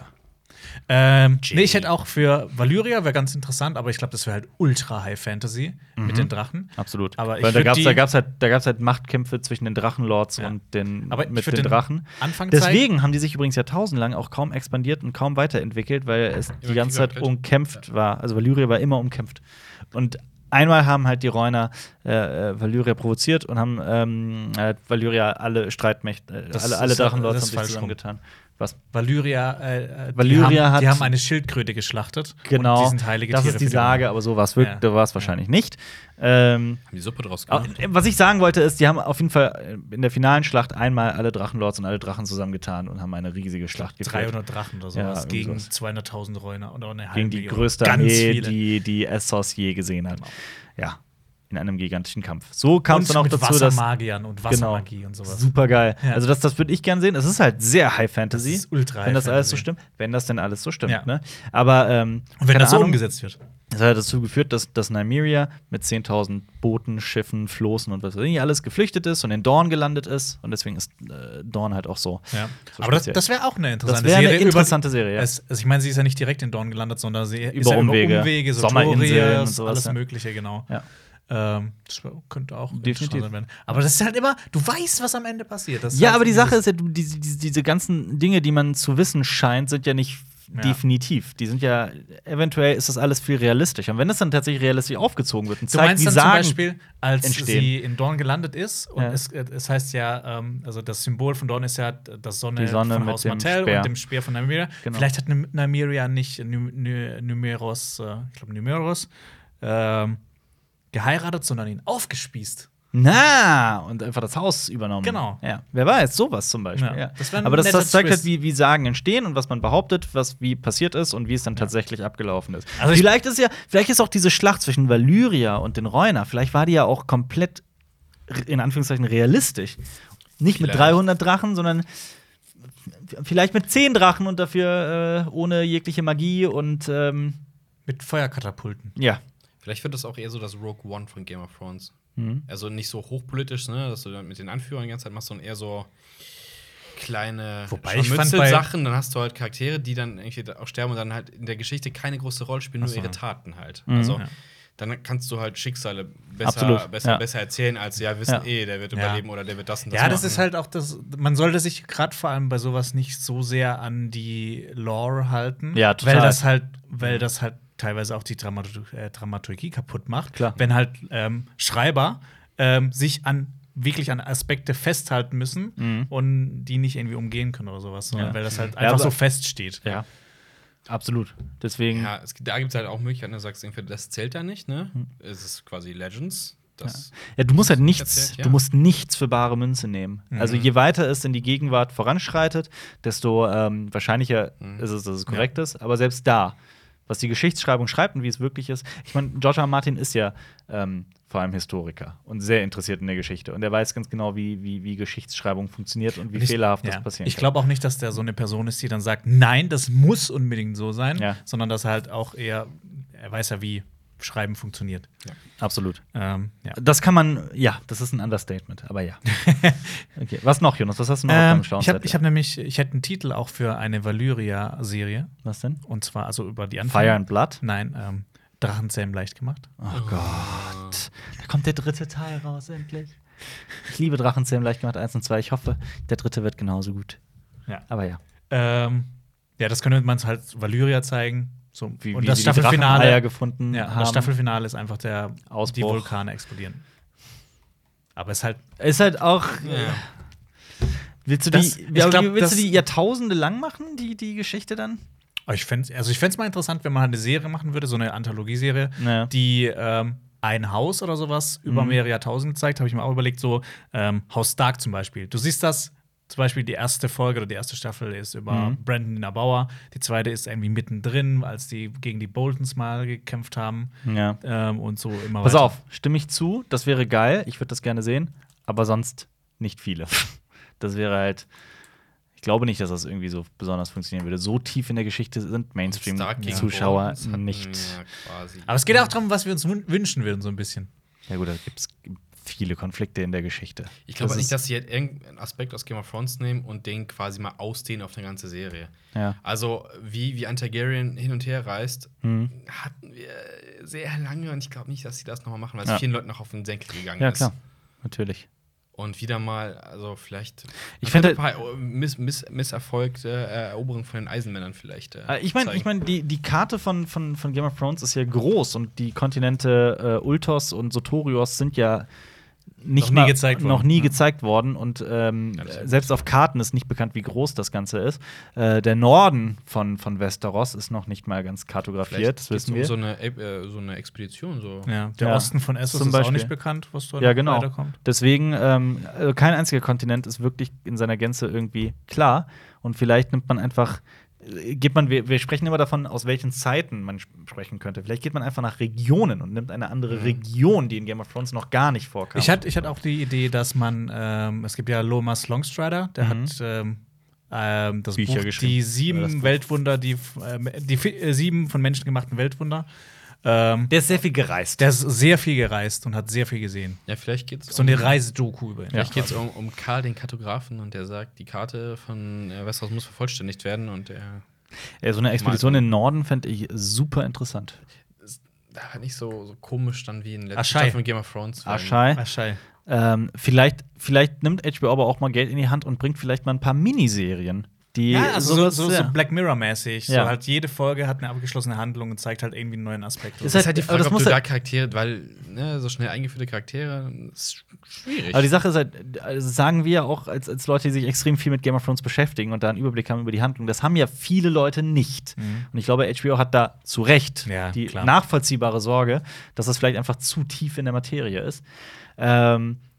Nee, ich hätte auch für Valyria, wäre ganz interessant, aber ich glaube, das wäre halt ultra High Fantasy mit den Drachen. Absolut. Aber ich Weil würd da gab's halt Machtkämpfe zwischen den Drachenlords Ja. und den Aber ich mit würd den den Drachen. Anfang Deswegen haben die sich übrigens jahrtausendlang auch kaum expandiert und kaum weiterentwickelt, weil es die ganze Zeit Kriegerkrieg. umkämpft war. Also Valyria war immer umkämpft. Und einmal haben halt die Reuner Valyria provoziert und haben Valyria alle Streitmächte, Das alle ist- Drachenlords das haben ist sich falsch zusammengetan. Was? Valyria, Valyria die hat- haben eine Schildkröte geschlachtet. Genau. Und die sind heilige das Tiere ist die für Sage, aber so war es Ja. wahrscheinlich nicht. Haben die Suppe draus Aber, gemacht. was ich sagen wollte, ist, die haben auf jeden Fall in der finalen Schlacht einmal alle Drachenlords und alle Drachen zusammengetan und haben eine riesige Schlacht geführt. 300 Drachen oder Ja, sowas gegen irgendwas. 200.000 Reuner oder eine halbe Gegen die Million. größte Ganz Armee, viele. die Essos je gesehen hat. Genau. Ja, in einem gigantischen Kampf. So kam es Und dann auch mit dazu, dass Wassermagiern und Wassermagie und sowas. super geil. Ja. Also das würde ich gern sehen. Es ist halt sehr High Fantasy, Das ist ultra wenn das High alles so Fantasy. stimmt. Wenn das denn alles so stimmt. Ja. Ne? Aber Und wenn keine das so Ahnung, umgesetzt wird. das hat dazu geführt, dass Nymeria mit 10.000 Booten, Schiffen, Floßen und was weiß ich alles geflüchtet ist und in Dorne gelandet ist. Und deswegen ist Dorne halt auch so. Ja. so Aber speziell. das wäre auch eine interessante Das wäre eine Serie. interessante Serie, ja. Also ich meine, sie ist ja nicht direkt in Dorn gelandet, sondern sie ist Über ja Umwege. Umwege, so Sommerinseln Torias, und sowas, alles ja. Mögliche, genau. Ja. Könnte auch Definitiv. interessant werden. Aber das ist halt immer, du weißt, was am Ende passiert. Das ist Ja, halt aber die dieses- Sache ist ja, diese ganzen Dinge, die man zu wissen scheint, sind ja nicht Ja. definitiv. Die sind ja, eventuell ist das alles viel realistischer. Und wenn das dann tatsächlich realistisch aufgezogen wird und Du zeigt, meinst wie dann zum Sagen Beispiel, als entstehen. sie in Dorn gelandet ist, und Ja. es heißt ja, also das Symbol von Dorn ist ja das Sonne, Die Sonne von mit Haus dem Martell Speer. und dem Speer von Nymeria. Genau. Vielleicht hat Nymeria nicht Numeros, ich glaube Numeros, geheiratet, sondern ihn aufgespießt. und einfach das Haus übernommen. Genau. Ja. Wer weiß, sowas zum Beispiel. Ja. Ja. Das wär ein Aber das netter zeigt halt, Twist. wie Sagen entstehen und was man behauptet, wie passiert ist und wie es dann tatsächlich abgelaufen ist. Also vielleicht ist auch diese Schlacht zwischen Valyria und den Reuner, vielleicht war die ja auch komplett in Anführungszeichen realistisch. Nicht mit Vielleicht. 300 Drachen, sondern vielleicht mit 10 Drachen und dafür ohne jegliche Magie und Mit Feuerkatapulten. ja. Vielleicht wird das auch eher so das Rogue One von Game of Thrones. Mhm. Also nicht so hochpolitisch, ne, dass du dann mit den Anführern die ganze Zeit machst, sondern eher so kleine Wobei ich fand bei- Sachen. Dann hast du halt Charaktere, die dann irgendwie auch sterben und dann halt in der Geschichte keine große Rolle spielen, nur Ach so. ihre Taten halt. Mhm. Also Ja. dann kannst du halt Schicksale Absolut, ja. besser erzählen, als ja, wissen Ja. Der wird Ja. überleben oder der wird das und das Ja, das machen. ist halt auch das. Man sollte sich gerade vor allem bei sowas nicht so sehr an die Lore halten. Ja, total. Weil das halt teilweise auch die Dramaturgie kaputt macht. Klar. Wenn halt Schreiber sich wirklich an Aspekte festhalten müssen und die nicht irgendwie umgehen können oder sowas, sondern Ja. weil das halt Ja, einfach aber- so feststeht. Ja. Absolut. Deswegen. Ja, da gibt es halt auch Möglichkeiten, du sagst irgendwie, das zählt da nicht, ne? Es ist quasi Legends. Das Ja, du musst halt nichts, erzählt, ja. du musst nichts für bare Münze nehmen. Also je weiter es in die Gegenwart voranschreitet, desto wahrscheinlicher ist es, dass es korrekt ist. Aber selbst da, was die Geschichtsschreibung schreibt und wie es wirklich ist, ich meine, George R. R. Martin ist ja vor allem Historiker und sehr interessiert in der Geschichte. Und er weiß ganz genau, wie Geschichtsschreibung funktioniert und wie fehlerhaft das passieren Ich glaube auch nicht, dass der so eine Person ist, die dann sagt, nein, das muss unbedingt so sein, Ja. sondern dass er halt auch er weiß ja, wie Schreiben funktioniert. Absolut. Ja. Das kann man, ja, das ist ein Understatement, aber ja. Okay. Was noch, Jonas? Was hast du noch auf deinem schlauen ich Zettel? habe nämlich, ich hätte einen Titel auch für eine Valyria-Serie. Was denn? Und zwar also über die Anfänge. Fire and Blood? Nein, Drachenzähmen leicht gemacht. Oh Gott. Da kommt der 3. Teil raus, endlich. Ich liebe Drachenzähmen leicht gemacht 1 und 2. Ich hoffe, der 3. wird genauso gut. Ja. Aber ja. Ja, das könnte man halt Valyria zeigen. So. Wie und das sie die Dracheneier Staffelfinale. gefunden Ja, haben. das Staffelfinale ist einfach die Ausbruch. Vulkane explodieren. Aber es ist halt. Ist halt auch. Willst du die, Das- ich glaub, willst du das- die Jahrtausende lang machen, die Geschichte dann? Ich fände es mal interessant, wenn man halt eine Serie machen würde, so eine Anthologieserie, Ja. die ein Haus oder sowas über mehrere Jahrtausende zeigt. Habe ich mir auch überlegt, so Haus Stark zum Beispiel. Du siehst das, zum Beispiel die erste Folge oder die erste Staffel ist über Brandon den Erbauer. Die zweite ist irgendwie mittendrin, als die gegen die Boltons mal gekämpft haben. Ja. Und so immer Pass weiter. auf, stimme ich zu, das wäre geil, ich würde das gerne sehen, aber sonst nicht viele. Das wäre halt. Ich glaube nicht, dass das irgendwie so besonders funktionieren würde. So tief in der Geschichte sind Stark gegen Mainstream-Zuschauer Boltons hatten nicht. wir quasi. Aber es geht auch darum, was wir uns wünschen würden, so ein bisschen. Ja, gut, da gibt es viele Konflikte in der Geschichte. Ich glaube Das nicht, ist- dass sie halt irgendeinen Aspekt aus Game of Thrones nehmen und den quasi mal ausdehnen auf eine ganze Serie. Ja. Also, wie ein Targaryen hin und her reist, Mhm. hatten wir sehr lange und ich glaube nicht, dass sie das nochmal machen, weil Ja. es vielen Leuten noch auf den Senkel gegangen Ja, ist. klar, natürlich. Und wieder mal, also vielleicht. Ich finde- ein paar misserfolgte Eroberungen von den Eisenmännern vielleicht. Ich meine, die Karte von Game of Thrones ist ja groß und die Kontinente Ultos und Sotorios sind ja nicht Noch nie mal- gezeigt worden. noch nie Ja. gezeigt worden. Und das ist selbst auf Karten ist nicht bekannt, wie groß das Ganze ist. Der Norden von Westeros ist noch nicht mal ganz kartografiert, das wissen wir. so eine Expedition. So. Ja, der Ja. Osten von Essos Zum ist auch Beispiel. nicht bekannt, was dort Ja, genau. weiterkommt. Deswegen, also kein einziger Kontinent ist wirklich in seiner Gänze irgendwie klar. Und vielleicht nimmt man einfach, wir sprechen immer davon, aus welchen Zeiten man sprechen könnte. Vielleicht geht man einfach nach Regionen und nimmt eine andere Region, die in Game of Thrones noch gar nicht vorkam. Ich hatte auch die Idee, dass man, es gibt ja Lomas Longstrider, der hat das Bücher Buch geschrieben. Die Oder das 7 Buch. Weltwunder, die 7 von Menschen gemachten Weltwunder. Der ist sehr viel gereist. Der ist sehr viel gereist und hat sehr viel gesehen. Ja, vielleicht geht es So eine Reisedoku über ihn. Vielleicht geht es um Karl, den Kartografen, und der sagt, die Karte von Westeros muss vervollständigt werden. Und Ja, so eine Expedition in den Norden fände ich super interessant. da war nicht so komisch dann wie in der letzten Aschai. Staffel von Game of Thrones. Aschai. Aschai. Vielleicht nimmt HBO aber auch mal Geld in die Hand und bringt vielleicht mal ein paar Miniserien. Die Ja, also sowas- so Black Mirror-mäßig. Ja. So halt jede Folge hat eine abgeschlossene Handlung und zeigt halt irgendwie einen neuen Aspekt. Ist Das ist halt die aber Frage, das ob muss du ja- da Charaktere, weil so schnell eingeführte Charaktere ist schwierig. Aber die Sache ist halt, also sagen wir auch als Leute, die sich extrem viel mit Game of Thrones beschäftigen und da einen Überblick haben über die Handlung, das haben ja viele Leute nicht. Und ich glaube, HBO hat da zu Recht Ja, die klar. nachvollziehbare Sorge, dass das vielleicht einfach zu tief in der Materie ist.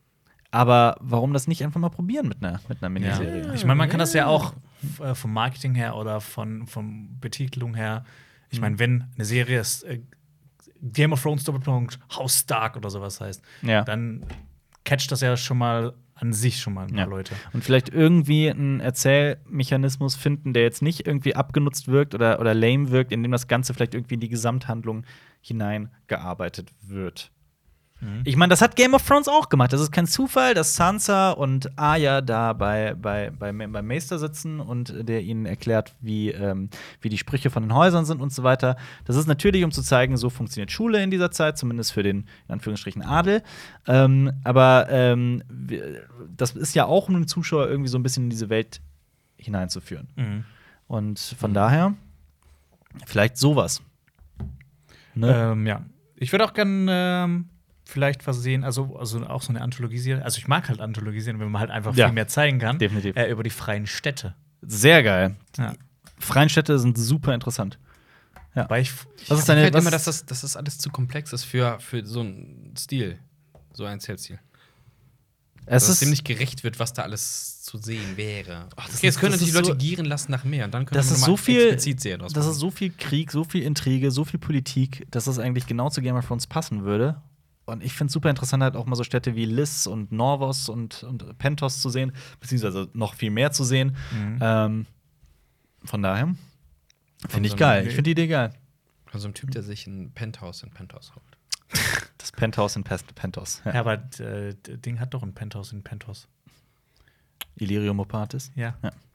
Aber warum das nicht einfach mal probieren mit einer Miniserie? Ja. Ich meine, man kann das ja auch vom Marketing her oder von Betitelung her. Ich meine, wenn eine Serie ist, Game of Thrones Doppelpunkt Haus Stark oder sowas heißt, dann catcht das ja schon mal an sich schon mal ein paar Leute. Und vielleicht irgendwie einen Erzählmechanismus finden, der jetzt nicht irgendwie abgenutzt wirkt oder lame wirkt, indem das Ganze vielleicht irgendwie in die Gesamthandlung hineingearbeitet wird. Ich meine, das hat Game of Thrones auch gemacht. Das ist kein Zufall, dass Sansa und Arya da beim Meister sitzen und der ihnen erklärt, wie die Sprüche von den Häusern sind und so weiter. Das ist natürlich, um zu zeigen, so funktioniert Schule in dieser Zeit, zumindest für den, in Anführungsstrichen, Adel. Aber das ist ja auch, um den Zuschauer irgendwie so ein bisschen in diese Welt hineinzuführen. Und von daher vielleicht sowas. Ne? Ja. Ich würde auch gerne vielleicht was sehen, also auch so eine Anthologie-Serie. Also ich mag halt Anthologieserien, wenn man halt einfach viel mehr zeigen kann. Definitiv. Über die freien Städte. Sehr geil. Ja. Freien Städte sind super interessant. Ja. Weil Was ist deine Ich immer, dass das alles zu komplex ist für so einen Stil, so einen Erzählstil. Dass es dem nicht gerecht wird, was da alles zu sehen wäre. Jetzt können natürlich Leute gieren lassen nach mehr und dann können wir so viel explizit sehen. Das ist so viel Krieg, so viel Intrige, so viel Politik, dass das eigentlich genau zu Game of Thrones passen würde. Und ich finde es super interessant, halt auch mal so Städte wie Lys und Norvos und Pentos zu sehen, beziehungsweise noch viel mehr zu sehen. Von daher finde ich geil. Ich finde die Idee geil. Von so einem Typ, der sich ein Penthouse in Penthouse holt. Das Penthouse in Pentos. Ja, aber Ding hat doch ein Penthouse in Pentos. Illyrio Mopatis? Ja.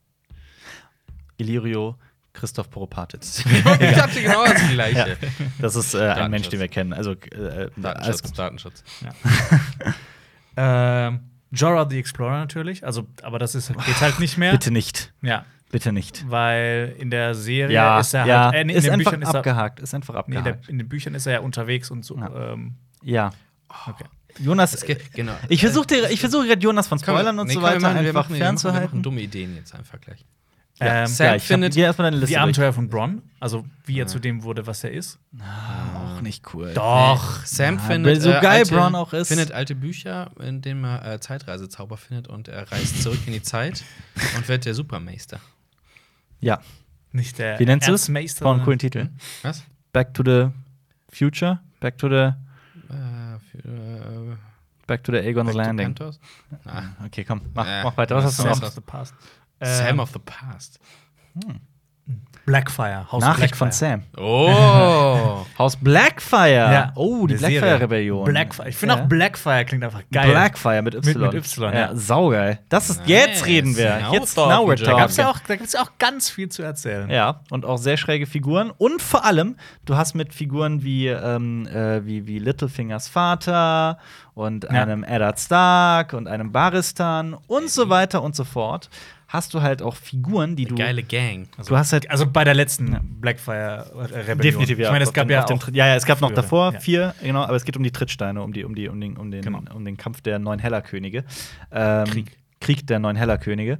Illyrio Christoph Poropatis. Ich dachte genau das Gleiche. Das ist ein Mensch, den wir kennen. Also Datenschutz. Jorah the Explorer natürlich, aber das geht halt nicht mehr. Bitte nicht. Ja. Bitte nicht. Weil in der Serie ist er halt in ist den einfach Büchern abgehakt. Ist einfach abgehakt. In den Büchern ist er ja unterwegs und so. Ja. Okay. Jonas, genau. ich versuche gerade Jonas von Spoilern und so weiter einfach fernzuhalten. Wir machen dumme Ideen jetzt einfach gleich. Sam findet die Abenteuer von Bronn, also wie er zu dem wurde, was er ist. Auch nicht cool. Doch. Sam findet so geil Bronn auch ist. Findet alte Bücher, in denen er Zeitreisezauber findet und er reist zurück in die Zeit und wird der Supermeister. Ja. Nicht der Wie nennst du es? Erzmeister. Braucht einen coolen Titel. Was? Back to the Future? Back to the Aegon's Landing. Okay, komm, mach weiter. Was hast du noch? Sam of the Past. Sam of the Past. Blackfire. Haus Nachricht Blackfire. von Sam. Oh! Haus Blackfire. Ja. Oh, die Eine Serie. Blackfire-Rebellion. Blackfire. Ich finde auch Blackfire klingt einfach geil. Blackfire mit Y. Mit Y, ja. Saugeil. Das ist, Nice. jetzt reden wir. Now Jetzt, talking, now we're Jack. talking. Da gibt's ja auch ganz viel zu erzählen. Ja, und auch sehr schräge Figuren. Und vor allem, du hast mit Figuren wie Littlefingers Vater und einem Eddard Stark und einem Barristan und so weiter und so fort, hast du halt auch Figuren, die du. Geile Gang. Du hast halt. Also bei der letzten Blackfire-Rebellion. Definitiv, ja. Ich meine, es gab ja auch es gab noch frühere, davor ja. 4, genau, aber es geht um die Trittsteine, um den Kampf der 9 Hellerkönige. Krieg der 9 Hellerkönige.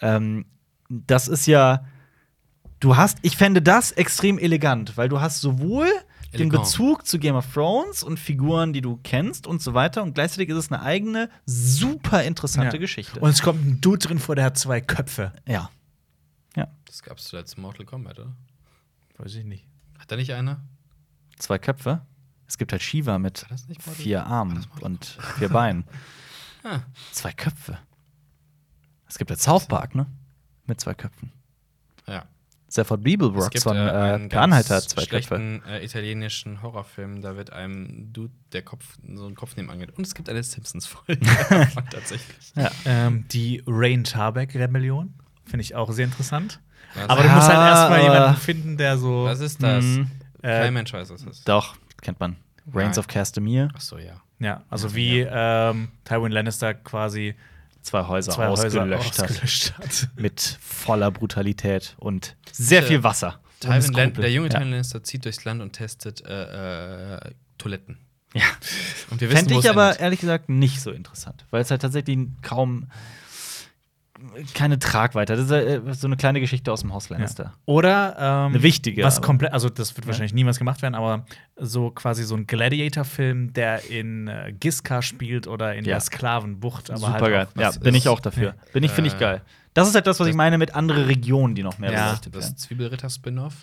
Das ist ja. Ich fände das extrem elegant, weil du hast sowohl den Bezug zu Game of Thrones und Figuren, die du kennst und so weiter. Und gleichzeitig ist es eine eigene, super interessante Geschichte. Und es kommt ein Dude drin vor, der hat 2 Köpfe. Ja. Das gab's zuletzt in Mortal Kombat, oder? Weiß ich nicht. Hat da nicht einer? 2 Köpfe. Es gibt halt Shiva mit War das nicht Mortal 4 Armen und 4 Beinen. Ah. 2 Köpfe. Es gibt halt South Park, ne? Mit 2 Köpfen. Ja. Stafford Beeblebrox von einen Per Anhalter hat ganz 2 Köpfe. schlechten italienischen Horrorfilm, da wird einem Dude so ein Kopf nebenan geht. Und es gibt eine Simpsons-Folge davon tatsächlich. Ja. Die Rain Tarbeck-Rebellion finde ich auch sehr interessant. Was? Aber du musst halt erstmal jemanden finden, der so. Was ist das? Mhm. Kein Mensch weiß, was das ist. Doch, kennt man. Reigns Nein. of Castamere. Ach so, ja. Ja, also wie Tywin Lannister quasi 2 Häuser 2 Häuser ausgelöscht ausgelöscht hat. Mit voller Brutalität und sehr viel Wasser. Der junge Tywin Lannister zieht durchs Land und testet Toiletten. Ja. Und wir wissen, Fände wo ich es aber endet. ehrlich gesagt nicht so interessant, weil es halt tatsächlich kaum keine Tragweite. Das ist so eine kleine Geschichte aus dem Haus Lannister. Oder Eine wichtige, was aber- komplett, also das wird wahrscheinlich niemals gemacht werden, aber so quasi so ein Gladiator-Film, der in Giscard spielt oder in Ja. der Sklavenbucht. Aber Super halt geil. auch, Ja, was bin ich ist- auch dafür. Finde ich Äh, geil. Das ist halt das, was ich das- meine mit andere Regionen, die noch mehr Ja, beleuchtet Das werden. Zwiebelritter-Spin-Off?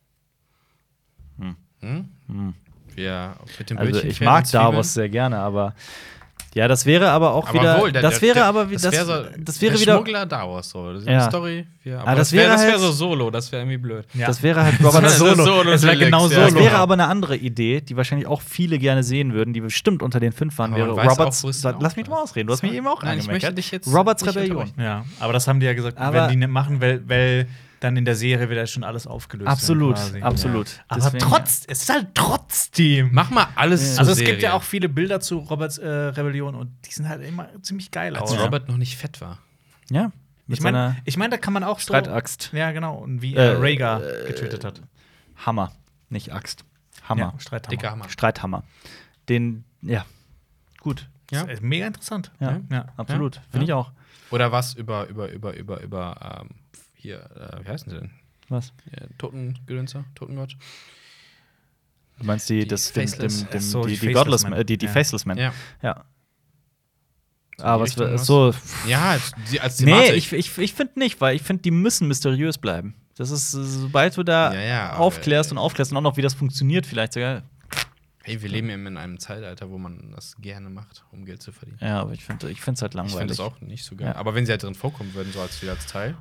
Hm. Hm? Ja, mit dem Also Brötchen, ich Pferd mag und Zwiebeln. Star Wars sehr gerne, aber ja, das wäre aber auch Aber wieder. wohl, das wäre aber das das, wäre so, das wäre der wieder. Schmuggler Star Wars so. Das ist Ja. eine Story. Ja, aber das das wäre wäre halt- so Solo, das wäre irgendwie blöd. Ja. Das wäre halt Das Robert. wäre Solo. Solo. Es wäre Deluxe, genau ja. Das Solo. wäre aber eine andere Idee, die wahrscheinlich auch viele gerne sehen würden, die bestimmt unter den 5 waren, Aber wäre man weiß Roberts. auch, wo es Lass mich hinausläuft. mal ausreden. Du hast mich eben auch Nein, ich möchte angemeckert. dich jetzt Roberts nicht Rebellion. unterbrechen. Ja, aber das haben die ja gesagt, Aber- wenn die nicht machen, weil dann in der Serie wird ja schon alles aufgelöst. Absolut, werden quasi. absolut. Aber Deswegen, es ist halt trotzdem. Mach mal alles zur Also es Serie. gibt ja auch viele Bilder zu Roberts Rebellion und die sind halt immer ziemlich geil als aus. Ja. Robert noch nicht fett war. Ja, mit Ich seiner meine, da kann man auch so. Streitaxt. Ja, genau. Und wie er Rhaegar getötet hat. Hammer, nicht Axt. Hammer. Ja, Streithammer. Dicker Hammer. Streithammer. Den, ja, gut. Ja. Das ist mega interessant. Ja, Ja. absolut. Ja. Finde ich auch. Oder was über hier, wie heißen sie denn? Was? Totengedönser? Totengott? Du meinst Die das, Faceless. Ach so, die die Faceless Godless Men. Men, die Ja. Faceless Men. Ja. Ja. So Aber die es war Richtung, so. Ja, als Thematik. Nee, ich finde nicht, weil ich finde, die müssen mysteriös bleiben. Das ist, sobald du da Ja, ja, aber- aufklärst und auch noch, wie das funktioniert, vielleicht sogar. Hey, wir leben eben in einem Zeitalter, wo man das gerne macht, um Geld zu verdienen. Ja, aber ich finde es halt Ich finde langweilig. das auch nicht so geil. Ja. Aber wenn sie halt drin vorkommen würden, so als wieder als Teil.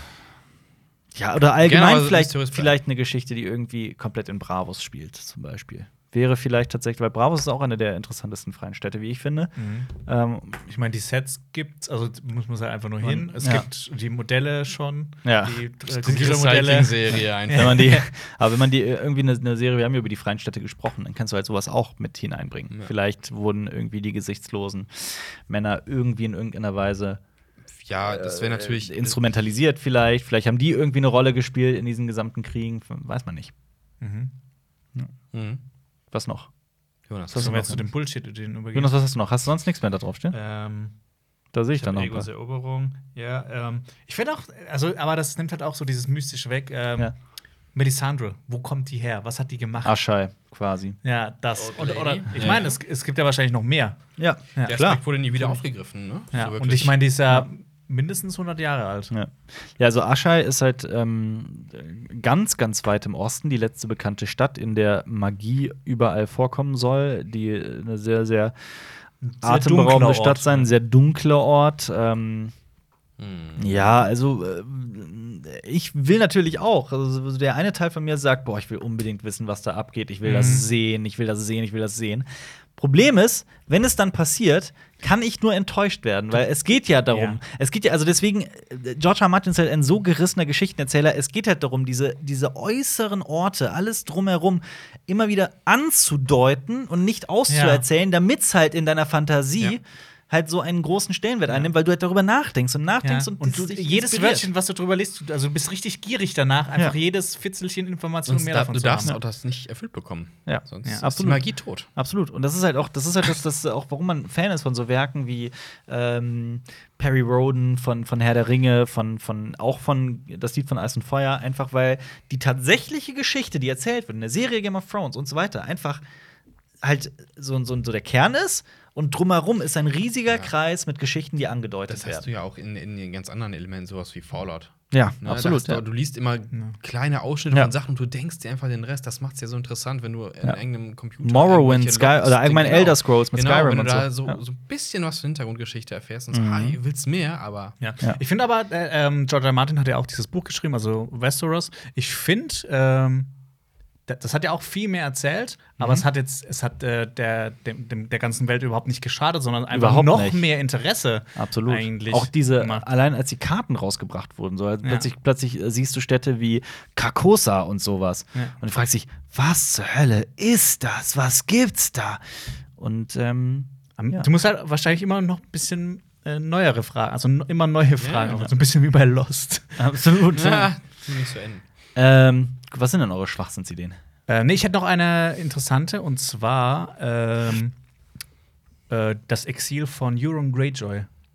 Ja, oder Gerne, allgemein aber vielleicht, mysteriös bleiben. vielleicht eine Geschichte, die irgendwie komplett in Bravos spielt, zum Beispiel. Wäre vielleicht tatsächlich, weil Bravos ist auch eine der interessantesten freien Städte, wie ich finde. Ich meine, die Sets gibt's, also muss man halt einfach nur hin. Es Ja. gibt die Modelle schon, Ja. die Computermodelle. Recycling-Serie einfach. Wenn man die, aber wenn man die irgendwie eine Serie, wir haben ja über die freien Städte gesprochen, dann kannst du halt sowas auch mit hineinbringen. Ja. Vielleicht wurden irgendwie die gesichtslosen Männer irgendwie in irgendeiner Weise Ja, das wäre natürlich. instrumentalisiert vielleicht. Vielleicht haben die irgendwie eine Rolle gespielt in diesen gesamten Kriegen. Weiß man nicht. Mhm. Mhm. Was noch? Jonas, Was Sollen wir jetzt noch? zu dem Bullshit den übergehen? Jonas, was hast du noch? Hast du sonst nichts mehr da drauf stehen? Da sehe ich dann noch ein Egos paar. Eroberung. Ja, ich finde auch, also, aber das nimmt halt auch so dieses Mystische weg. Ja. Melisandre, wo kommt die her? Was hat die gemacht? Aschai, quasi. Ja, das. Old Oder Lady? ich Ja. meine, es gibt ja wahrscheinlich noch mehr. Ja, Ja. der klar. Aspekt wurde nie wieder aufgegriffen, ne? Ja. So Und wirklich. ich meine, die ist ja mindestens 100 Jahre alt. Ja, also Aschai ist halt ganz, ganz weit im Osten, die letzte bekannte Stadt, in der Magie überall vorkommen soll, die eine sehr, sehr atemberaubende dunkler Stadt Ort, sein, ein sehr dunkler Ort. Ja, also ich will natürlich auch. Also der eine Teil von mir sagt, boah, ich will unbedingt wissen, was da abgeht. Ich will das sehen, ich will das sehen, ich will das sehen. Problem ist, wenn es dann passiert, kann ich nur enttäuscht werden, weil es geht ja darum. Ja. Es geht ja, also deswegen, George R. Martin ist halt ein so gerissener Geschichtenerzähler. Es geht halt darum, diese äußeren Orte, alles drumherum, immer wieder anzudeuten und nicht auszuerzählen, damit es halt in deiner Fantasie Ja. halt so einen großen Stellenwert einnimmt, weil du halt darüber nachdenkst und nachdenkst Ja. und, Und das dich jedes inspiriert. Wörtchen, was du drüber liest, also du bist richtig gierig danach, einfach Ja. jedes Fitzelchen Information Sonst mehr da, davon du zu darfst haben. auch das nicht erfüllt bekommen. Ja. Sonst Ja, ist die absolut. Magie tot. Absolut. Und das ist halt das auch, warum man Fan ist von so Werken wie Perry Rhodan von Herr der Ringe, von das Lied von Eis und Feuer, einfach weil die tatsächliche Geschichte, die erzählt wird in der Serie Game of Thrones und so weiter, einfach halt so der Kern ist. Und drumherum ist ein riesiger Kreis mit Geschichten, die angedeutet Das hast werden. du ja auch in den ganz anderen Elementen, sowas wie Fallout. Ja, Ne, absolut. da Ja. du liest immer kleine Ausschnitte Ja. von Sachen und du denkst dir einfach den Rest. Das macht es ja so interessant, wenn du in Ja. irgendeinem Computer Morrowind, irgendwelche Sky Logs- oder allgemein genau. Elder Scrolls mit Genau, Skyrim wenn du und da so. so, Ja. so ein bisschen was von Hintergrundgeschichte erfährst und so, du willst mehr, aber Ja. Ja. Ich finde aber, George R. Martin hat ja auch dieses Buch geschrieben, also Westeros. Ich finde, das hat ja auch viel mehr erzählt, aber es hat der ganzen Welt überhaupt nicht geschadet, sondern einfach Überhaupt noch nicht. mehr Interesse Absolut. eigentlich Auch gemacht. allein als die Karten rausgebracht wurden, so Ja. plötzlich siehst du Städte wie Carcosa und sowas. Ja. Und du fragst dich, was zur Hölle ist das? Was gibt's da? Und ja. Du musst halt wahrscheinlich immer noch ein bisschen neuere Fragen, also immer neue Fragen, ja. so ein bisschen wie bei Lost. Absolut. ja, nicht zu Ende. Was sind denn eure Schwachsinnsideen? Nee, ich hätte noch eine interessante, und zwar das Exil von Euron Greyjoy.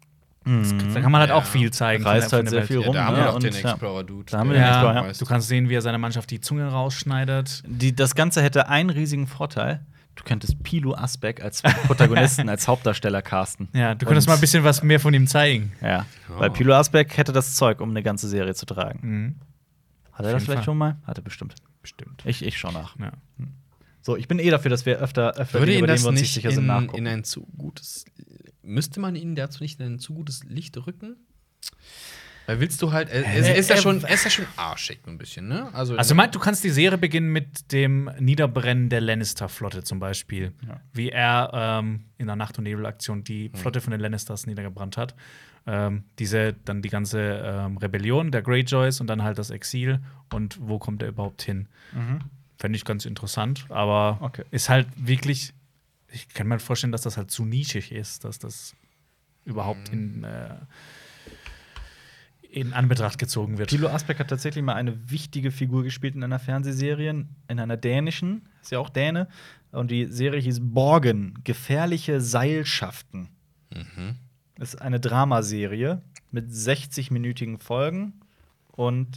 Da kann man halt Ja. auch viel zeigen. Reist von halt der sehr Welt. viel Ja, rum. da haben ne? wir auch Und, den ja. Explorer-Dude. Da haben wir der den Ja, Explorer, weiß. du kannst sehen, wie er seiner Mannschaft die Zunge rausschneidet. Das Ganze hätte einen riesigen Vorteil. Du könntest Pilou Asbæk als Protagonisten, als Hauptdarsteller casten. Ja, du könntest mal ein bisschen was mehr von ihm zeigen. Ja, Oh. weil Pilou Asbæk hätte das Zeug, um eine ganze Serie zu tragen. Mhm. Hat er Auf das jeden vielleicht Fall. schon mal? Hat er bestimmt. Bestimmt. Ich schau nach. Ja. So, ich bin dafür, dass wir öfter Würde Dinge, ihn über das denen wir uns nicht nicht sicher sind, in nachgucken. ein zu gutes. Müsste man ihn dazu nicht in ein zu gutes Licht rücken? Weil willst du halt. Er ist ja schon arschig ein bisschen, ne? Also, du kannst die Serie beginnen mit dem Niederbrennen der Lannister-Flotte zum Beispiel. Ja. Wie er in der Nacht- und Nebel-Aktion die Flotte von den Lannisters niedergebrannt hat. Dann die ganze Rebellion der Greyjoys und dann halt das Exil. Und wo kommt er überhaupt hin? Fände ich ganz interessant, aber Okay. ist halt wirklich. Ich kann mir vorstellen, dass das halt zu nischig ist, dass das überhaupt in Anbetracht gezogen wird. Pilou Asbæk hat tatsächlich mal eine wichtige Figur gespielt in einer Fernsehserie, in einer dänischen, ist ja auch Däne. Und die Serie hieß Borgen, gefährliche Seilschaften. Ist eine Dramaserie mit 60-minütigen Folgen und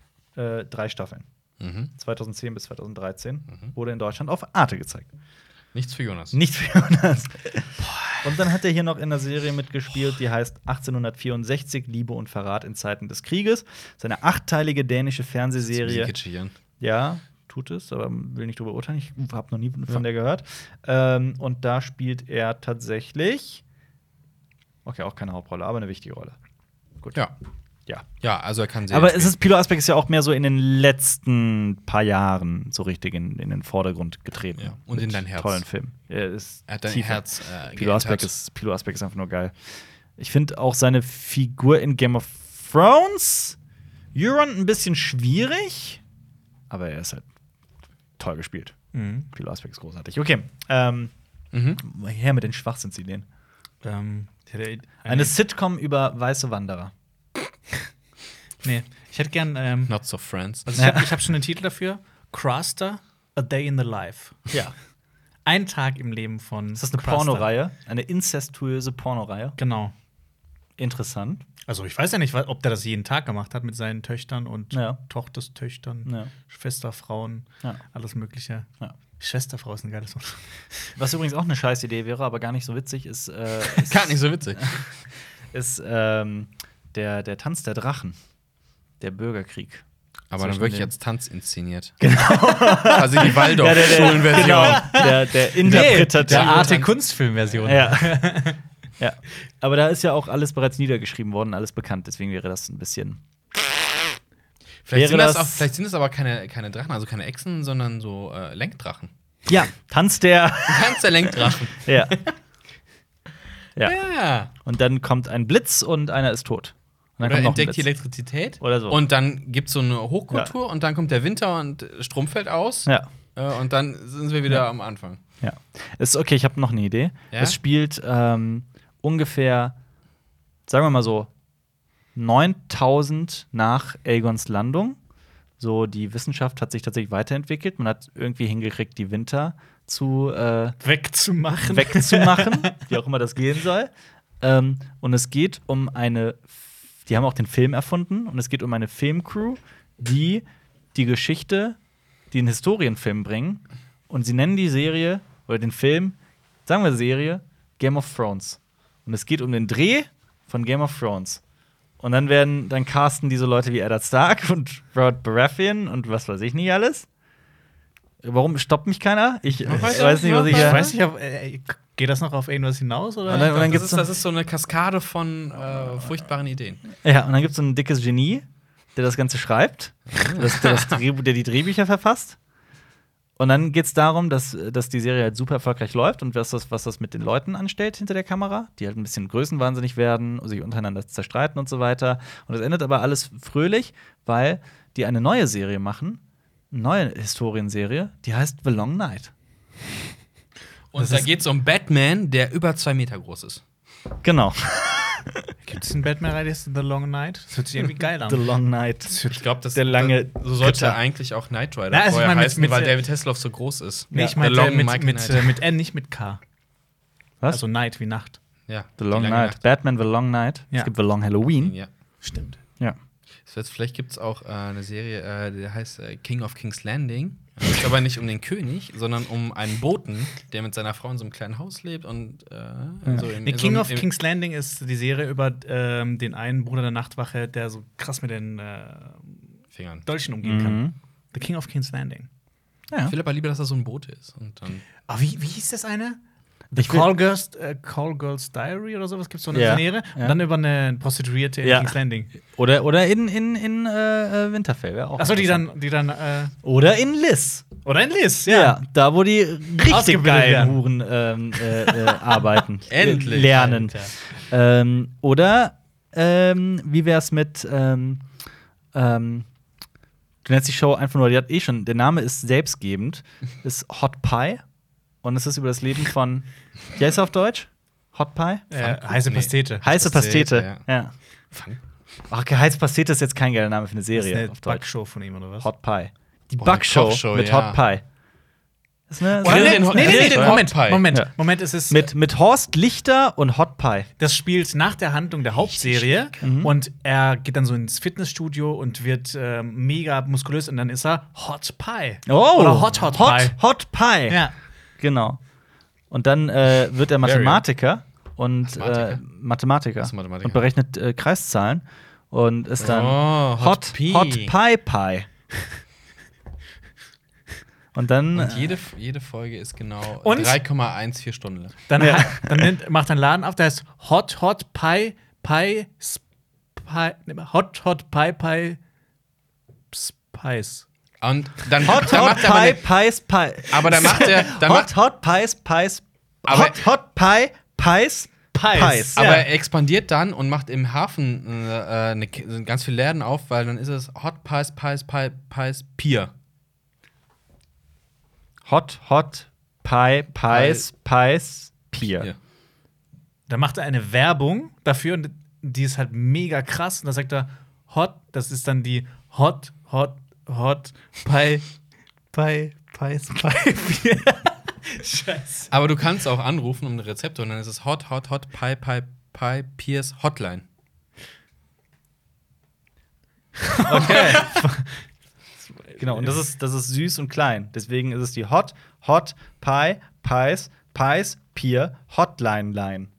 3 Staffeln. 2010 bis 2013. Wurde in Deutschland auf Arte gezeigt. Nichts für Jonas. Nicht für Jonas. Und dann hat er hier noch in der Serie mitgespielt, die heißt 1864, Liebe und Verrat in Zeiten des Krieges. Das ist eine 8-teilige dänische Das ist Fernsehserie. kitschig an. Ja, tut es, aber will nicht drüber urteilen. Ich habe noch nie von der gehört. Und da spielt er tatsächlich, okay, auch keine Hauptrolle, aber eine wichtige Rolle. Gut. Ja. Ja. Ja, also er kann sehr. Aber Pilou Asbæk ist ja auch mehr so in den letzten paar Jahren so richtig in den Vordergrund getreten. Ja. Und Mit in dein Herz. Tollen Film. Er hat dein tiefer. Herz Pilou Asbæk geentert. Pilou Asbæk ist einfach nur geil. Ich finde auch seine Figur in Game of Thrones, Euron, ein bisschen schwierig, aber er ist halt toll gespielt. Pilou Asbæk ist großartig. Okay, her mit den Schwachsinnsideen. Eine Sitcom über weiße Wanderer. Nee, ich hätte gern. Not so friends. Also ich hab schon den Titel dafür: Craster, A Day in the Life. Ja. Ein Tag im Leben von. Ist das eine Craster. Pornoreihe? Eine inzestuöse Pornoreihe? Genau. Interessant. Also ich weiß ja nicht, ob der das jeden Tag gemacht hat mit seinen Töchtern und Ja. Tochterstöchtern, Ja. Schwesterfrauen, Ja. alles Mögliche. Ja. Schwesterfrau ist ein geiles Wort. Was übrigens auch eine scheiß Idee wäre, aber gar nicht so witzig, ist, Gar nicht so witzig. ist der Tanz der Drachen. Der Bürgerkrieg. Aber dann Zwischen wirklich den- als Tanz inszeniert. Genau. Also die Waldorf-Schulenversion. Genau. Der interpretative. der Arte-Kunstfilm-Version. Ja. Ja. Aber da ist ja auch alles bereits niedergeschrieben worden, alles bekannt. Deswegen wäre das ein bisschen. Vielleicht sind, Wäre das das- auch, vielleicht sind das aber keine Drachen, also keine Echsen, sondern so Lenkdrachen. Ja, Tanz der. Tanz der Lenkdrachen. Ja. Ja. Ja. Und dann kommt ein Blitz und einer ist tot. Und dann Oder kommt noch ein entdeckt die Blitz. Elektrizität. Oder so. Und dann gibt es so eine Hochkultur und dann kommt der Winter und Strom fällt aus. Ja. Und dann sind wir wieder am Anfang. Ja. Ist okay, ich habe noch eine Idee. Ja? Es spielt ungefähr, sagen wir mal so, 9000 nach Aegons Landung. So, die Wissenschaft hat sich tatsächlich weiterentwickelt. Man hat irgendwie hingekriegt, die Winter zu Wegzumachen. wegzumachen, wie auch immer das gehen soll. Und es geht um die haben auch den Film erfunden, und es geht um eine Filmcrew, die Geschichte, die einen Historienfilm bringen. Und sie nennen die Serie oder den Film, sagen wir Serie, Game of Thrones. Und es geht um den Dreh von Game of Thrones. Und dann casten diese Leute wie Eddard Stark und Robert Baratheon und was weiß ich nicht alles. Warum stoppt mich keiner? Ich weiß nicht, was ich Ich hier. weiß nicht, geht das noch auf irgendwas hinaus? Oder? Und dann gibt's Das ist so eine Kaskade von furchtbaren Ideen. Ja, und dann gibt es so ein dickes Genie, der das Ganze schreibt, der die Drehbücher verfasst. Und dann geht es darum, dass die Serie halt super erfolgreich läuft und was das mit den Leuten anstellt hinter der Kamera, die halt ein bisschen größenwahnsinnig werden, sich untereinander zerstreiten und so weiter. Und es endet aber alles fröhlich, weil die eine neue Serie machen, eine neue Historienserie, die heißt The Long Night. Und da geht es um Batman, der über 2 Meter groß ist. Genau. Gibt es einen Batman-Reihe, The Long Night? Das hört sich irgendwie geil an. The Long Night. Ich glaube, Der lange so sollte Ritter. eigentlich auch Knight Rider Ja, also ich vorher meine, heißen, mit- weil David Hasselhoff so groß ist. Nee, ich The meine Long mit Michael Knight. N, nicht mit K. Was? Also Night wie Nacht. Ja. The die Long lange Night. Nacht. Batman The Long Night. Ja. Es gibt The Long Halloween. Ja. Stimmt. Ja. Vielleicht gibt es auch eine Serie, die heißt King of King's Landing. Es geht aber nicht um den König, sondern um einen Boten, der mit seiner Frau in so einem kleinen Haus lebt und so Nee, King of King's Landing ist die Serie über den einen Bruder der Nachtwache, der so krass mit den Fingern. Dolchen umgehen kann. The King of King's Landing. Ja. Ich will aber lieber, dass das so ein Bote ist. Und dann Wie hieß das eine? The Call Girls Diary oder sowas? Gibt es so eine Ja, Serie? ja. Und dann über eine Prostituierte in Ja. King's Landing. Oder in Winterfell wäre auch. Achso, die interessant. dann Oder in Liz. oder in Liz, Ja. Da, wo die richtig Ausgebildet geilen werden. Huren arbeiten. Endlich. Lernen. Alter. Oder wie wär's mit du nennst die Show einfach nur, die hat schon, der Name ist selbstgebend, ist Hot Pie. Und es ist über das Leben von, wie heißt es auf Deutsch? Hot Pie? Heiße Pastete. Heiße Pastete, Pastete, ja. Fang. Ach, okay, heiße Pastete ist jetzt kein geiler Name für eine Das ist Serie eine auf Deutsch. Backshow von ihm, oder was? Hot Pie. Die Oh, eine Backshow Kochshow, mit ja. Hot Pie. Das ist eine Oder Serie- den Hot- den Moment, Hot Pie. Moment, Ja. Moment, es ist mit Horst Lichter und Hot Pie. das spielt nach der Handlung der Hauptserie und er geht dann so ins Fitnessstudio und wird mega muskulös und dann ist er Hot Pie. Oder Hot Pie. Hot Pie. Ja. Genau. Und dann wird er Mathematiker und Mathematiker? Mathematiker Ach so, Mathematiker. und berechnet Kreiszahlen und ist dann Oh, Hot Pie Pie. Und dann Und jede Folge ist genau Und? 3,14 Stunden lang. Dann, macht er einen Laden auf, der heißt Hot Pie Spice. Und dann, Hot dann Hot macht er aber Pie eine, Pies Pie. aber dann macht er dann macht, Hot Pies Pies. Aber- Hot Pie Pies Pies. aber Ja. er expandiert dann und macht im Hafen ganz viele Läden auf, weil dann ist es Hot Pies Pier. Hot Pie Pies Pies Pier. Ja. Da macht er eine Werbung dafür und die ist halt mega krass. Und da sagt er, das ist dann die Hot Pie Pies Pie. Scheiße. Aber du kannst auch anrufen um eine Rezepte und dann ist es Hot Pie Piers Hotline. Okay. Genau, und das ist süß und klein. Deswegen ist es die Hot Pie Pies Pier Hotline Line.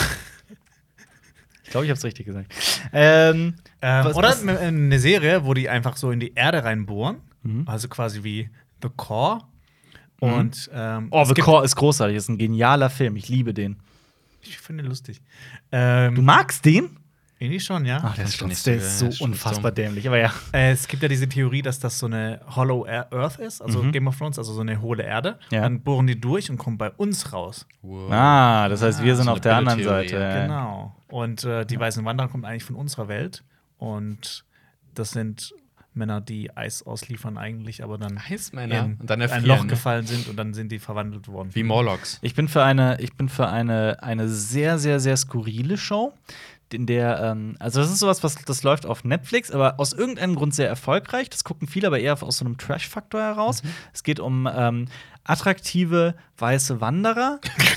Ich glaube, ich habe es richtig gesagt. Oder eine Serie, wo die einfach so in die Erde reinbohren. Also quasi wie The Core. Und The Core ist großartig, ist ein genialer Film. Ich liebe den. Ich finde ihn lustig. Du magst den? Irgendwie schon, ja. Ach, der ist, Fand ich der nicht ist so- so ja, unfassbar stimmt. dämlich. Aber ja. Es gibt ja diese Theorie, dass das so eine Hollow Earth ist, also Game of Thrones, also so eine hohle Erde. Ja. Dann bohren die durch und kommen bei uns raus. Wow. Ah, das heißt, wir sind so auf eine der anderen Pilottheorie, Seite. ja. Genau. Und die Weißen Wanderer kommen eigentlich von unserer Welt. Und das sind Männer, die Eis ausliefern eigentlich, aber dann Eismänner. in Und dann ein erfrieren, Loch ne? gefallen sind und dann sind die verwandelt worden. Wie Morlocks. Ich bin für eine sehr, sehr, sehr skurrile Show. In der, also das ist sowas, das läuft auf Netflix, aber aus irgendeinem Grund sehr erfolgreich. Das gucken viele aber eher aus so einem Trash-Faktor heraus. Es geht um attraktive weiße Wanderer,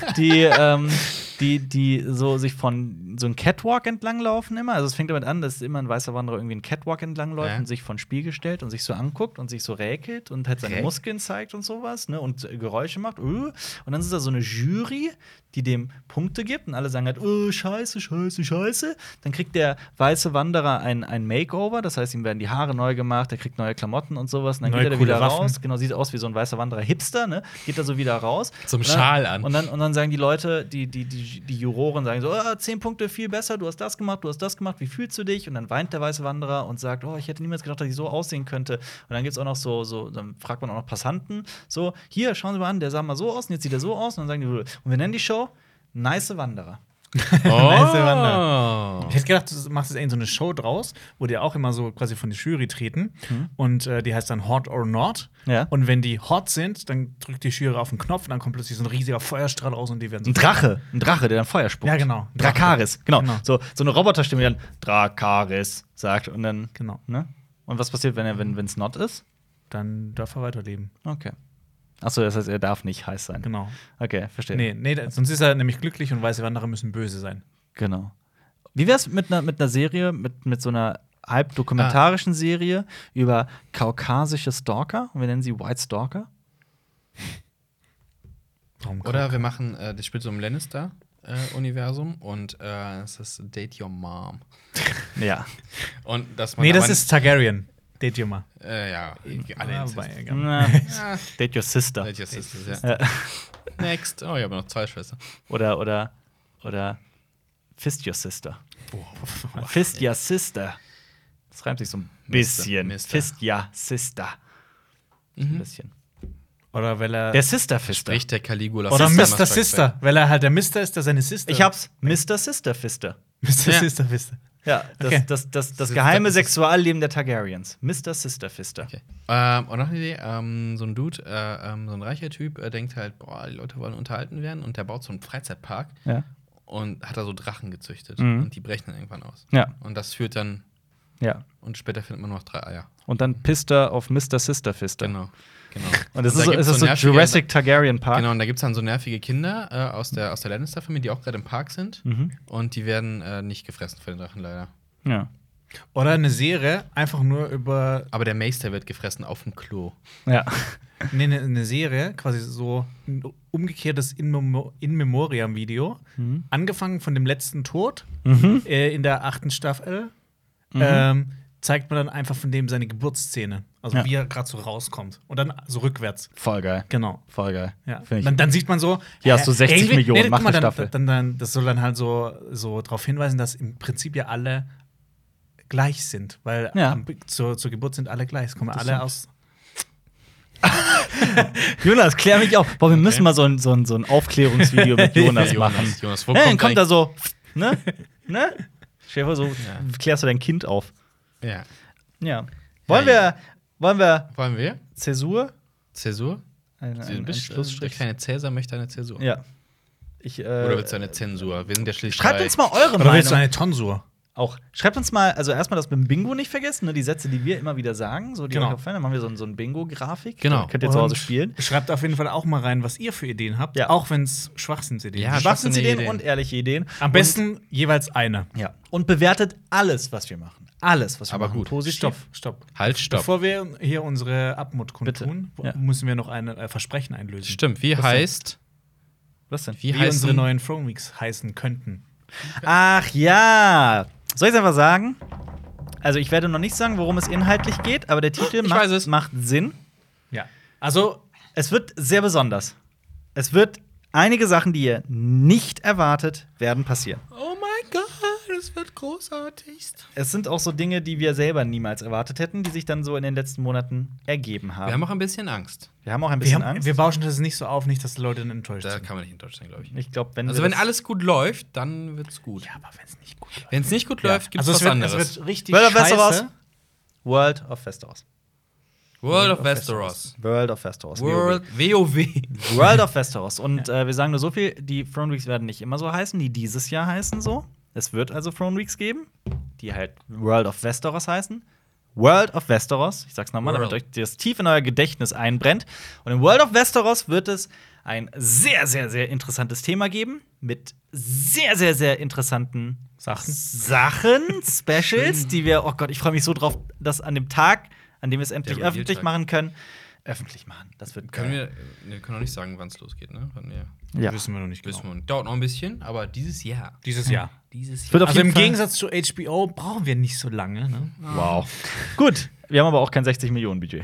die so sich von so einem Catwalk entlanglaufen immer. Also es fängt damit an, dass immer ein weißer Wanderer irgendwie einen Catwalk entlangläuft Ja. und sich vor den Spiegel stellt und sich so anguckt und sich so räkelt und halt seine Räk- Muskeln zeigt und sowas, ne? Und Geräusche macht. Und dann ist da so eine Jury, die dem Punkte gibt und alle sagen halt, scheiße, scheiße, scheiße. Dann kriegt der weiße Wanderer ein Makeover, das heißt, ihm werden die Haare neu gemacht, er kriegt neue Klamotten und sowas. Und dann Neue geht er da coole wieder Waffen. raus. Genau, sieht aus wie so ein weißer Wanderer Hipster, ne? Geht da so wieder raus. Zum Und dann- Schal an. Und dann sagen die Leute, die Juroren sagen so, 10 Punkte, viel besser, du hast das gemacht, wie fühlst du dich? Und dann weint der weiße Wanderer und sagt, ich hätte niemals gedacht, dass ich so aussehen könnte. Und dann gibt's auch noch so, dann fragt man auch noch Passanten, so, hier, schauen Sie mal an, der sah mal so aus und jetzt sieht er so aus. Und dann sagen die, und wir nennen die Show Nice Wanderer. Oh. Ich hätte gedacht, du machst jetzt so eine Show draus, wo die auch immer so quasi von der Jury treten. Und die heißt dann Hot or Not. Ja. Und wenn die hot sind, dann drückt die Jury auf den Knopf und dann kommt plötzlich so ein riesiger Feuerstrahl aus und die werden so. Ein Drache, der dann Feuer spuckt. Ja, genau. Drakaris, genau. Genau. So eine Roboterstimme, die dann Drakaris sagt und dann, Genau. ne? Und was passiert, wenn es not ist? Dann darf er weiterleben. Okay. Achso, das heißt, er darf nicht heiß sein. Genau. Okay, verstehe. Nee, sonst ist er nämlich glücklich und weiße Wanderer müssen böse sein. Genau. Wie wär's mit einer Serie, mit so einer halb dokumentarischen Serie über kaukasische Stalker? Und wir nennen sie White Stalker. Oder wir machen, das spielt so im Lannister-Universum und es ist Date Your Mom. Ja. Und dass man Nee, das ist Targaryen. Date Your Mom. ja, alle Inzest. Na, Ja. Date Your Sister. Date Your Sisters, ja. Next. Oh, ich habe noch 2 Schwestern. Oder Fist Your Sister. Fist Your Sister. Das reimt sich so ein bisschen. Mister. Fist Your Sister. Ein bisschen. Oder weil er. Der Sister Fister. Spricht der Caligula. Oder Sister Mr. Strikes Sister. Back. Weil er halt der Mister ist, der seine Sister. Ich hab's. Mr. Sister Fister. Mr. Ja. Sister Fister. Ja, Okay. das ist- geheime das ist- Sexualleben der Targaryens. Mr. Sister Fister. Okay. Und noch eine Idee, so ein Dude, so ein reicher Typ, denkt halt, boah, die Leute wollen unterhalten werden und der baut so einen Freizeitpark Ja. und hat da so Drachen gezüchtet Mhm. und die brechen dann irgendwann aus. Ja. Und das führt dann, Ja. und später findet man noch 3 Eier. Und dann pisst er auf Mr. Sister Fister. Genau. Und das da ist so, gibt's es ist so nervige- Jurassic Targaryen Park. Genau, und da gibt es dann so nervige Kinder aus der Lannister-Familie, die auch gerade im Park sind. Mhm. Und die werden nicht gefressen von den Drachen leider. Ja. Oder eine Serie einfach nur über. Aber der Meister wird gefressen auf dem Klo. Ja. Nee, eine Serie, quasi so ein umgekehrtes In-Memoriam-Video. Angefangen von dem letzten Tod in der 8. Staffel. Zeigt man dann einfach von dem seine Geburtsszene. Also Ja. wie er gerade so rauskommt. Und dann so rückwärts. Voll geil. Genau. Voll geil. Ja. Find ich. Dann sieht man so. Hier hast du 60 irgendwie- Millionen, mach guck mal, eine dann, Staffel. Dann, das soll dann halt so darauf hinweisen, dass im Prinzip ja alle gleich sind. Weil Ja. zur Geburt sind alle gleich. Es kommen alle stimmt. aus. Jonas, klär mich auf. Boah, wir müssen mal so ein Aufklärungsvideo mit Jonas machen. Jonas, wo Dann kommt kommt da so, ne? Stell dir vor, so klärst du dein Kind auf. Ja. Ja. Ja, Wollen wir Wollen wir? Zäsur? Zäsur? Ein Der Schlussstrich? kleine Cäsar möchte eine Zäsur. Ja. Oder willst du eine Zensur? Wir sind ja schließlich. Schreibt uns mal eure Oder willst du Meinung. eine Tonsur? Auch. Schreibt uns mal, also erstmal das mit dem Bingo nicht vergessen, ne? Die Sätze, die wir immer wieder sagen, so die Genau. euch auffallen. Dann machen wir so ein Bingo-Grafik. Genau. Könnt ihr zu Hause Und spielen. Schreibt auf jeden Fall auch mal rein, was ihr für Ideen habt. Ja. Auch wenn es Schwachsinnsideen Ja, sind. Schwachsinnsideen Ideen. und ehrliche Ideen. Am besten jeweils eine. Und, ja. Und bewertet alles, was wir machen. Alles, was wir Aber machen. gut. Positiv. Stopp. Halt, stopp. Bevor wir hier unsere Abmut Bitte. kundtun, Ja. müssen wir noch ein Versprechen einlösen. Stimmt. Wie Was heißt. Was denn? Wie Wie heißen unsere neuen Throne Weeks heißen könnten. Ach ja. Soll ich es einfach sagen? Also, ich werde noch nicht sagen, worum es inhaltlich geht, aber der Titel Ich weiß es. macht Sinn. Ja. Also, Es wird sehr besonders. Es wird einige Sachen, die ihr nicht erwartet, werden passieren. Oh mein Gott, es wird großartigst. Es sind auch so Dinge, die wir selber niemals erwartet hätten, die sich dann so in den letzten Monaten ergeben haben. Wir haben auch ein bisschen Angst. Wir haben auch ein bisschen wir Angst. bauschen das nicht so auf, nicht, dass die Leute dann enttäuscht Da sind. kann man nicht enttäuscht sein, glaube ich. Ich glaube, wenn Also, wir wenn das- alles gut läuft, dann wird's gut. Ja, aber wenn es nicht gut läuft. Wenn es nicht gut Ja. läuft, gibt's Also, was es anderes. wird richtig World of Westeros. scheiße. World of Westeros. World of Westeros. World of Westeros. World WoW. World of Westeros. Und wir sagen nur so viel: Die Throne Weeks werden nicht immer so heißen, die dieses Jahr heißen so. Es wird also Throne Weeks geben, die halt World of Westeros heißen. World of Westeros, ich sag's nochmal, damit World. euch das tief in euer Gedächtnis einbrennt. Und in World of Westeros wird es ein sehr, sehr, sehr interessantes Thema geben mit sehr, sehr, sehr interessanten Sachen, Specials, die wir, oh Gott, ich freue mich so drauf, dass an dem Tag, an dem wir es endlich Der öffentlich Reveal-Tag. machen können, öffentlich machen. Das wird Können geil. wir können noch nicht sagen, wann es losgeht, ne? Wann wir Ja. Wissen wir noch nicht genau. wissen wir. Dauert noch ein bisschen, aber dieses Jahr. Dieses Jahr. Dieses Wird Jahr. auf Also jeden im Fall- Gegensatz zu HBO brauchen wir nicht so lange. Ne? Wow. Gut, wir haben aber auch kein 60 Millionen Budget.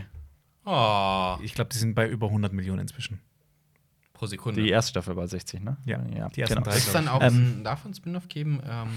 Oh, Ich glaube, die sind bei über 100 Millionen inzwischen. pro Sekunde. Die erste Staffel war 60, ne? Ja, die ersten genau. drei. Wird es dann auch davon ein Spin-off geben?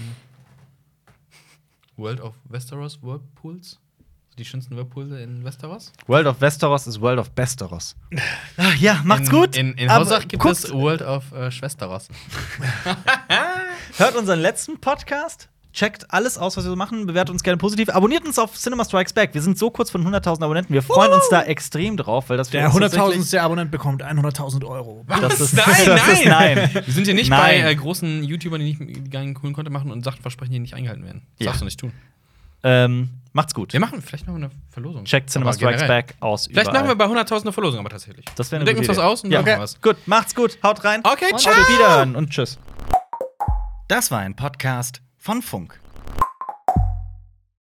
World of Westeros Whirlpools? Die schönsten Whirlpools in Westeros? World of Westeros ist World of Besteros. Ach ja, macht's gut. In Aber Hausach gibt guckt- es World of Schwesteros. Hört unseren letzten Podcast. Checkt alles aus, was wir so machen. Bewertet uns gerne positiv. Abonniert uns auf Cinema Strikes Back. Wir sind so kurz von 100.000 Abonnenten. Wir freuen uns da extrem drauf, weil das für Der uns tatsächlich- 100.000. Abonnent bekommt 100.000 Euro. Das ist, Nein, das ist nein. Wir sind hier nicht Nein. bei großen YouTubern, die keinen coolen Content machen und Sachen versprechen, die nicht eingehalten werden. Das Ja. darfst du nicht tun. Macht's gut. Vielleicht machen wir eine Verlosung. Checkt Cinema Aber Strikes generell. Back aus. Vielleicht überall. machen wir bei 100.000 eine Verlosung, aber tatsächlich. Das wäre Wir eine denken uns gute was Idee. aus und Ja, machen okay. was. Gut, macht's gut. Haut rein. Okay, und ciao. Auf Wiederhören und tschüss. Das war ein Podcast von Funk.